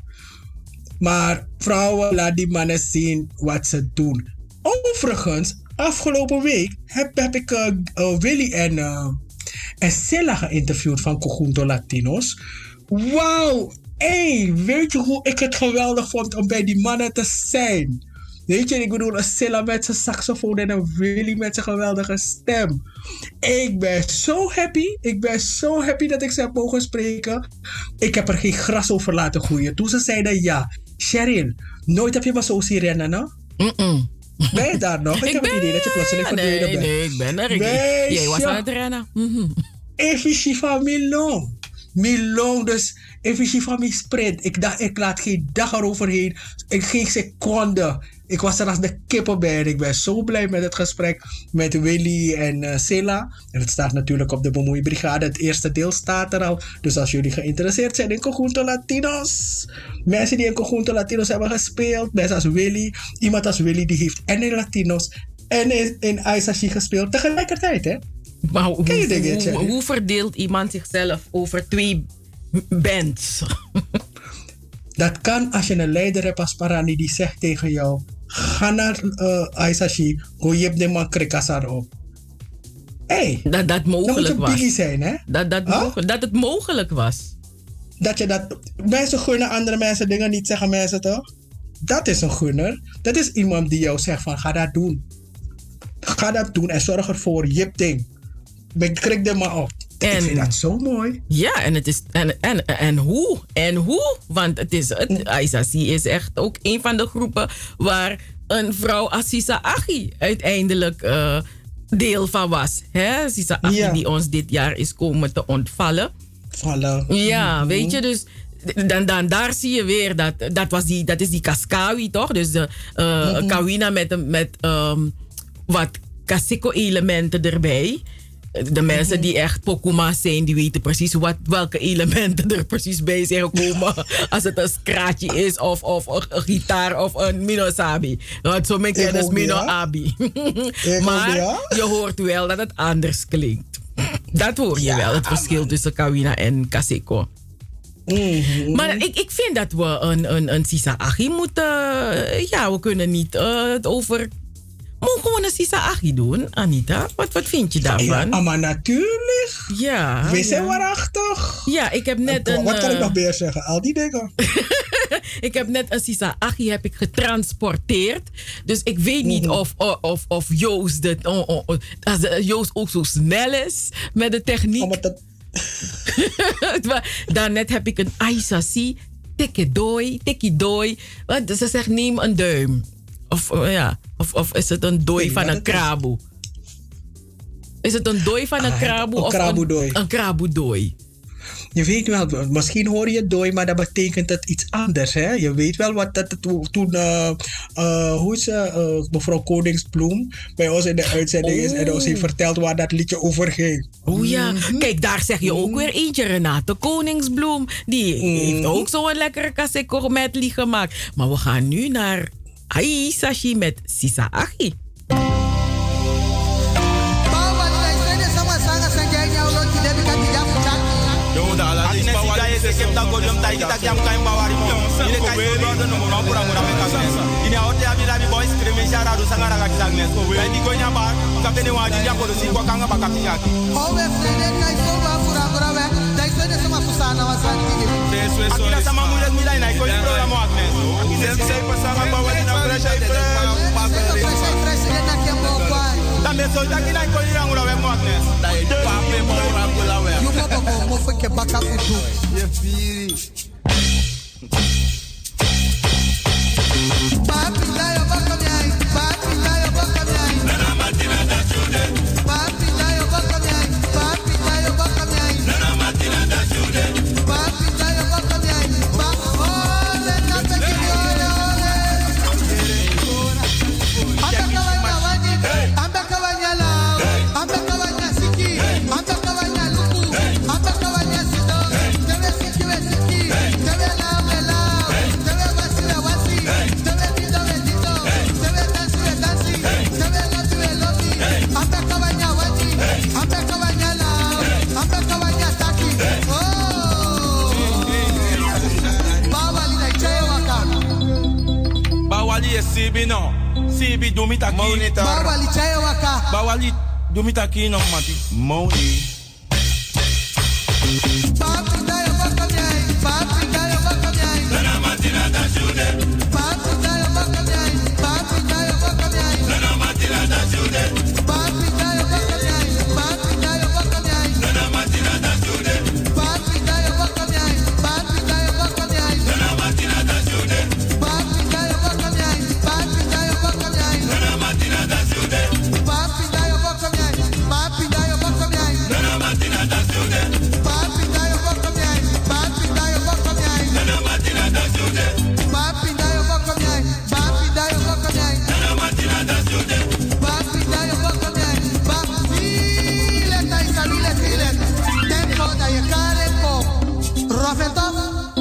Maar vrouwen, laat die mannen zien wat ze doen. Overigens, afgelopen week heb ik Willy en Silla geïnterviewd van Conjunto Latinos. Wauw! Hey, weet je hoe ik het geweldig vond om bij die mannen te zijn? Weet je, ik bedoel, een Silla met zijn saxofoon en een Willy met zijn geweldige stem. Ik ben zo happy. Ik ben zo happy dat ik ze heb mogen spreken. Ik heb er geen gras over laten groeien. Toen ze zeiden ja. Sheryl, nooit heb je me zo zien rennen, no? Ben je daar nog? Ik heb het idee dat je plotseling verdwenen bent. Nee, ik ben er. Jij was aan het rennen. Efficiënt van Milong, dus efficiënt van mijn sprint. Ik dacht, ik laat geen dag eroverheen. Geen seconde. Ik was er als de kippen bij. En ik ben zo blij met het gesprek met Willy en Silla. En het staat natuurlijk op de Bemoeibrigade. Het eerste deel staat er al. Dus als jullie geïnteresseerd zijn in Conjunto Latinos. Mensen die in Conjunto Latinos hebben gespeeld. Mensen als Willy. Iemand als Willy die heeft en in Latinos en in Aisashi gespeeld. Tegelijkertijd, hè? Maar hoe verdeelt iemand zichzelf over 2 bands? Dat kan als je een leider hebt als Parani die zegt tegen jou: ga naar Aisashi, go je de man krikasar op. Hey, dat mogelijk was. Dat moet zijn, hè? Dat het mogelijk was. Dat je dat. Mensen gunnen andere mensen dingen niet, zeggen mensen toch? Dat is een gunner. Dat is iemand die jou zegt van ga dat doen. Ga dat doen en zorg ervoor, jip ding. Krik er maar op. Ik vind dat zo mooi. Ja, en het is. En hoe? En hoe? Want het is. Aisashi is echt ook een van de groepen waar een vrouw als Sisa Achi uiteindelijk deel van was. Hè? Sisa Achi die ons dit jaar is komen te ontvallen. Ja, weet je, dus. Dan daar zie je weer dat is die Kaskawi, toch? Dus de Kawina met wat Kaseko-elementen erbij. De mensen die echt Pokuma zijn, die weten precies welke elementen er precies bij zijn gekomen. Als het een scratchie is of een gitaar of een minosabi. Want zo mijn kennis mino-abi. Maar je hoort wel dat het anders klinkt. Dat hoor je wel, het verschil tussen Kawina en Kaseko. Maar ik vind dat we een Sisa Achi moeten... Ja, we kunnen niet het over... Moet gewoon een sisa achi doen, Anita? Wat vind je daarvan? Ja, maar natuurlijk. Ja. Wees zijn waarachtig. Ja, ik heb net een... Wat kan ik nog meer zeggen? Al die dingen. Ik heb net een sisa achi heb ik getransporteerd. Dus ik weet niet of Joost, als Joost ook zo snel is met de techniek. Daarnet heb ik een aisasi, tikkie dooi. Ze zegt neem een duim. Of is het een dooi van een kraboe? Is het een dooi van een kraboe of een kraboe-dooi? Je weet wel, misschien hoor je dooi, maar dat betekent het iets anders. Hè? Je weet wel wat dat toen hoe is mevrouw Koningsbloem bij ons in de uitzending is en ons heeft verteld waar dat liedje over ging. Oh ja, kijk, daar zeg je ook weer eentje. Renate Koningsbloem, die heeft ook zo'n lekkere kaseko medley gemaakt. Maar we gaan nu naar Aisashi met Sisa Achi. Sibi dumitaki. Bawali chaya waka. Bawali dumitaki no mati. Moni. Papi dayo waka miai. Papi dayo waka miai. Nana matina da jude. Papi dayo waka miai. Papi dayo waka miai. Nana matina da jude. Papi dayo waka miai. Papi dayo waka miai. Nana matina da jude. Papi dayo waka miai. Papi dayo waka miai. Nana matina da jude. Papi dayo waka miai. Papi dayo waka miai. Nana matina da jude. Papi dayo waka miai. Papi dayo waka miai. Nana matina da jude. Papi dayo waka miai. Papi dayo waka miai. Nana matina da jude. Papi dayo waka miai. Papi dayo waka miai. Nana matina da jude. Papi dayo waka miai. Papi le tai sabile tile. Tempo da je kare ko. Rafetov.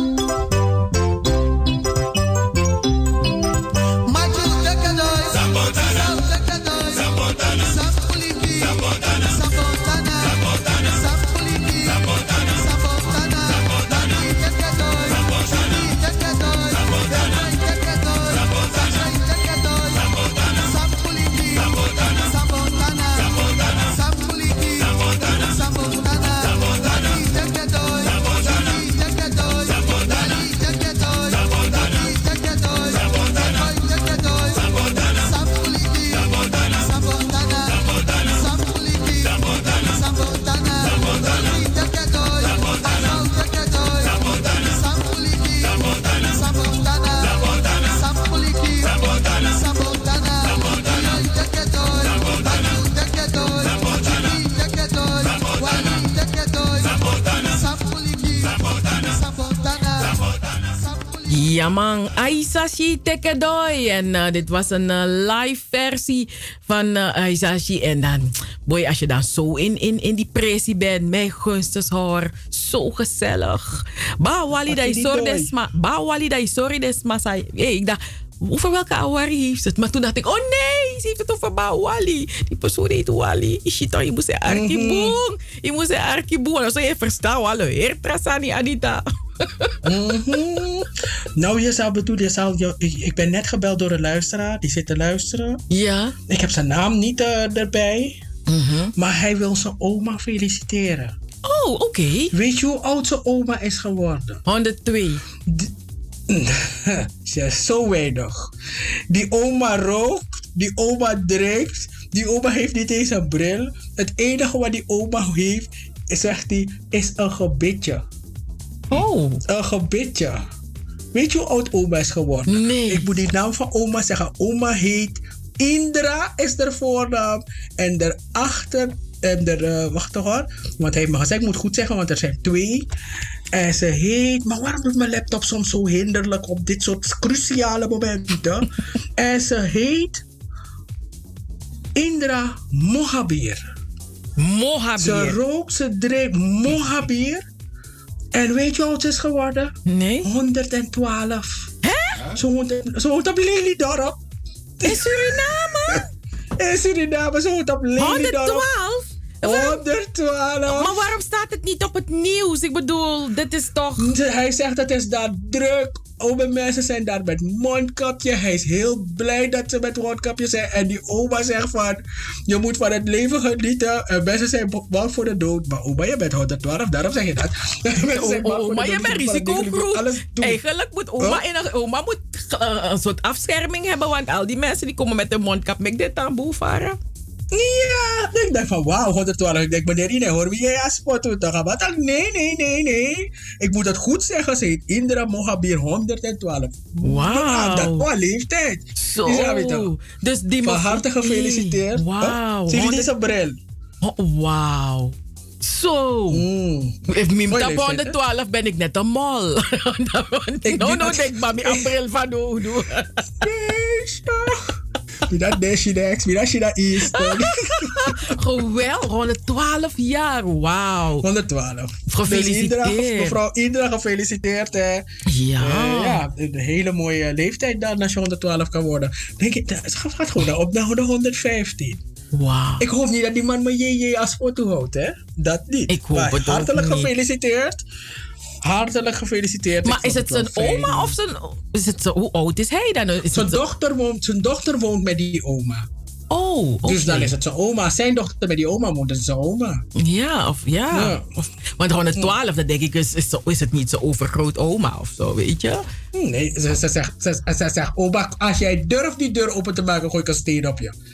Machu tekadoi. Sambotana. Tekadoi. Sambotana. Sampuliki. Sambotana. Sambotana. Sambotana. Sampuliki. Sambotana. Sambotana. Sambotana. Tekadoi. Sambotana. Tekadoi. Sambotana. Tekadoi. Sambotana. Tekadoi. Sambotana. Sampuliki. Sambotana. Sambotana. Sambotana. Sampuliki. Sambotana. Sambotana. Sambotana. Tekadoi. Sambotana. Tekadoi. Sambotana. Tekadoi. Sambotana. Tekadoi. Sambotana. Tekadoi. Sambotana. Sampuliki. Sambotana. Sambotana. Sambotana. Sampuliki. Sambotana. Sambotana. Sambotana. Tekadoi. Sambotana. Tekadoi. Sambotana. Sampuliki. Sambotana. Sambotana. Sambotana. Sampuliki. Sambotana. Sambotana. Sambotana. Tekadoi. Sambotana. Tekadoi. Sambotana. Tekadoi. Wali tekadoi. Sambotana. Sampuliki. Sambotana. Sambotana. Ja man, Aisashi Tekedoi. En dit was een live versie van Aisashi. En dan, boy, als je dan zo in die pressie bent, mijn gunstes hoor, zo gezellig. Bawali dai sorry desma. Ik dacht, over welke awari heeft het? Maar toen dacht ik, oh nee, ze heeft het over Bawali. Die persoon heet Wali. Ishita, je moet zeggen Arkiboeng. Je moet zeggen Arkiboeng. Dan zou je verstaan, alle heertrasani Anita. Nou, ik ben net gebeld door een luisteraar. Die zit te luisteren. Ja. Ik heb zijn naam niet erbij. Maar hij wil zijn oma feliciteren. Oh, oké. Weet je hoe oud zijn oma is geworden? 102. Ze is zo weinig. Die oma rookt. Die oma drinkt. Die oma heeft niet eens een bril. Het enige wat die oma heeft, zegt hij, is een gebitje. Oh. Een gebitje. Weet je hoe oud oma is geworden? Nee. Ik moet die naam van oma zeggen. Oma heet Indra, is haar voornaam. En daarachter, wacht toch hoor. Want hij heeft me gezegd, ik moet goed zeggen, want er zijn 2. En ze heet, maar waarom doet mijn laptop soms zo hinderlijk op dit soort cruciale momenten? En ze heet Indra Mohabir. Mohabir. Ze rookt, ze drinkt Mohabir. En weet je hoe oud ze is geworden? Nee. 112. Hè? Ze woont op Lelydorp. In Suriname? In Suriname, ze woont op Lelydorp. 112? 112. Maar waarom staat het niet op het nieuws? Ik bedoel, dit is toch... Hij zegt dat het is daar druk. Oude mensen zijn daar met mondkapje. Hij is heel blij dat ze met mondkapje zijn. En die oma zegt van, je moet van het leven genieten. En mensen zijn bang voor de dood. Maar oma, je bent 112, daarom zeg je dat. Oma, je bent risicogroep. Eigenlijk moet oma moet een soort afscherming hebben. Want al die mensen die komen met een mondkap met dit aan boel varen. Ja, ik denk van wauw, 112. Ik denk, meneer Ine, hoor wie jij aan spot doet? Nee. Ik moet het goed zeggen, ze heet Indra Mohabir 112. Wauw. Dat was leeftijd. Zo. Dus die van harte gefeliciteerd. Wauw. Zie je niet zijn bril? Wauw. Zo. If Mimta 112 ben ik net een mol. No, denk mami, april van doe. Mida Deshidex, Mida Shida East. Geweldig, 112 jaar, wauw. 112. Gefeliciteerd. Dus mevrouw Indra, gefeliciteerd. Ja, een hele mooie leeftijd dan als je 112 kan worden. Denk ik, het gaat gewoon op naar de 115. Wauw. Ik hoop niet dat die man me JJ als foto houdt, hè? Dat niet. Ik hoop het hartelijk ook niet. Gefeliciteerd. Hartelijk gefeliciteerd. Maar is het zijn oma of hoe oud is hij dan? Zijn dochter woont met die oma. Oh, okay. Dus dan is het zijn oma. Zijn dochter met die oma woont, dat is zijn oma. Ja. Want 112, dan denk ik, is het niet zo overgroot oma of zo, weet je? Nee, ze zegt, oma, als jij durft die deur open te maken, gooi ik een steen op je.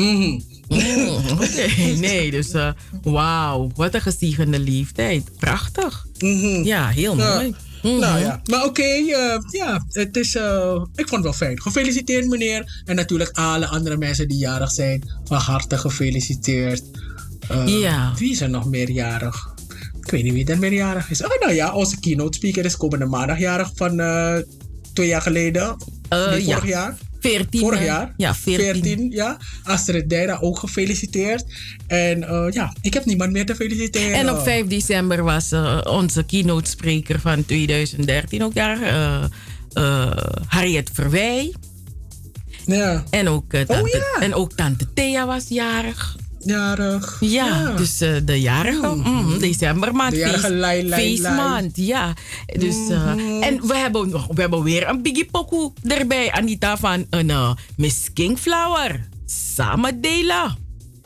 Nee, dus wauw, wat een gezegende leeftijd. Prachtig. Ja, heel mooi. Nou ja, maar oké, het is, ik vond het wel fijn. Gefeliciteerd meneer. En natuurlijk alle andere mensen die jarig zijn, van harte gefeliciteerd. Wie is er nog meerjarig? Ik weet niet wie er meerjarig is. Oh, nou ja, onze keynote speaker is komende maandag jarig van 2 jaar geleden. Vorig jaar. 14. Vorig jaar? Ja, 14. Ja. Astrid Deira ook gefeliciteerd. En ik heb niemand meer te feliciteren. En op 5 december was onze keynote spreker van 2013 ook jarig. Harriet Verwij. Ja. En ook tante Thea was jarig. Ja, dus de jarige decembermaand. De jarige feestmaand, ja. Dus, en we hebben weer een biggie pokoe erbij, Anita, van een Miss Kingflower. Samen delen.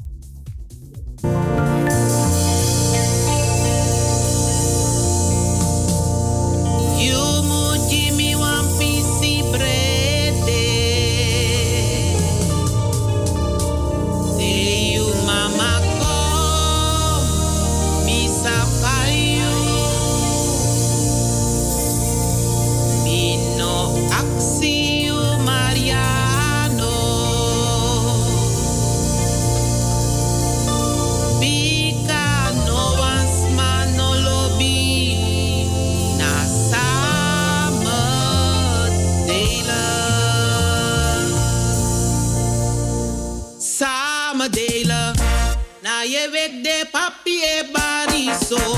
You moet give me one piece of bread. Say you mama come, me safayu. Me no aksi you Mariano. Bika no once man no lobby. Na summer delen. Na je weet de papi e bariso.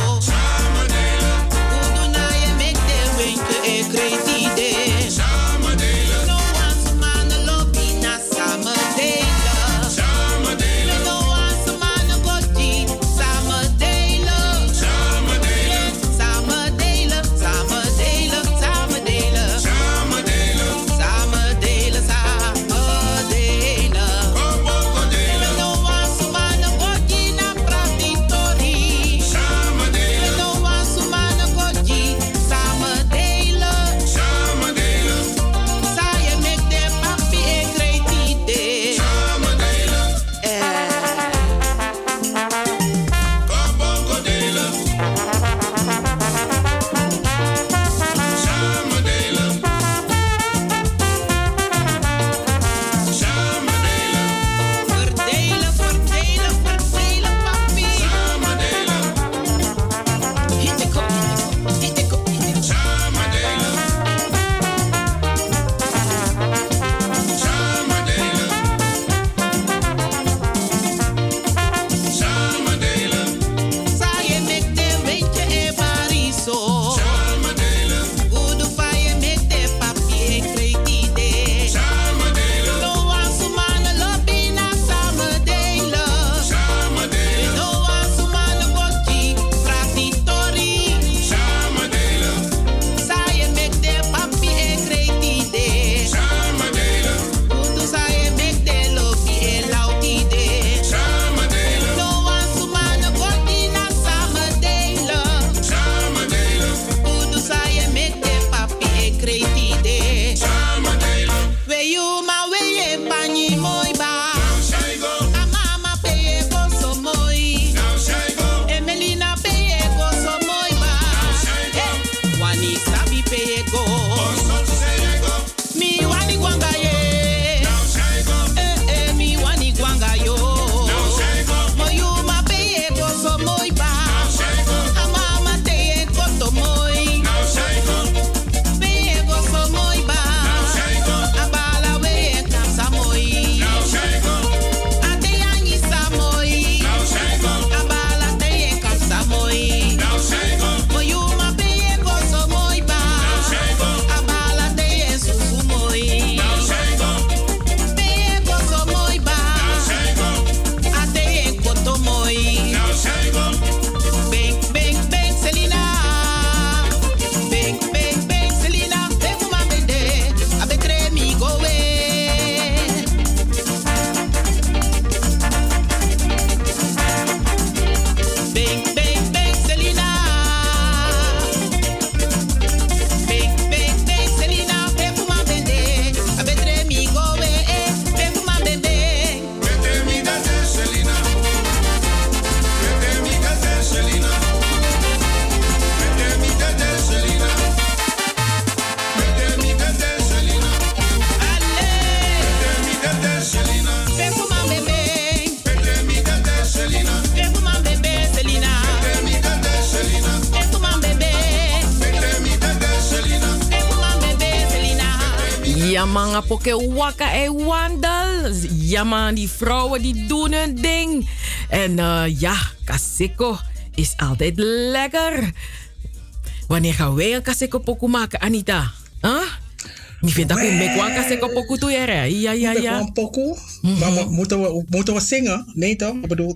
Ja man, apoke waka e wandel. Ja man, die vrouwen die doen hun ding. En ja, kaseko is altijd lekker. Wanneer gaan wij een kaseko pokoe maken, Anita? Huh? Ik vind dat ik een kaseko pokoe toe hè? Ja. Een pokoe? Maar moeten we zingen? Nee toch? Ik bedoel...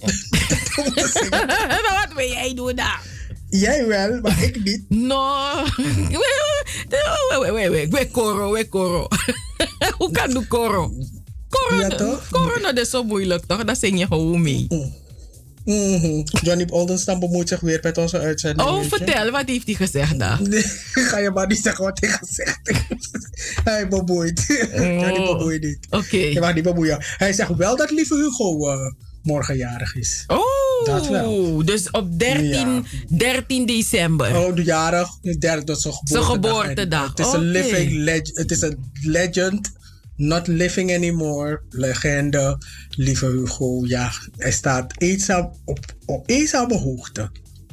Wat wil jij doen dan? Jij wel, maar ik niet. No. We koro. Hoe kan je koro? Ja, toch? Koro, dat is zo moeilijk, toch? Dat zing je gewoon mee. Johnny Oldenstam bemoeit zich weer met onze uitzending. Oh, vertel, wat heeft hij gezegd dan? Nee, ga je maar niet zeggen wat hij gezegd heeft. Hij bemoeit. Johnny bemoeit niet. Oké. Je mag niet bemoeien. Hij zegt wel dat lieve Hugo morgen jarig is. Oh, dat wel. Dus op 13 december. Oh, de jarig. Dat is zijn geboortedag. Het is een living legend. Het is een legend. Not living anymore. Legende. Lieve Hugo. Ja, hij staat eenzaam op eenzame hoogte.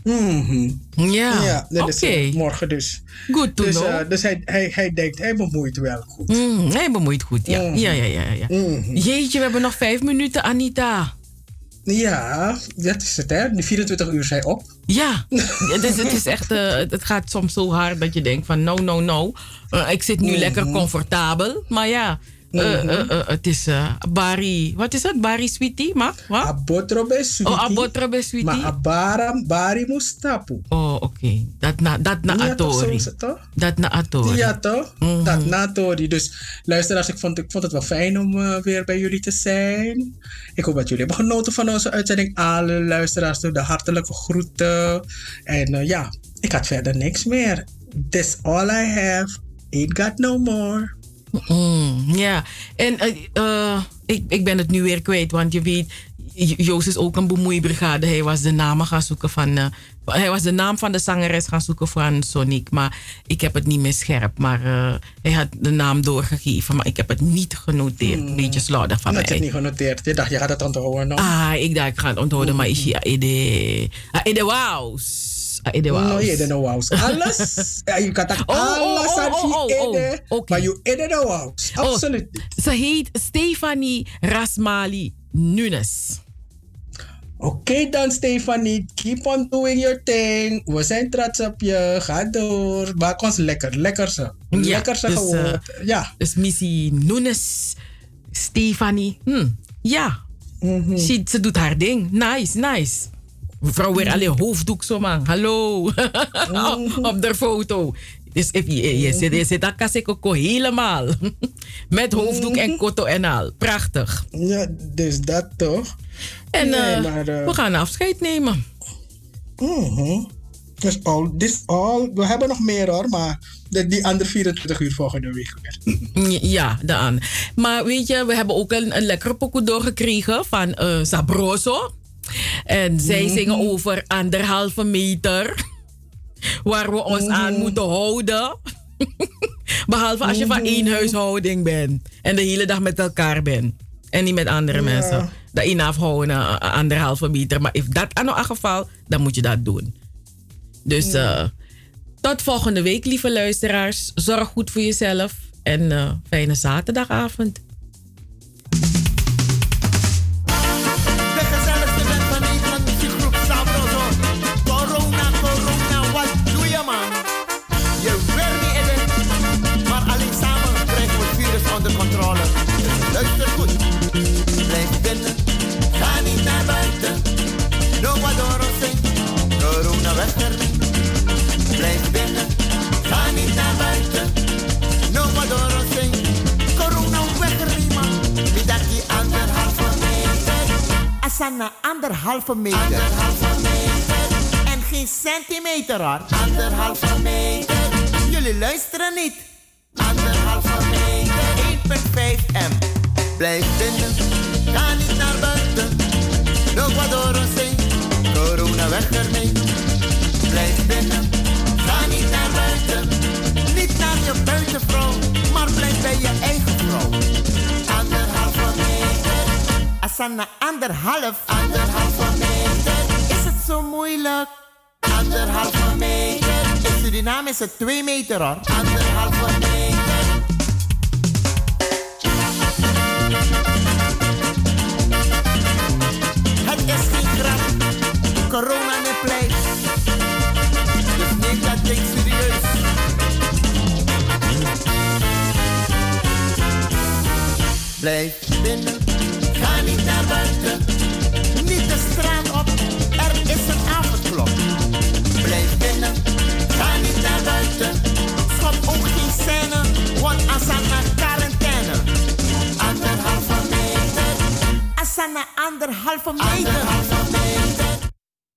Ja, dat is morgen dus. Good to know. Dus hij denkt, hij bemoeit wel goed. Hij bemoeit goed, ja. Ja. Jeetje, we hebben nog 5 minuten, Anita. Ja, dat is het hè. Die 24 uur zijn op. Ja, het is echt, het gaat soms zo hard dat je denkt van no. Ik zit nu lekker comfortabel, maar ja. Het is Bari, wat is het? Bari Sweetie, maar? Abotrobe Sweetie. Oh, Abotrobe Sweetie. Maar Abaram Bari Mustapu. Oh, oké. Dat na Atori. Dat na Atori. Ja, toch? Dat na Atori. Dus luisteraars, ik vond het wel fijn om weer bij jullie te zijn. Ik hoop dat jullie hebben genoten van onze uitzending. Alle luisteraars doen de hartelijke groeten. En ja, ik had verder niks meer. That's all I have. Ain't got no more. Ja, en ik ben het nu weer kwijt, want je weet, Joost is ook een bemoeibrigade. Hij was de namen gaan zoeken van... hij was de naam van de zangeres gaan zoeken van Sonic, maar ik heb het niet meer scherp. Maar hij had de naam doorgegeven, maar ik heb het niet genoteerd. Een beetje slordig van mij. Ik heb het niet genoteerd. Je dacht, je gaat het onthouden nog? Ik dacht, ik ga het onthouden, maar is je Ede Waus. Alles. Ja, je kan dat alles maar je ede no house. Absoluut. Ze heet Stefanie Rasmali Nunes. Oké dan, Stefanie. Keep on doing your thing. We zijn trots op je. Ga door. Maak ons lekker. Lekker ze. Lekker ze gewoon. Ja. Dus Missy Nunes. Stefanie. Ja. Ze doet haar ding. Nice. Mevrouw weer alleen hoofddoek zo man. Hallo. Op de foto. Dus je zit dat kaseko helemaal. Met hoofddoek en kotto en al. Prachtig. Ja, dus dat toch. En we gaan afscheid nemen. Dus we hebben nog meer hoor, maar die andere 24 uur volgende week weer. Ja, dan. Maar weet je, we hebben ook een lekkere pokoe doorgekregen van Sabroso. En zij zingen over 1,5 meter. Waar we ons aan moeten houden. Behalve als je van één huishouding bent. En de hele dag met elkaar bent. En niet met andere mensen. Dat in afhouden 1,5 meter. Maar if dat aan het geval, dan moet je dat doen. Dus tot volgende week, lieve luisteraars. Zorg goed voor jezelf. En fijne zaterdagavond. Onder controle. Luister goed. Blijf binnen. Ga niet naar buiten. No adorosing. Corona weg ermee. Blijf binnen. Ga niet naar buiten. No adorosing. Corona weg ermee man. Wie dat die 1,5 meter. Asana 1,5 meter. 1,5 meter. En geen centimeter hoor. 1,5 meter. Jullie luisteren niet. 1,5 meter. 1,5 m. Blijf binnen, ga niet naar buiten. No adorosing, corona weg ermee. Blijf binnen, ga niet naar buiten. Niet naar je buitenvrouw, maar blijf bij je eigen vrouw. 1,5 meter. Asana 1,5 meter. Is het zo moeilijk? 1,5 meter. In Suriname is het 2 meter hoor. 1,5 meter. corona niet pleit. Dus neem dat ding serieus. Blijf binnen, ga niet naar buiten.